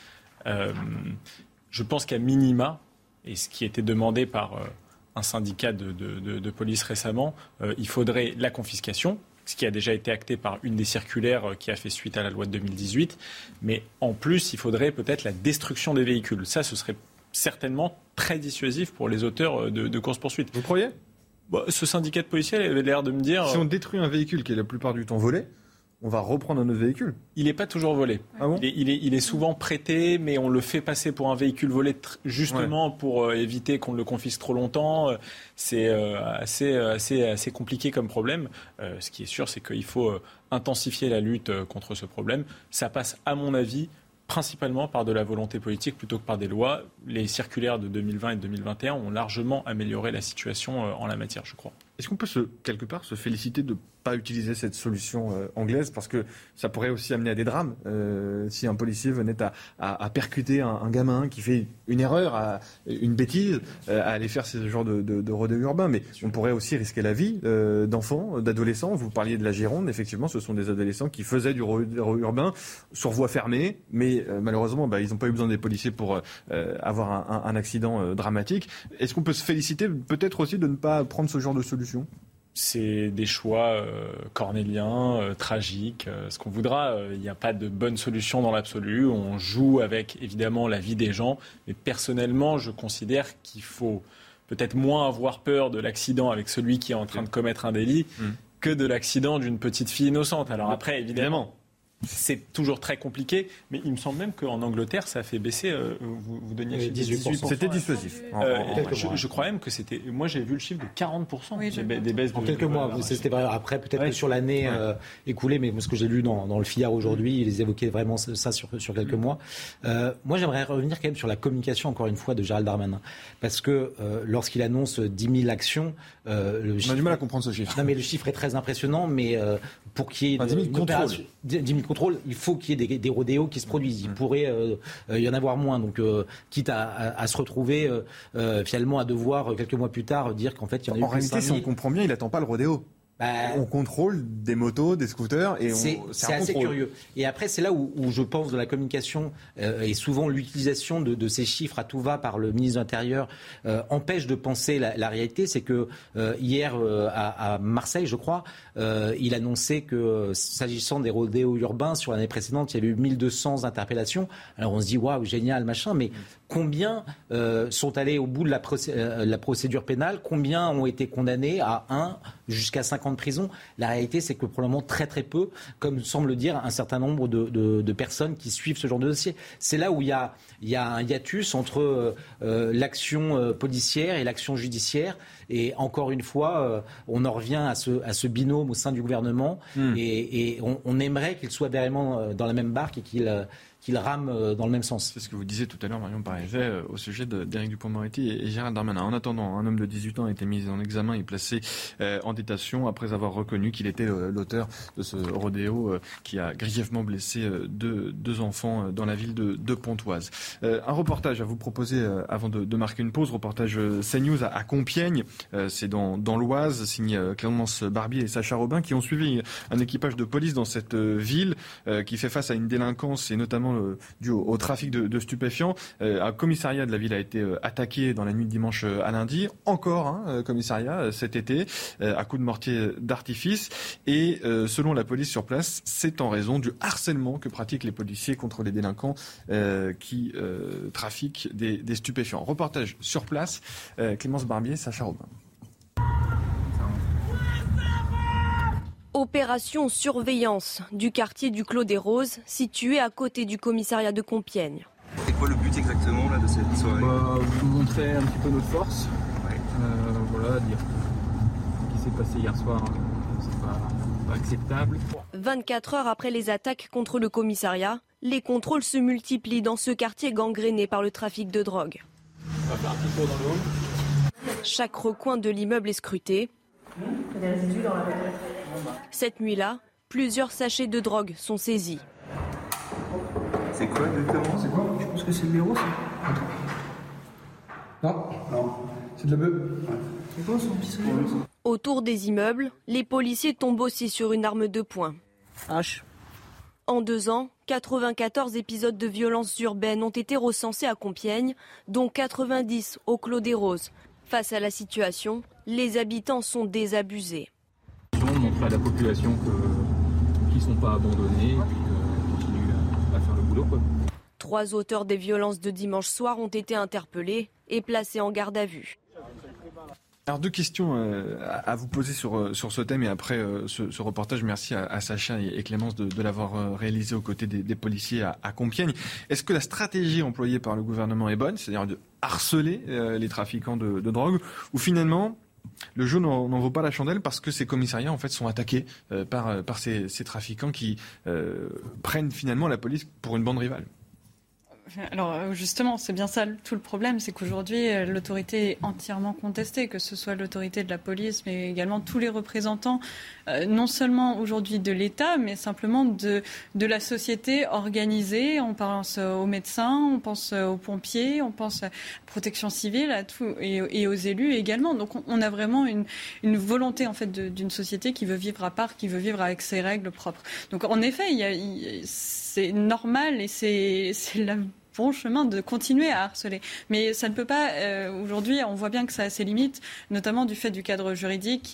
Je pense qu'à minima, et ce qui était demandé par un syndicat de police récemment, il faudrait la confiscation, ce qui a déjà été acté par une des circulaires qui a fait suite à la loi de 2018. Mais en plus, il faudrait peut-être la destruction des véhicules. Ça, ce serait certainement très dissuasif pour les auteurs de courses-poursuites. Vous croyez ? Ce syndicat de policiers avait l'air de me dire... Si on détruit un véhicule qui est la plupart du temps volé, on va reprendre un autre véhicule. Il n'est pas toujours volé. Ah bon ? Il est souvent prêté, mais on le fait passer pour un véhicule volé justement pour éviter qu'on le confisque trop longtemps. C'est assez compliqué comme problème. Ce qui est sûr, c'est qu'il faut intensifier la lutte contre ce problème. Ça passe, à mon avis, principalement par de la volonté politique plutôt que par des lois. Les circulaires de 2020 et de 2021 ont largement amélioré la situation en la matière, je crois. Est-ce qu'on peut quelque part se féliciter de ne pas utiliser cette solution anglaise, parce que ça pourrait aussi amener à des drames si un policier venait à percuter un gamin qui fait une erreur, une bêtise, à aller faire ce genre de rodéo urbain. Mais on pourrait aussi risquer la vie d'enfants, d'adolescents. Vous parliez de la Gironde, effectivement, ce sont des adolescents qui faisaient du rodéo urbain sur voie fermée, mais malheureusement, ils n'ont pas eu besoin des policiers pour avoir un accident dramatique. Est-ce qu'on peut se féliciter peut-être aussi de ne pas prendre ce genre de solution ? C'est des choix cornéliens, tragiques, ce qu'on voudra. Il n'y a pas de bonne solution dans l'absolu. On joue avec, évidemment, la vie des gens. Mais personnellement, je considère qu'il faut peut-être moins avoir peur de l'accident avec celui qui est en train de commettre un délit que de l'accident d'une petite fille innocente. Alors après, évidemment, c'est toujours très compliqué, mais il me semble même qu'en Angleterre, ça a fait baisser, vous donniez 18%. C'était dissuasif. Je crois même que c'était... Moi, j'ai vu le chiffre de 40% des baisses en quelques mois. C'était vrai. Après, peut-être que sur l'année écoulée, mais ce que j'ai lu dans le Figaro aujourd'hui, ils évoquaient vraiment ça sur quelques mois. Moi, j'aimerais revenir quand même sur la communication, encore une fois, de Gérald Darmanin. Parce que lorsqu'il annonce 10 000 actions... on a du mal à comprendre ce chiffre. Non, mais le chiffre est très impressionnant, mais pour qu'il y ait 10 000 contrôles, il faut qu'il y ait des rodéos qui se produisent. Il pourrait y en avoir moins. Donc, quitte à se retrouver finalement à devoir, quelques mois plus tard, dire qu'en fait, il y en a eu. En réalité, si on comprend bien, il n'attend pas le rodéo. On contrôle des motos, des scooters, et c'est assez curieux. Et après, c'est là où je pense de la communication et souvent l'utilisation de ces chiffres à tout va par le ministre de l'Intérieur empêche de penser la réalité. C'est que hier à Marseille, je crois, il annonçait que s'agissant des rodéos urbains, sur l'année précédente, il y avait eu 1200 interpellations. Alors on se dit waouh, génial, machin, mais combien sont allés au bout de la procédure pénale? Combien ont été condamnés à 1 jusqu'à 5 ans de prison? La réalité, c'est que probablement très très peu, comme semble dire un certain nombre de personnes qui suivent ce genre de dossier. C'est là où il y a un hiatus entre l'action policière et l'action judiciaire. Et encore une fois, on en revient à ce binôme au sein du gouvernement. Et on aimerait qu'il soit vraiment dans la même barque et qu'il rame dans le même sens. C'est ce que vous disiez tout à l'heure, Marion Paré-Vey, au sujet d'Éric Dupond-Moretti et Gérald Darmanin. En attendant, un homme de 18 ans a été mis en examen et placé en détention après avoir reconnu qu'il était l'auteur de ce rodéo qui a grièvement blessé deux enfants dans la ville de Pontoise. Un reportage à vous proposer avant de marquer une pause. Reportage CNews à Compiègne. C'est dans l'Oise, signé Clémence Barbier et Sacha Robin, qui ont suivi un équipage de police dans cette ville qui fait face à une délinquance et notamment dû au trafic de stupéfiants. Un commissariat de la ville a été attaqué dans la nuit de dimanche à lundi. Encore un commissariat cet été à coups de mortier d'artifice. Et selon la police sur place, c'est en raison du harcèlement que pratiquent les policiers contre les délinquants qui trafiquent des stupéfiants. Reportage sur place, Clémence Barbier, Sacha Robin. Opération surveillance du quartier du Clos des Roses, situé à côté du commissariat de Compiègne. C'est quoi le but exactement là, de cette soirée ? Vous montrer un petit peu notre force. Voilà, dire ce qui s'est passé hier soir, c'est pas acceptable. 24 heures après les attaques contre le commissariat, les contrôles se multiplient dans ce quartier gangréné par le trafic de drogue. On va faire un petit tour dans le hall. Chaque recoin de l'immeuble est scruté. Il y a des résidus dans la voiture. Cette nuit-là, plusieurs sachets de drogue sont saisis. C'est quoi exactement ? Je pense que c'est le numéro, ça. Non, c'est de la bœuf. C'est quoi son pistolet? Autour des immeubles, les policiers tombent aussi sur une arme de poing. H. En 2 ans, 94 épisodes de violences urbaines ont été recensés à Compiègne, dont 90 au Clos des Roses. Face à la situation, les habitants sont désabusés. Montrer à la population qu'ils ne sont pas abandonnés et qu'ils continuent à faire le boulot, quoi. 3 auteurs des violences de dimanche soir ont été interpellés et placés en garde à vue. Alors 2 questions à vous poser sur ce thème et après ce reportage. Merci à Sacha et Clémence de l'avoir réalisé aux côtés des policiers à Compiègne. Est-ce que la stratégie employée par le gouvernement est bonne, c'est-à-dire de harceler les trafiquants de drogue, ou finalement le jeu n'en vaut pas la chandelle parce que ces commissariats en fait sont attaqués par ces trafiquants qui prennent finalement la police pour une bande rivale? Alors justement, c'est bien ça tout le problème, c'est qu'aujourd'hui l'autorité est entièrement contestée, que ce soit l'autorité de la police, mais également tous les représentants, non seulement aujourd'hui de l'État, mais simplement de la société organisée. On pense aux médecins, on pense aux pompiers, on pense à la protection civile, à tout, et aux élus également. Donc on a vraiment une volonté en fait d'une société qui veut vivre à part, qui veut vivre avec ses règles propres. Donc en effet, c'est normal et c'est la bon chemin de continuer à harceler. Mais ça ne peut pas, aujourd'hui, on voit bien que ça a ses limites, notamment du fait du cadre juridique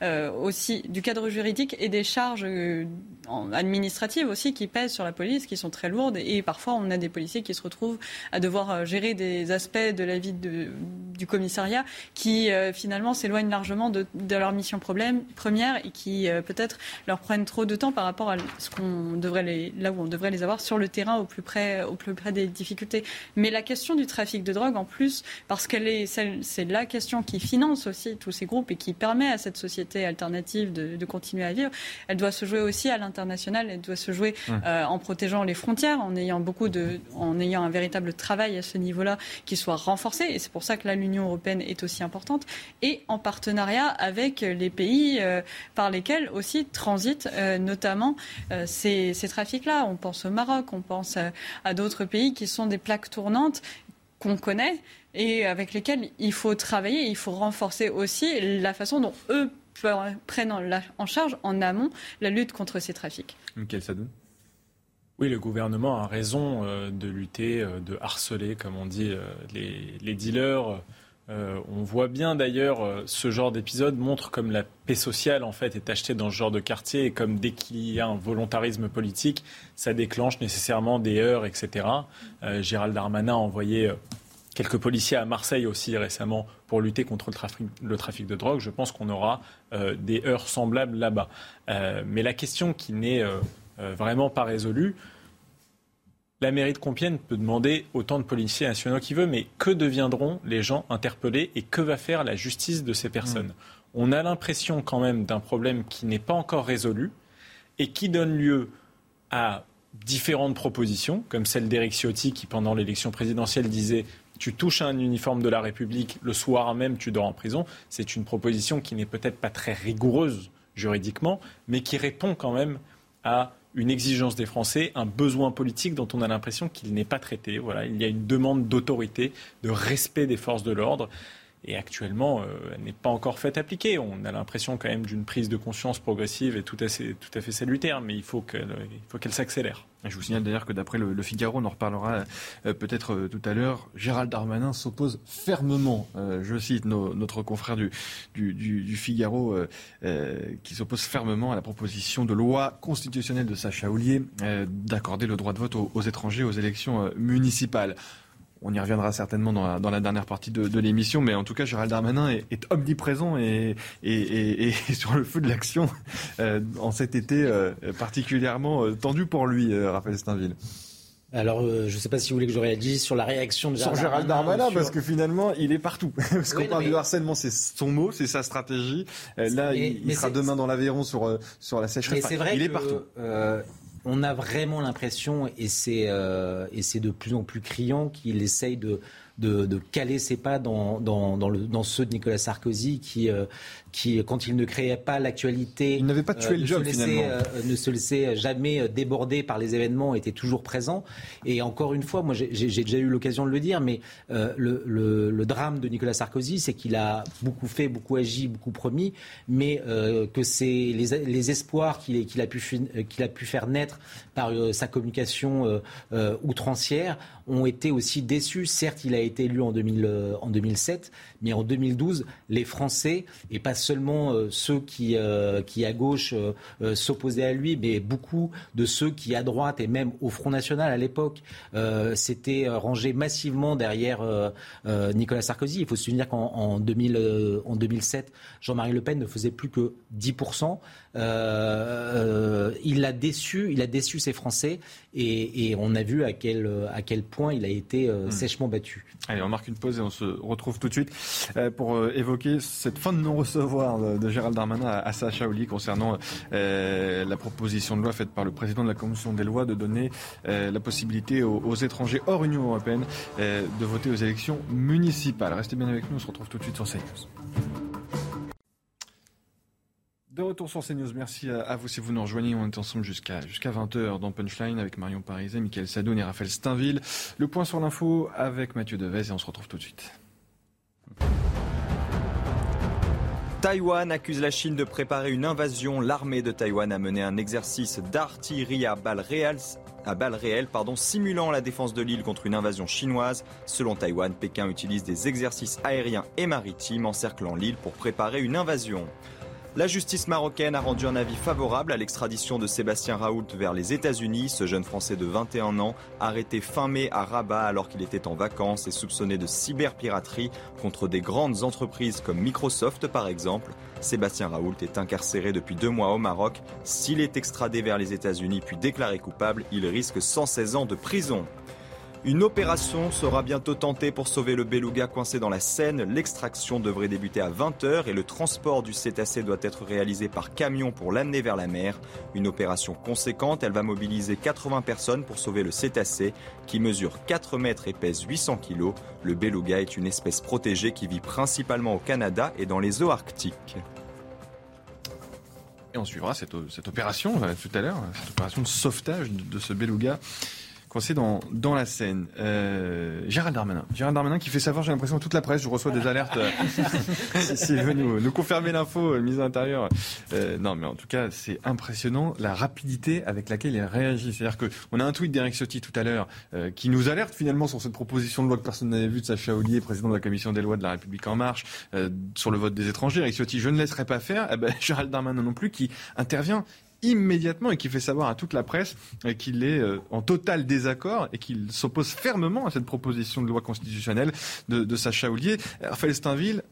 du cadre juridique et des charges administratives aussi qui pèsent sur la police, qui sont très lourdes. Et parfois, on a des policiers qui se retrouvent à devoir gérer des aspects de la vie du commissariat qui, finalement, s'éloignent largement de leur mission première et qui, peut-être, leur prennent trop de temps par rapport à là où on devrait les avoir sur le terrain au plus près des difficultés. Mais la question du trafic de drogue, en plus, parce c'est la question qui finance aussi tous ces groupes et qui permet à cette société alternative de continuer à vivre, elle doit se jouer aussi à l'international, elle doit se jouer en protégeant les frontières, en ayant un véritable travail à ce niveau-là qui soit renforcé. Et c'est pour ça que là, l'Union européenne est aussi importante, et en partenariat avec les pays par lesquels aussi transitent notamment ces trafics-là. On pense au Maroc, on pense à d'autres pays qui sont des plaques tournantes qu'on connaît et avec lesquelles il faut travailler. Il faut renforcer aussi la façon dont eux prennent en charge en amont la lutte contre ces trafics. Mickaël Sadoun. Oui, le gouvernement a raison de lutter, de harceler, comme on dit, les dealers. On voit bien d'ailleurs, ce genre d'épisode montre comme la paix sociale en fait est achetée dans ce genre de quartier et comme dès qu'il y a un volontarisme politique, ça déclenche nécessairement des heurts, etc. Gérald Darmanin a envoyé quelques policiers à Marseille aussi récemment pour lutter contre le trafic de drogue. Je pense qu'on aura des heurts semblables là-bas. Mais la question qui n'est vraiment pas résolue, la mairie de Compiègne peut demander autant de policiers nationaux qu'il veut, mais que deviendront les gens interpellés et que va faire la justice de ces personnes ? On a l'impression quand même d'un problème qui n'est pas encore résolu et qui donne lieu à différentes propositions, comme celle d'Éric Ciotti qui, pendant l'élection présidentielle, disait « tu touches à un uniforme de la République, le soir même tu dors en prison ». C'est une proposition qui n'est peut-être pas très rigoureuse juridiquement, mais qui répond quand même à une exigence des Français, un besoin politique dont on a l'impression qu'il n'est pas traité. Voilà, il y a une demande d'autorité, de respect des forces de l'ordre. Et actuellement, elle n'est pas encore faite appliquer. On a l'impression quand même d'une prise de conscience progressive et tout à fait salutaire, mais il faut qu'elle s'accélère. Je vous signale d'ailleurs que d'après le Figaro, on en reparlera peut-être tout à l'heure, Gérald Darmanin s'oppose fermement, je cite notre confrère du Figaro, qui s'oppose fermement à la proposition de loi constitutionnelle de Sacha Houlié d'accorder le droit de vote aux étrangers aux élections municipales. On y reviendra certainement dans la dernière partie de l'émission, mais en tout cas, Gérald Darmanin est omniprésent et sur le feu de l'action en cet été particulièrement tendu pour lui, Raphaël Steinville. Alors, je ne sais pas si vous voulez que je réagisse sur la réaction de Gérald Darmanin, parce que finalement, il est partout. Parce qu'on parle du harcèlement, c'est son mot, c'est sa stratégie. Là, il sera demain dans l'Aveyron sur la sécheresse. C'est vrai il est partout. On a vraiment l'impression, et c'est de plus en plus criant, qu'il essaye de de caler ses pas dans ceux de Nicolas Sarkozy qui, quand il ne créait pas l'actualité, il n'avait pas tué le job finalement, ne se laissait jamais déborder par les événements, était toujours présent. Et encore une fois, moi j'ai déjà eu l'occasion de le dire, mais le drame de Nicolas Sarkozy, c'est qu'il a beaucoup fait, beaucoup agi, beaucoup promis, mais que c'est les espoirs qu'il a pu faire naître par sa communication outrancière ont été aussi déçus. Certes, il a été élu en 2007, mais en 2012, les Français, et pas seulement ceux qui à gauche s'opposaient à lui, mais beaucoup de ceux qui à droite et même au Front National à l'époque s'étaient rangés massivement derrière Nicolas Sarkozy. Il faut se souvenir qu'en 2007, Jean-Marie Le Pen ne faisait plus que 10%. Il a déçu ces Français et on a vu à quel point il a été sèchement battu. Allez, on marque une pause et on se retrouve tout de suite pour évoquer cette fin de non-recevoir de Gérald Darmanin à Sacha Houlié concernant la proposition de loi faite par le président de la Commission des lois de donner la possibilité aux étrangers hors Union européenne de voter aux élections municipales. Restez bien avec nous, on se retrouve tout de suite sur CNews. De retour sur CNews, merci à vous si vous nous rejoignez. On est ensemble jusqu'à 20h dans Punchline avec Marion Pariset, Mickaël Sadoun et Raphaël Steinville. Le point sur l'info avec Mathieu Devez et on se retrouve tout de suite. Taïwan accuse la Chine de préparer une invasion. L'armée de Taïwan a mené un exercice d'artillerie à balles réelles, simulant la défense de l'île contre une invasion chinoise. Selon Taïwan, Pékin utilise des exercices aériens et maritimes encerclant l'île pour préparer une invasion. La justice marocaine a rendu un avis favorable à l'extradition de Sébastien Raoult vers les États-Unis. Ce jeune Français de 21 ans, arrêté fin mai à Rabat alors qu'il était en vacances et soupçonné de cyberpiraterie contre des grandes entreprises comme Microsoft par exemple. Sébastien Raoult est incarcéré depuis 2 mois au Maroc. S'il est extradé vers les États-Unis puis déclaré coupable, il risque 116 ans de prison. Une opération sera bientôt tentée pour sauver le beluga coincé dans la Seine. L'extraction devrait débuter à 20h et le transport du cétacé doit être réalisé par camion pour l'amener vers la mer. Une opération conséquente, elle va mobiliser 80 personnes pour sauver le cétacé qui mesure 4 mètres et pèse 800 kg. Le beluga est une espèce protégée qui vit principalement au Canada et dans les eaux arctiques. Et on suivra cette opération tout à l'heure, cette opération de sauvetage de ce beluga coincé dans la Seine. Gérald Darmanin qui fait savoir, j'ai l'impression, toute la presse, je reçois des alertes s'il veut nous confirmer l'info, mise à l'intérieur. Non, mais en tout cas, c'est impressionnant la rapidité avec laquelle il réagit. C'est-à-dire qu'on a un tweet d'Éric Ciotti tout à l'heure qui nous alerte finalement sur cette proposition de loi que personne n'avait vue de Sacha Houlié, président de la Commission des lois de La République En Marche, sur le vote des étrangers. Éric Ciotti, je ne laisserai pas faire. Gérald Darmanin non plus, qui intervient immédiatement et qui fait savoir à toute la presse qu'il est en total désaccord et qu'il s'oppose fermement à cette proposition de loi constitutionnelle de Sacha Houlié. Raphaël Steinville,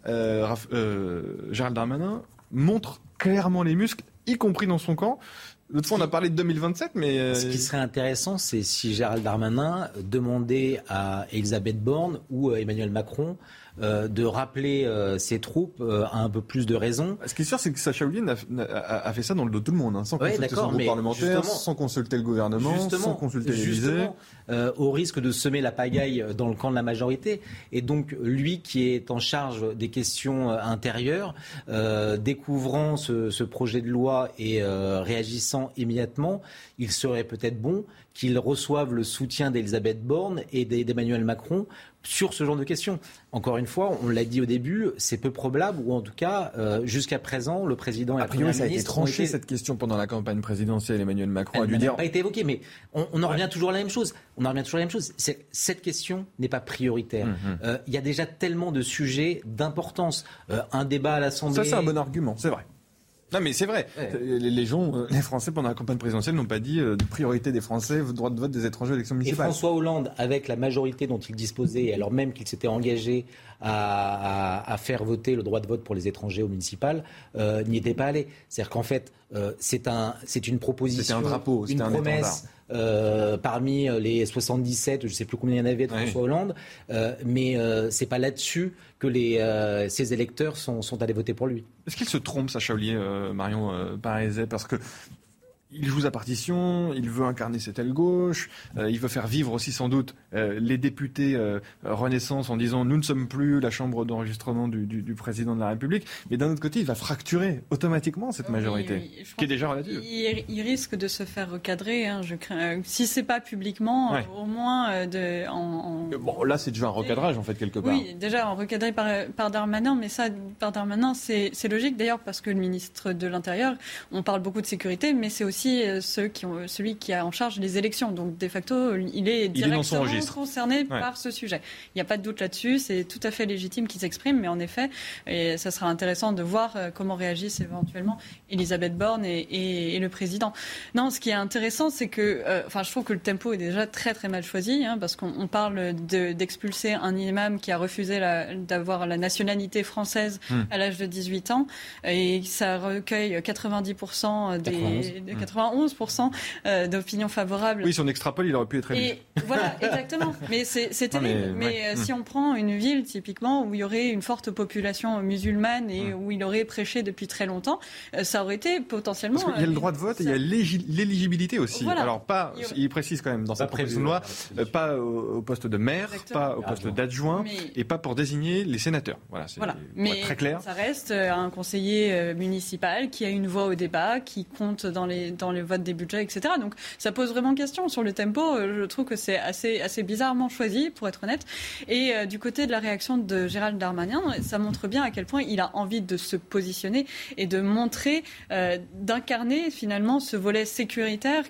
Gérald Darmanin montre clairement les muscles, y compris dans son camp. L'autre fois, on a parlé de 2027, mais... Ce qui serait intéressant, c'est si Gérald Darmanin demandait à Elisabeth Borne ou à Emmanuel Macron de rappeler ses troupes à un peu plus de raison. Ce qui est sûr, c'est que Sacha Houlié a fait ça dans le dos de tout le monde, sans consulter son groupe parlementaire, sans consulter le gouvernement, sans consulter l'Élysée. Au risque de semer la pagaille dans le camp de la majorité. Et donc, lui qui est en charge des questions intérieures, découvrant ce projet de loi et réagissant immédiatement, il serait peut-être bon qu'il reçoive le soutien d'Elisabeth Borne et d'Emmanuel Macron sur ce genre de questions. Encore une fois, on l'a dit au début, c'est peu probable, ou en tout cas, jusqu'à présent, le président et la première ministre... Ça a été tranché cette question pendant la campagne présidentielle. Emmanuel Macron a dû dire... Elle n'a pas été évoquée, mais on en revient toujours à la même chose. Cette question n'est pas prioritaire. Il y a déjà tellement de sujets d'importance. Un débat à l'Assemblée... Ça, c'est un bon argument, c'est vrai. Non mais c'est vrai, les Français pendant la campagne présidentielle n'ont pas dit de priorité des Français, droit de vote des étrangers aux élections municipales. Et François Hollande, avec la majorité dont il disposait, alors même qu'il s'était engagé à faire voter le droit de vote pour les étrangers aux municipales, n'y était pas allé. C'est-à-dire qu'en fait, c'est une proposition, c'était un drapeau, une promesse parmi les 77, je ne sais plus combien il y en avait de François Hollande, mais c'est pas là-dessus que ses électeurs sont allés voter pour lui. Est-ce qu'il se trompe, Sacha Houlié, Marion Pariset, parce que il joue sa partition, il veut incarner cette aile gauche, il veut faire vivre aussi sans doute les députés Renaissance en disant nous ne sommes plus la chambre d'enregistrement du président de la République. Mais d'un autre côté, il va fracturer automatiquement cette majorité, qui est déjà relative. Il risque de se faire recadrer, hein, je crains. Si c'est pas publiquement, au moins Bon, là, c'est déjà un recadrage en fait quelque part. Oui, déjà recadré par Darmanin, mais ça, par Darmanin, c'est logique d'ailleurs parce que le ministre de l'Intérieur, on parle beaucoup de sécurité, mais c'est aussi celui qui a en charge les élections. Donc, de facto, il est directement concerné par ce sujet. Il n'y a pas de doute là-dessus. C'est tout à fait légitime qu'il s'exprime. Mais en effet, et ça sera intéressant de voir comment réagissent éventuellement Elisabeth Borne et le président. Non, ce qui est intéressant, c'est que je trouve que le tempo est déjà très, très mal choisi, hein, parce qu'on parle d'expulser un imam qui a refusé d'avoir la nationalité française à l'âge de 18 ans. Et ça recueille 90% 91% d'opinions favorables. Oui, si on extrapole, il aurait pu être élu. Et voilà, exactement. Mais c'est terrible. Mais si on prend une ville, typiquement, où il y aurait une forte population musulmane et où il aurait prêché depuis très longtemps, ça aurait été potentiellement... Parce qu'il y a le droit de vote et il y a l'éligibilité aussi. Voilà. Alors, il précise quand même dans sa proposition de loi, pas au poste de maire, pas au poste d'adjoint et pas pour désigner les sénateurs. Voilà. Mais très clair. Ça reste un conseiller municipal qui a une voix au débat, qui compte dans les votes des budgets, etc. Donc ça pose vraiment question sur le tempo. Je trouve que c'est assez bizarrement choisi, pour être honnête. Et du côté de la réaction de Gérald Darmanin, ça montre bien à quel point il a envie de se positionner et de montrer, d'incarner finalement ce volet sécuritaire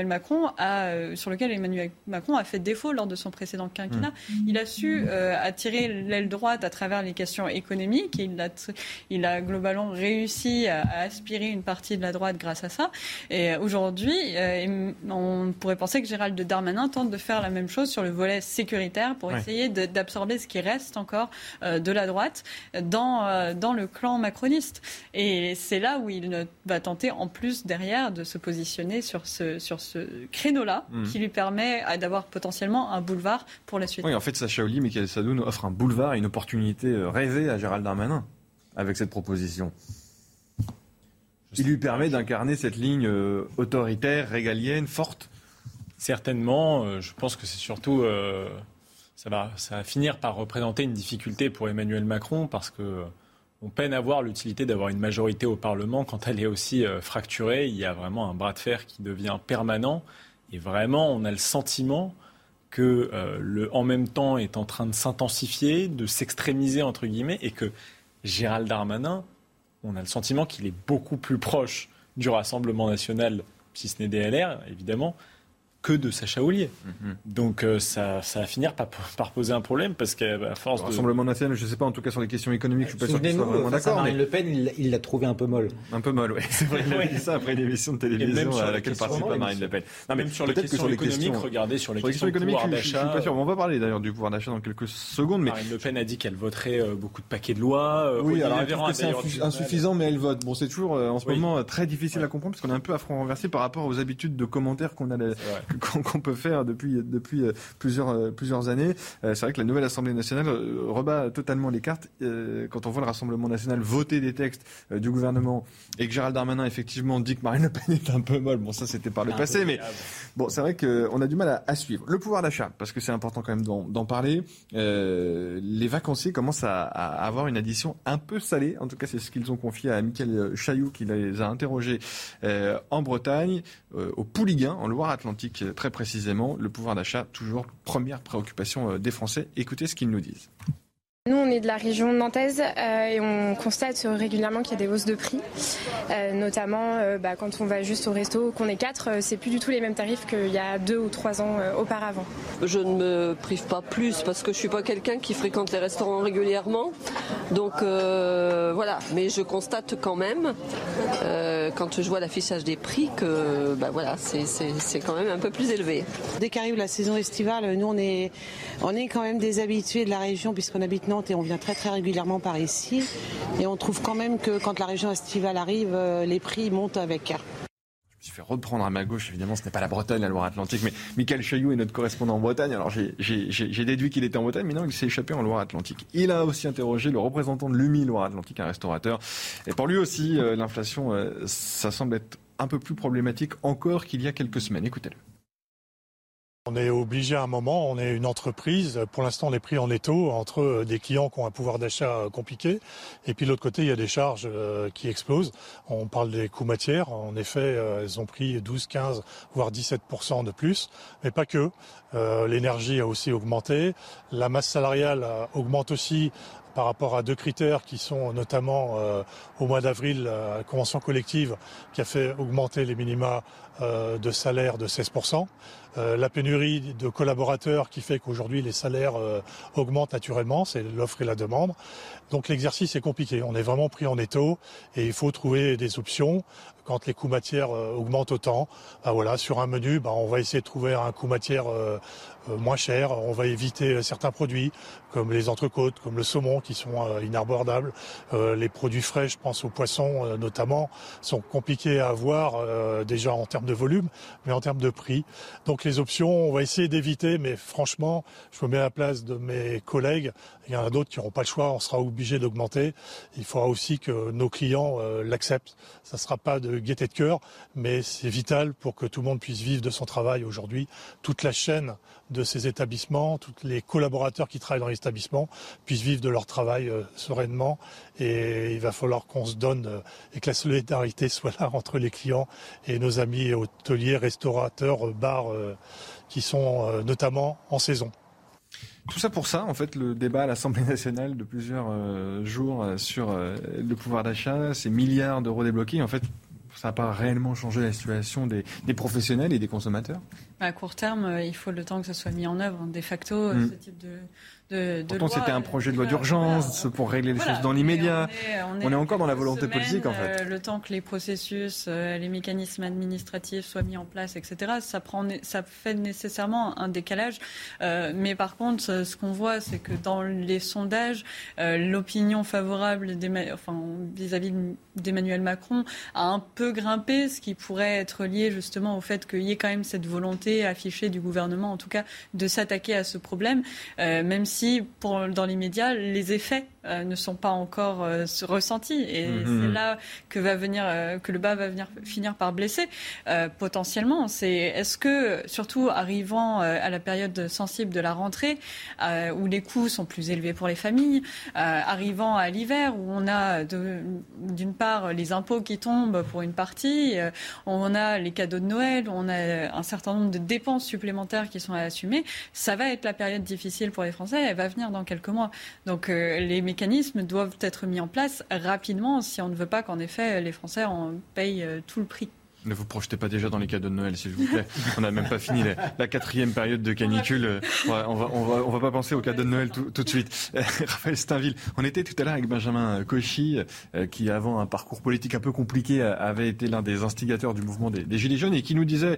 sur lequel Emmanuel Macron a fait défaut lors de son précédent quinquennat. Il a su attirer l'aile droite à travers les questions économiques et il a globalement réussi à aspirer une partie de la droite grâce à ça. Et aujourd'hui, on pourrait penser que Gérald Darmanin tente de faire la même chose sur le volet sécuritaire pour essayer d'absorber ce qui reste encore de la droite dans le clan macroniste. Et c'est là où il va tenter en plus derrière de se positionner sur ce créneau-là qui lui permet d'avoir potentiellement un boulevard pour la suite. Oui, en fait, Sacha Oli, Michael Sadoun offre un boulevard et une opportunité rêvée à Gérald Darmanin avec cette proposition. Il lui permet d'incarner cette ligne autoritaire, régalienne, forte. Certainement. Je pense que c'est surtout... ça va finir par représenter une difficulté pour Emmanuel Macron parce qu'on peine à voir l'utilité d'avoir une majorité au Parlement quand elle est aussi fracturée. Il y a vraiment un bras de fer qui devient permanent. Et vraiment, on a le sentiment que en même temps est en train de s'intensifier, de s'extrémiser, entre guillemets, et que Gérald Darmanin, on a le sentiment qu'il est beaucoup plus proche du Rassemblement national, si ce n'est des LR, évidemment, que de Sacha Ollier. Donc ça va finir par poser un problème parce qu'à force le Rassemblement national, je ne sais pas, en tout cas sur les questions économiques, je ne suis pas sûr qu'ils soient vraiment d'accord. Marine Le Pen, il l'a trouvé un peu molle. Un peu molle, oui. C'est vrai, il a dit ça après une émission de télévision à laquelle participe Marine Le Pen. Non, même sur les questions économiques, regardez sur les questions économiques, je ne suis pas sûr. On va parler d'ailleurs du pouvoir d'achat dans quelques secondes. Mais Marine Le Pen a dit qu'elle voterait beaucoup de paquets de lois. Oui, alors elle trouve que c'est insuffisant, mais elle vote. Bon, c'est toujours en ce moment très difficile à comprendre parce qu'on est un peu à front renversé par rapport aux habitudes de commentaires qu'on peut faire depuis plusieurs années. C'est vrai que la nouvelle Assemblée nationale rebat totalement les cartes. Quand on voit le Rassemblement national voter des textes du gouvernement et que Gérald Darmanin effectivement dit que Marine Le Pen est un peu molle. Bon, ça c'était par le passé, mais bon, c'est vrai qu'on a du mal à suivre. Le pouvoir d'achat, parce que c'est important quand même d'en parler. Les vacanciers commencent à avoir une addition un peu salée. En tout cas, c'est ce qu'ils ont confié à Michael Chailloux qui les a interrogés en Bretagne, au Pouliguen, en Loire-Atlantique très précisément. Le pouvoir d'achat, toujours première préoccupation des Français. Écoutez ce qu'ils nous disent. Nous, on est de la région nantaise et on constate régulièrement qu'il y a des hausses de prix, notamment quand on va juste au resto, qu'on est 4, c'est plus du tout les mêmes tarifs qu'il y a 2 ou 3 ans auparavant. Je ne me prive pas plus parce que je suis pas quelqu'un qui fréquente les restaurants régulièrement, donc voilà. Mais je constate quand même, quand je vois l'affichage des prix, que c'est quand même un peu plus élevé. Dès qu'arrive la saison estivale, nous on est quand même des habitués de la région puisqu'on habite Nantes et on vient très très régulièrement par ici. Et on trouve quand même que quand la région estivale arrive, les prix montent avec. Je me suis fait reprendre à ma gauche, évidemment ce n'est pas la Bretagne, la Loire-Atlantique, mais Michael Chailloux est notre correspondant en Bretagne. Alors j'ai déduit qu'il était en Bretagne, mais non, il s'est échappé en Loire-Atlantique. Il a aussi interrogé le représentant de l'UMI Loire-Atlantique, un restaurateur. Et pour lui aussi, l'inflation, ça semble être un peu plus problématique encore qu'il y a quelques semaines. Écoutez-le. On est obligé à un moment, on est une entreprise, pour l'instant on est pris en étau entre des clients qui ont un pouvoir d'achat compliqué et puis de l'autre côté il y a des charges qui explosent. On parle des coûts matières, en effet elles ont pris 12, 15 voire 17% de plus, mais pas que. L'énergie a aussi augmenté, la masse salariale augmente aussi par rapport à 2 critères qui sont notamment au mois d'avril la convention collective qui a fait augmenter les minima de salaire de 16%. La pénurie de collaborateurs qui fait qu'aujourd'hui les salaires augmentent naturellement, c'est l'offre et la demande. Donc l'exercice est compliqué, on est vraiment pris en étau et il faut trouver des options. Quand les coûts matières augmentent autant, sur un menu, on va essayer de trouver un coût matière moins cher. On va éviter certains produits comme les entrecôtes, comme le saumon qui sont inabordables. Les produits frais, je pense aux poissons notamment, sont compliqués à avoir déjà en termes de volume, mais en termes de prix. Donc les options, on va essayer d'éviter, mais franchement, je me mets à la place de mes collègues. Il y en a d'autres qui n'auront pas le choix, on sera obligé d'augmenter. Il faudra aussi que nos clients l'acceptent. Ça ne sera pas de gaieté de cœur, mais c'est vital pour que tout le monde puisse vivre de son travail aujourd'hui. Toute la chaîne de ces établissements, tous les collaborateurs qui travaillent dans les établissements puissent vivre de leur travail sereinement. Et il va falloir qu'on se donne et que la solidarité soit là entre les clients et nos amis hôteliers, restaurateurs, bars qui sont notamment en saison. Tout ça pour ça, en fait, le débat à l'Assemblée nationale de plusieurs jours sur le pouvoir d'achat, ces milliards d'euros débloqués, en fait, ça n'a pas réellement changé la situation des professionnels et des consommateurs ? À court terme, il faut le temps que ça soit mis en œuvre. De facto, ce type de Pourtant, loi, c'était un projet de loi d'urgence pour régler les choses dans l'immédiat. On est encore dans la volonté politique, en fait. Le temps que les processus, les mécanismes administratifs soient mis en place, etc., ça fait nécessairement un décalage. Mais par contre, ce qu'on voit, c'est que dans les sondages, l'opinion favorable vis-à-vis d'Emmanuel Macron a un peu grimpé, ce qui pourrait être lié justement au fait qu'il y ait quand même cette volonté affichée du gouvernement, en tout cas, de s'attaquer à ce problème, même si dans l'immédiat, les effets ne sont pas encore ressentis. Et c'est là que le bas va finir par blesser, potentiellement. Est-ce que, surtout arrivant à la période sensible de la rentrée, où les coûts sont plus élevés pour les familles, arrivant à l'hiver, où on a d'une part les impôts qui tombent pour une partie, on a les cadeaux de Noël, on a un certain nombre de dépenses supplémentaires qui sont à assumer, ça va être la période difficile pour les Français, elle va venir dans quelques mois. Donc les mécanismes doivent être mis en place rapidement si on ne veut pas qu'en effet les Français en payent tout le prix. Ne vous projetez pas déjà dans les cadeaux de Noël, s'il vous plaît. On n'a même pas fini la 4e période de canicule. On va pas penser aux cadeaux de Noël tout de suite. Raphaël Steinville, on était tout à l'heure avec Benjamin Cauchy, qui avant un parcours politique un peu compliqué avait été l'un des instigateurs du mouvement des Gilets jaunes et qui nous disait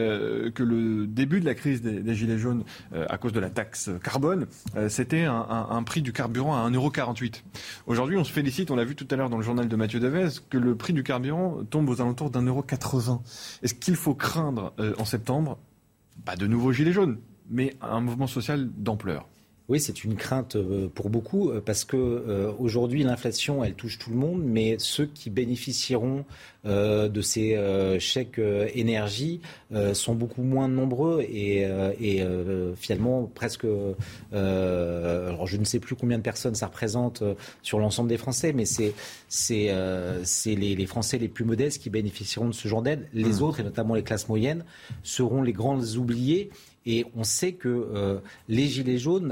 que le début de la crise des Gilets jaunes, à cause de la taxe carbone, c'était un prix du carburant à 1,48 €. Aujourd'hui, on se félicite, on l'a vu tout à l'heure dans le journal de Mathieu Devez, que le prix du carburant tombe aux alentours d'1,80 €. Est-ce qu'il faut craindre en septembre, pas de nouveaux gilets jaunes, mais un mouvement social d'ampleur ? Oui, c'est une crainte pour beaucoup parce que aujourd'hui l'inflation, elle touche tout le monde, mais ceux qui bénéficieront de ces chèques énergie sont beaucoup moins nombreux et finalement presque. Alors je ne sais plus combien de personnes ça représente sur l'ensemble des Français, mais c'est les Français les plus modestes qui bénéficieront de ce genre d'aide. Les autres, et notamment les classes moyennes, seront les grands oubliés. Et on sait que les Gilets jaunes,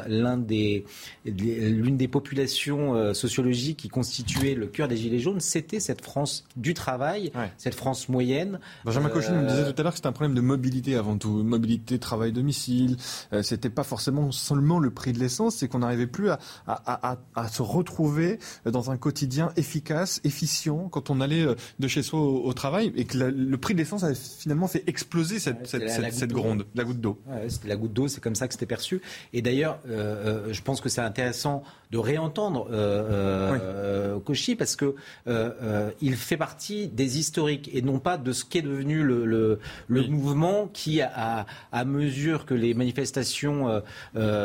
l'une des populations sociologiques qui constituait le cœur des Gilets jaunes, c'était cette France du travail, cette France moyenne. Benjamin Cauchy nous disait tout à l'heure que c'était un problème de mobilité avant tout. Mobilité, travail-domicile. C'était pas forcément seulement le prix de l'essence, c'est qu'on n'arrivait plus à se retrouver dans un quotidien efficace, efficient, quand on allait de chez soi au travail, et que le prix de l'essence avait finalement fait exploser cette gronde, la goutte d'eau. C'était la goutte d'eau, c'est comme ça que c'était perçu. Et d'ailleurs, je pense que c'est intéressant de réentendre Cauchy parce que il fait partie des historiques et non pas de ce qu'est devenu le mouvement qui, à mesure que les manifestations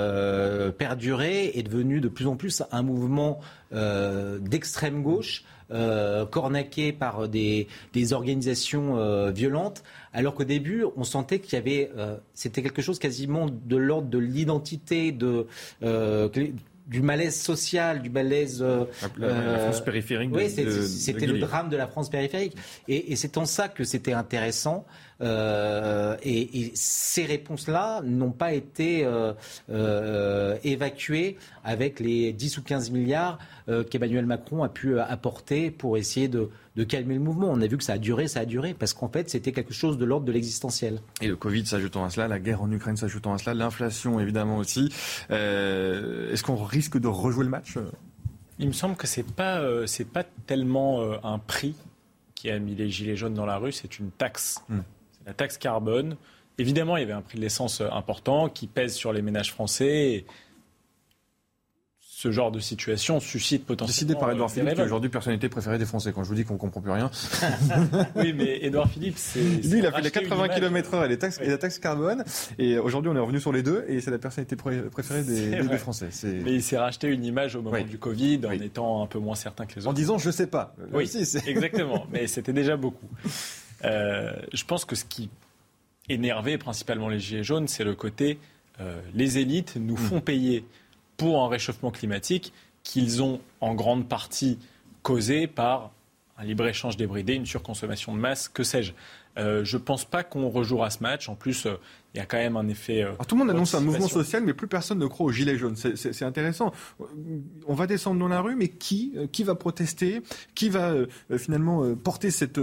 perduraient, est devenu de plus en plus un mouvement d'extrême gauche cornaqués par des organisations violentes, alors qu'au début, on sentait qu'il y avait, c'était quelque chose quasiment de l'ordre de l'identité, du malaise social, du malaise... La France périphérique. Oui, c'était le drame de la France périphérique. Et c'est en ça que c'était intéressant. Et ces réponses-là n'ont pas été évacuées avec les 10 ou 15 milliards qu'Emmanuel Macron a pu apporter pour essayer de calmer le mouvement. On a vu que ça a duré, parce qu'en fait, c'était quelque chose de l'ordre de l'existentiel. Et le Covid s'ajoutant à cela, la guerre en Ukraine s'ajoutant à cela, l'inflation évidemment aussi. Est-ce qu'on risque de rejouer le match ? Il me semble que c'est pas tellement un prix qui a mis les gilets jaunes dans la rue, c'est une taxe. C'est la taxe carbone. Évidemment, il y avait un prix de l'essence important qui pèse sur les ménages français. Et ce genre de situation suscite potentiellement... Décidé par Édouard Philippe, qui est aujourd'hui personnalité préférée des Français. Quand je vous dis qu'on ne comprend plus rien. Oui, mais Édouard Philippe, lui, il a fait les 80 km/h et la taxe carbone. Et aujourd'hui, on est revenu sur les deux. Et c'est la personnalité préférée des Français. Mais il s'est racheté une image au moment du Covid en étant un peu moins certain que les autres. En disant, je sais pas. Oui, exactement. Mais c'était déjà beaucoup. Je pense que ce qui énervait principalement les Gilets jaunes, c'est le côté les élites nous font payer pour un réchauffement climatique qu'ils ont en grande partie causé par un libre-échange débridé, une surconsommation de masse, que sais-je. Je ne pense pas qu'on rejouera ce match. En plus, il y a quand même un effet... Alors, tout le monde annonce un mouvement social, mais plus personne ne croit aux gilets jaunes. C'est intéressant. On va descendre dans la rue, mais qui va protester ? Qui va finalement porter cette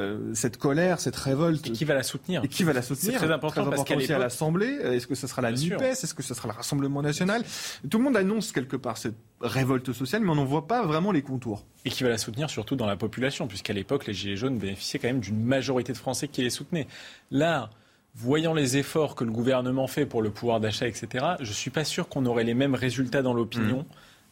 colère, cette révolte ? Et qui va la soutenir ? C'est très important parce qu'à aussi à l'Assemblée. Est-ce que ce sera la NUPES ? Est-ce que ce sera le Rassemblement national ? Tout le monde annonce quelque part cette révolte sociale, mais on n'en voit pas vraiment les contours. Et qui va la soutenir surtout dans la population, puisqu'à l'époque, les gilets jaunes bénéficiaient quand même d'une majorité de Français qui les soutenaient. Là, voyant les efforts que le gouvernement fait pour le pouvoir d'achat, etc., je ne suis pas sûr qu'on aurait les mêmes résultats dans l'opinion.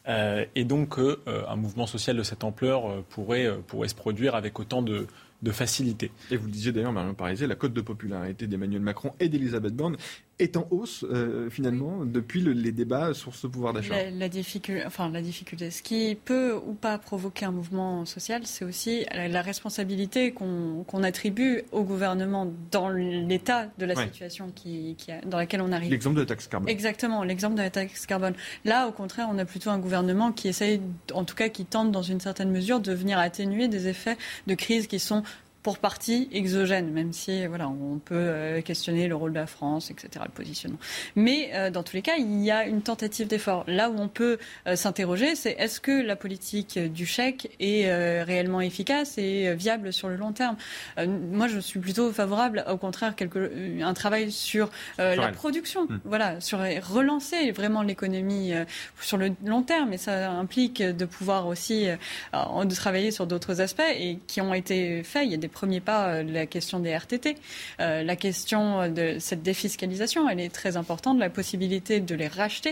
Et donc, un mouvement social de cette ampleur pourrait se produire avec autant de facilité. Et vous le disiez d'ailleurs, Marion Parisier, la cote de popularité d'Emmanuel Macron et d'Elisabeth Borne est en hausse, finalement, depuis les débats sur ce pouvoir d'achat. La difficulté. Ce qui peut ou pas provoquer un mouvement social, c'est aussi la responsabilité qu'on attribue au gouvernement dans l'état de la situation dans laquelle on arrive. L'exemple de la taxe carbone. Exactement, l'exemple de la taxe carbone. Là, au contraire, on a plutôt un gouvernement qui essaye, en tout cas qui tente dans une certaine mesure, de venir atténuer des effets de crise qui sont pour partie exogène, même si on peut questionner le rôle de la France, etc., le positionnement. Mais dans tous les cas, il y a une tentative d'effort. Là où on peut s'interroger, c'est est-ce que la politique du chèque est réellement efficace et viable sur le long terme ? Moi, je suis plutôt favorable, au contraire, un travail sur la production, sur relancer vraiment l'économie sur le long terme. Et ça implique de pouvoir aussi de travailler sur d'autres aspects et qui ont été faits. Il y a des premiers pas, la question des RTT, la question de cette défiscalisation, elle est très importante, la possibilité de les racheter.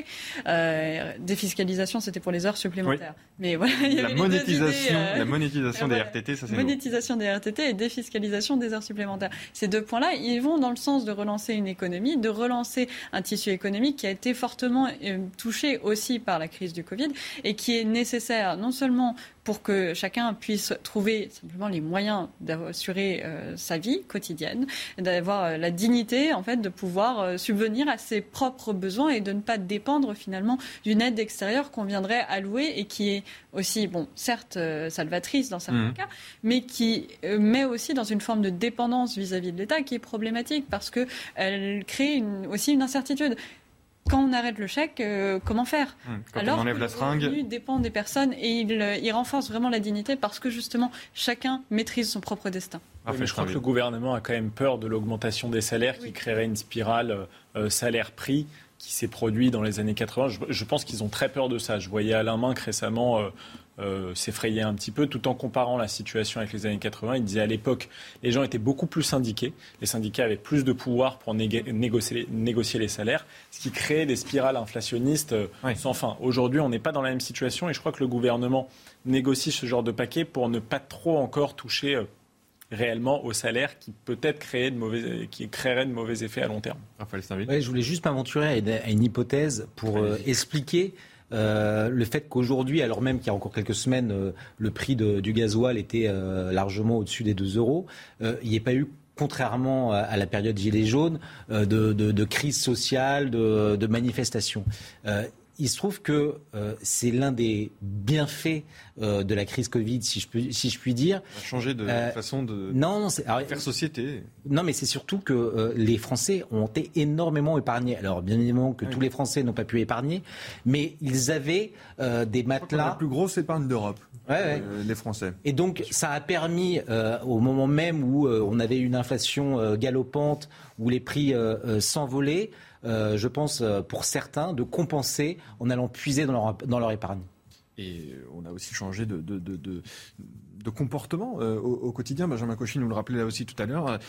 Défiscalisation, c'était pour les heures supplémentaires. Oui. Mais voilà, il y avait la monétisation des RTT, ça c'est monétisation des RTT et défiscalisation des heures supplémentaires. Ces deux points-là, ils vont dans le sens de relancer une économie, de relancer un tissu économique qui a été fortement touché aussi par la crise du Covid et qui est nécessaire non seulement pour que chacun puisse trouver simplement les moyens d'assurer sa vie quotidienne, d'avoir la dignité en fait de pouvoir subvenir à ses propres besoins et de ne pas dépendre finalement d'une aide extérieure qu'on viendrait allouer et qui est aussi, certes salvatrice dans certains cas, mais qui met aussi dans une forme de dépendance vis-à-vis de l'État qui est problématique parce qu'elle crée aussi une incertitude. Quand on arrête le chèque, comment faire ? Quand on enlève la seringue, le revenu dépend des personnes et il renforce vraiment la dignité parce que justement chacun maîtrise son propre destin. Mais je crois que le gouvernement a quand même peur de l'augmentation des salaires qui créerait une spirale salaire-prix qui s'est produite dans les années 80. Je pense qu'ils ont très peur de ça. Je voyais Alain Minc récemment s'effrayer un petit peu tout en comparant la situation avec les années 80. Il disait à l'époque, les gens étaient beaucoup plus syndiqués. Les syndicats avaient plus de pouvoir pour négocier les salaires, ce qui créait des spirales inflationnistes sans fin. Aujourd'hui, on n'est pas dans la même situation et je crois que le gouvernement négocie ce genre de paquet pour ne pas trop encore toucher réellement au salaire qui peut-être créerait de mauvais effets à long terme. Je voulais juste m'aventurer à une hypothèse pour expliquer le fait qu'aujourd'hui, alors même qu'il y a encore quelques semaines, le prix du gasoil était largement au-dessus des 2 €, il n'y ait pas eu, contrairement à la période Gilets jaunes, de crise sociale, de manifestations. Il se trouve que c'est l'un des bienfaits de la crise Covid, si je puis dire. Ça a changé de façon de faire société. Non, mais c'est surtout que les Français ont été énormément épargnés. Alors, bien évidemment que tous les Français n'ont pas pu épargner, mais ils avaient des matelas. La plus grosse épargne d'Europe, les Français. Et donc, ça a permis, au moment même où on avait une inflation galopante, où les prix s'envolaient, je pense, pour certains, de compenser en allant puiser dans leur épargne. Et on a aussi changé de comportement au quotidien. Benjamin Cauchy nous le rappelait là aussi tout à l'heure,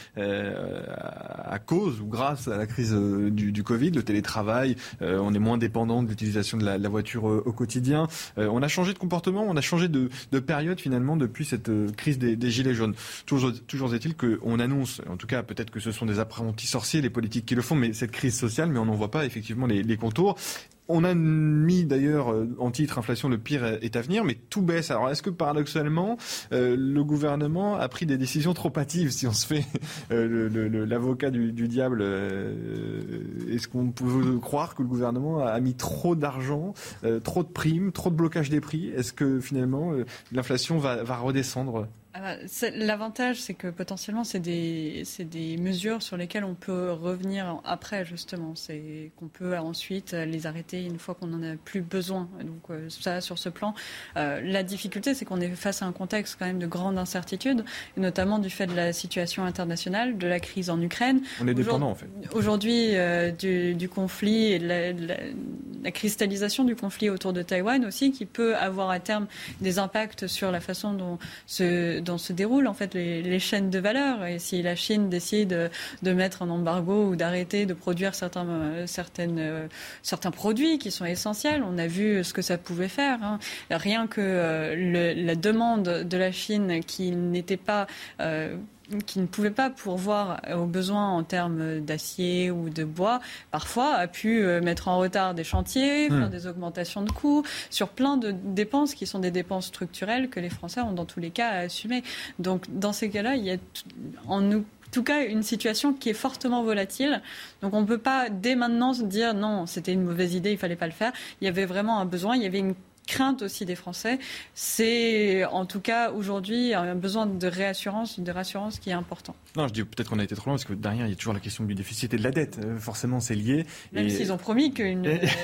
à cause ou grâce à la crise du Covid, le télétravail, on est moins dépendant de l'utilisation de la voiture au quotidien. On a changé de comportement, on a changé de période finalement depuis cette crise des Gilets jaunes. Toujours est-il qu'on annonce, en tout cas peut-être que ce sont des apprentis sorciers, les politiques qui le font, mais cette crise sociale, mais on n'en voit pas effectivement les contours. On a mis d'ailleurs en titre inflation, le pire est à venir, mais tout baisse. Alors est-ce que paradoxalement, le gouvernement a pris des décisions trop hâtives, si on se fait l'avocat du diable? Est-ce qu'on peut croire que le gouvernement a mis trop d'argent, trop de primes, trop de blocage des prix? Est-ce que finalement l'inflation va redescendre? L'avantage, c'est que potentiellement, c'est des mesures sur lesquelles on peut revenir après, justement. C'est qu'on peut ensuite les arrêter une fois qu'on n'en a plus besoin. Donc ça, sur ce plan, la difficulté, c'est qu'on est face à un contexte quand même de grande incertitude, et notamment du fait de la situation internationale, de la crise en Ukraine. On est dépendant, en fait. Aujourd'hui, du conflit et de la cristallisation du conflit autour de Taïwan aussi, qui peut avoir à terme des impacts sur la façon dont se déroulent en fait les chaînes de valeur. Et si la Chine décide de mettre un embargo ou d'arrêter de produire certains produits qui sont essentiels, on a vu ce que ça pouvait faire. Hein. Rien que la demande de la Chine qui ne pouvait pas pourvoir aux besoins en termes d'acier ou de bois, parfois a pu mettre en retard des chantiers, faire des augmentations de coûts, sur plein de dépenses qui sont des dépenses structurelles que les Français ont dans tous les cas à assumer. Donc dans ces cas-là, il y a en tout cas une situation qui est fortement volatile. Donc on ne peut pas dès maintenant se dire non, c'était une mauvaise idée, il ne fallait pas le faire. Il y avait vraiment un besoin, il y avait une crainte aussi des Français. C'est en tout cas aujourd'hui un besoin de rassurance qui est important. Non, je dis peut-être qu'on a été trop loin parce que derrière il y a toujours la question du déficit et de la dette. Forcément, c'est lié. Même s'ils ont promis qu'ils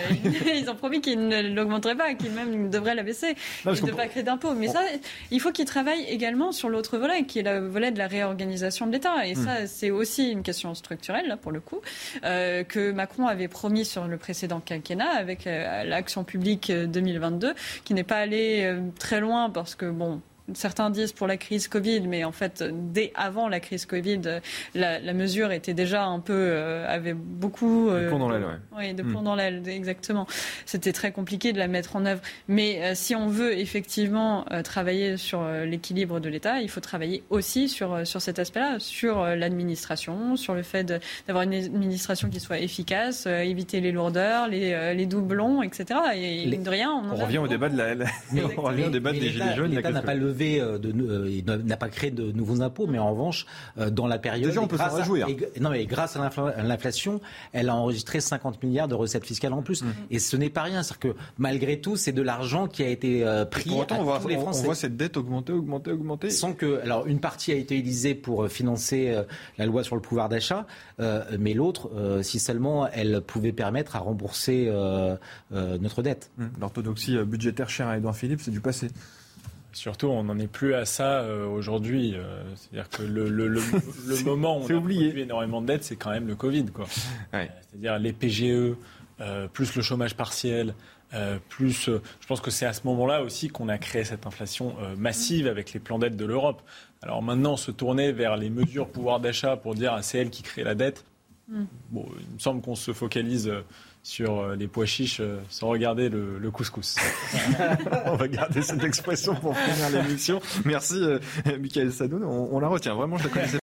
ne l'augmenteraient pas, qu'ils même devraient la baisser et de ne pas créer d'impôts. Mais ça, il faut qu'ils travaillent également sur l'autre volet, qui est le volet de la réorganisation de l'État. Et ça, c'est aussi une question structurelle, là, pour le coup, que Macron avait promis sur le précédent quinquennat avec l'Action publique 2022. Qui n'est pas allé très loin parce que, certains disent pour la crise Covid, mais en fait, dès avant la crise Covid, la mesure était déjà un peu, avait beaucoup... de plomb dans l'aile, Oui, de plomb dans l'aile, exactement. C'était très compliqué de la mettre en œuvre. Mais si on veut effectivement travailler sur l'équilibre de l'État, il faut travailler aussi sur cet aspect-là, sur l'administration, sur le fait d'avoir une administration qui soit efficace, éviter les lourdeurs, les doublons, etc. Et de rien, on revient au débat des Gilets jaunes. L'État n'a pas levé il n'a pas créé de nouveaux impôts, mais en revanche, dans la période... Déjà, on peut s'en réjouir. Grâce à l'inflation, elle a enregistré 50 milliards de recettes fiscales en plus. Et ce n'est pas rien. C'est-à-dire que, malgré tout, c'est de l'argent qui a été pris pour autant, à tous les Français. On voit cette dette augmenter. Sans que... Alors, une partie a été utilisée pour financer la loi sur le pouvoir d'achat, mais l'autre, si seulement elle pouvait permettre à rembourser notre dette. L'orthodoxie budgétaire chère à Édouard Philippe, c'est du passé. Surtout, on n'en est plus à ça aujourd'hui. C'est-à-dire que le moment où on a produit énormément de dettes, c'est quand même le Covid, quoi. Ouais. C'est-à-dire les PGE, plus le chômage partiel, plus... je pense que c'est à ce moment-là aussi qu'on a créé cette inflation massive avec les plans d'aide de l'Europe. Alors maintenant, se tourner vers les mesures pouvoir d'achat pour dire c'est elle qui crée la dette, il me semble qu'on se focalise... sur les pois chiches sans regarder le couscous. On va garder cette expression pour finir l'émission. Merci Michael Sadoun, on la retient. Vraiment, je la connaissais.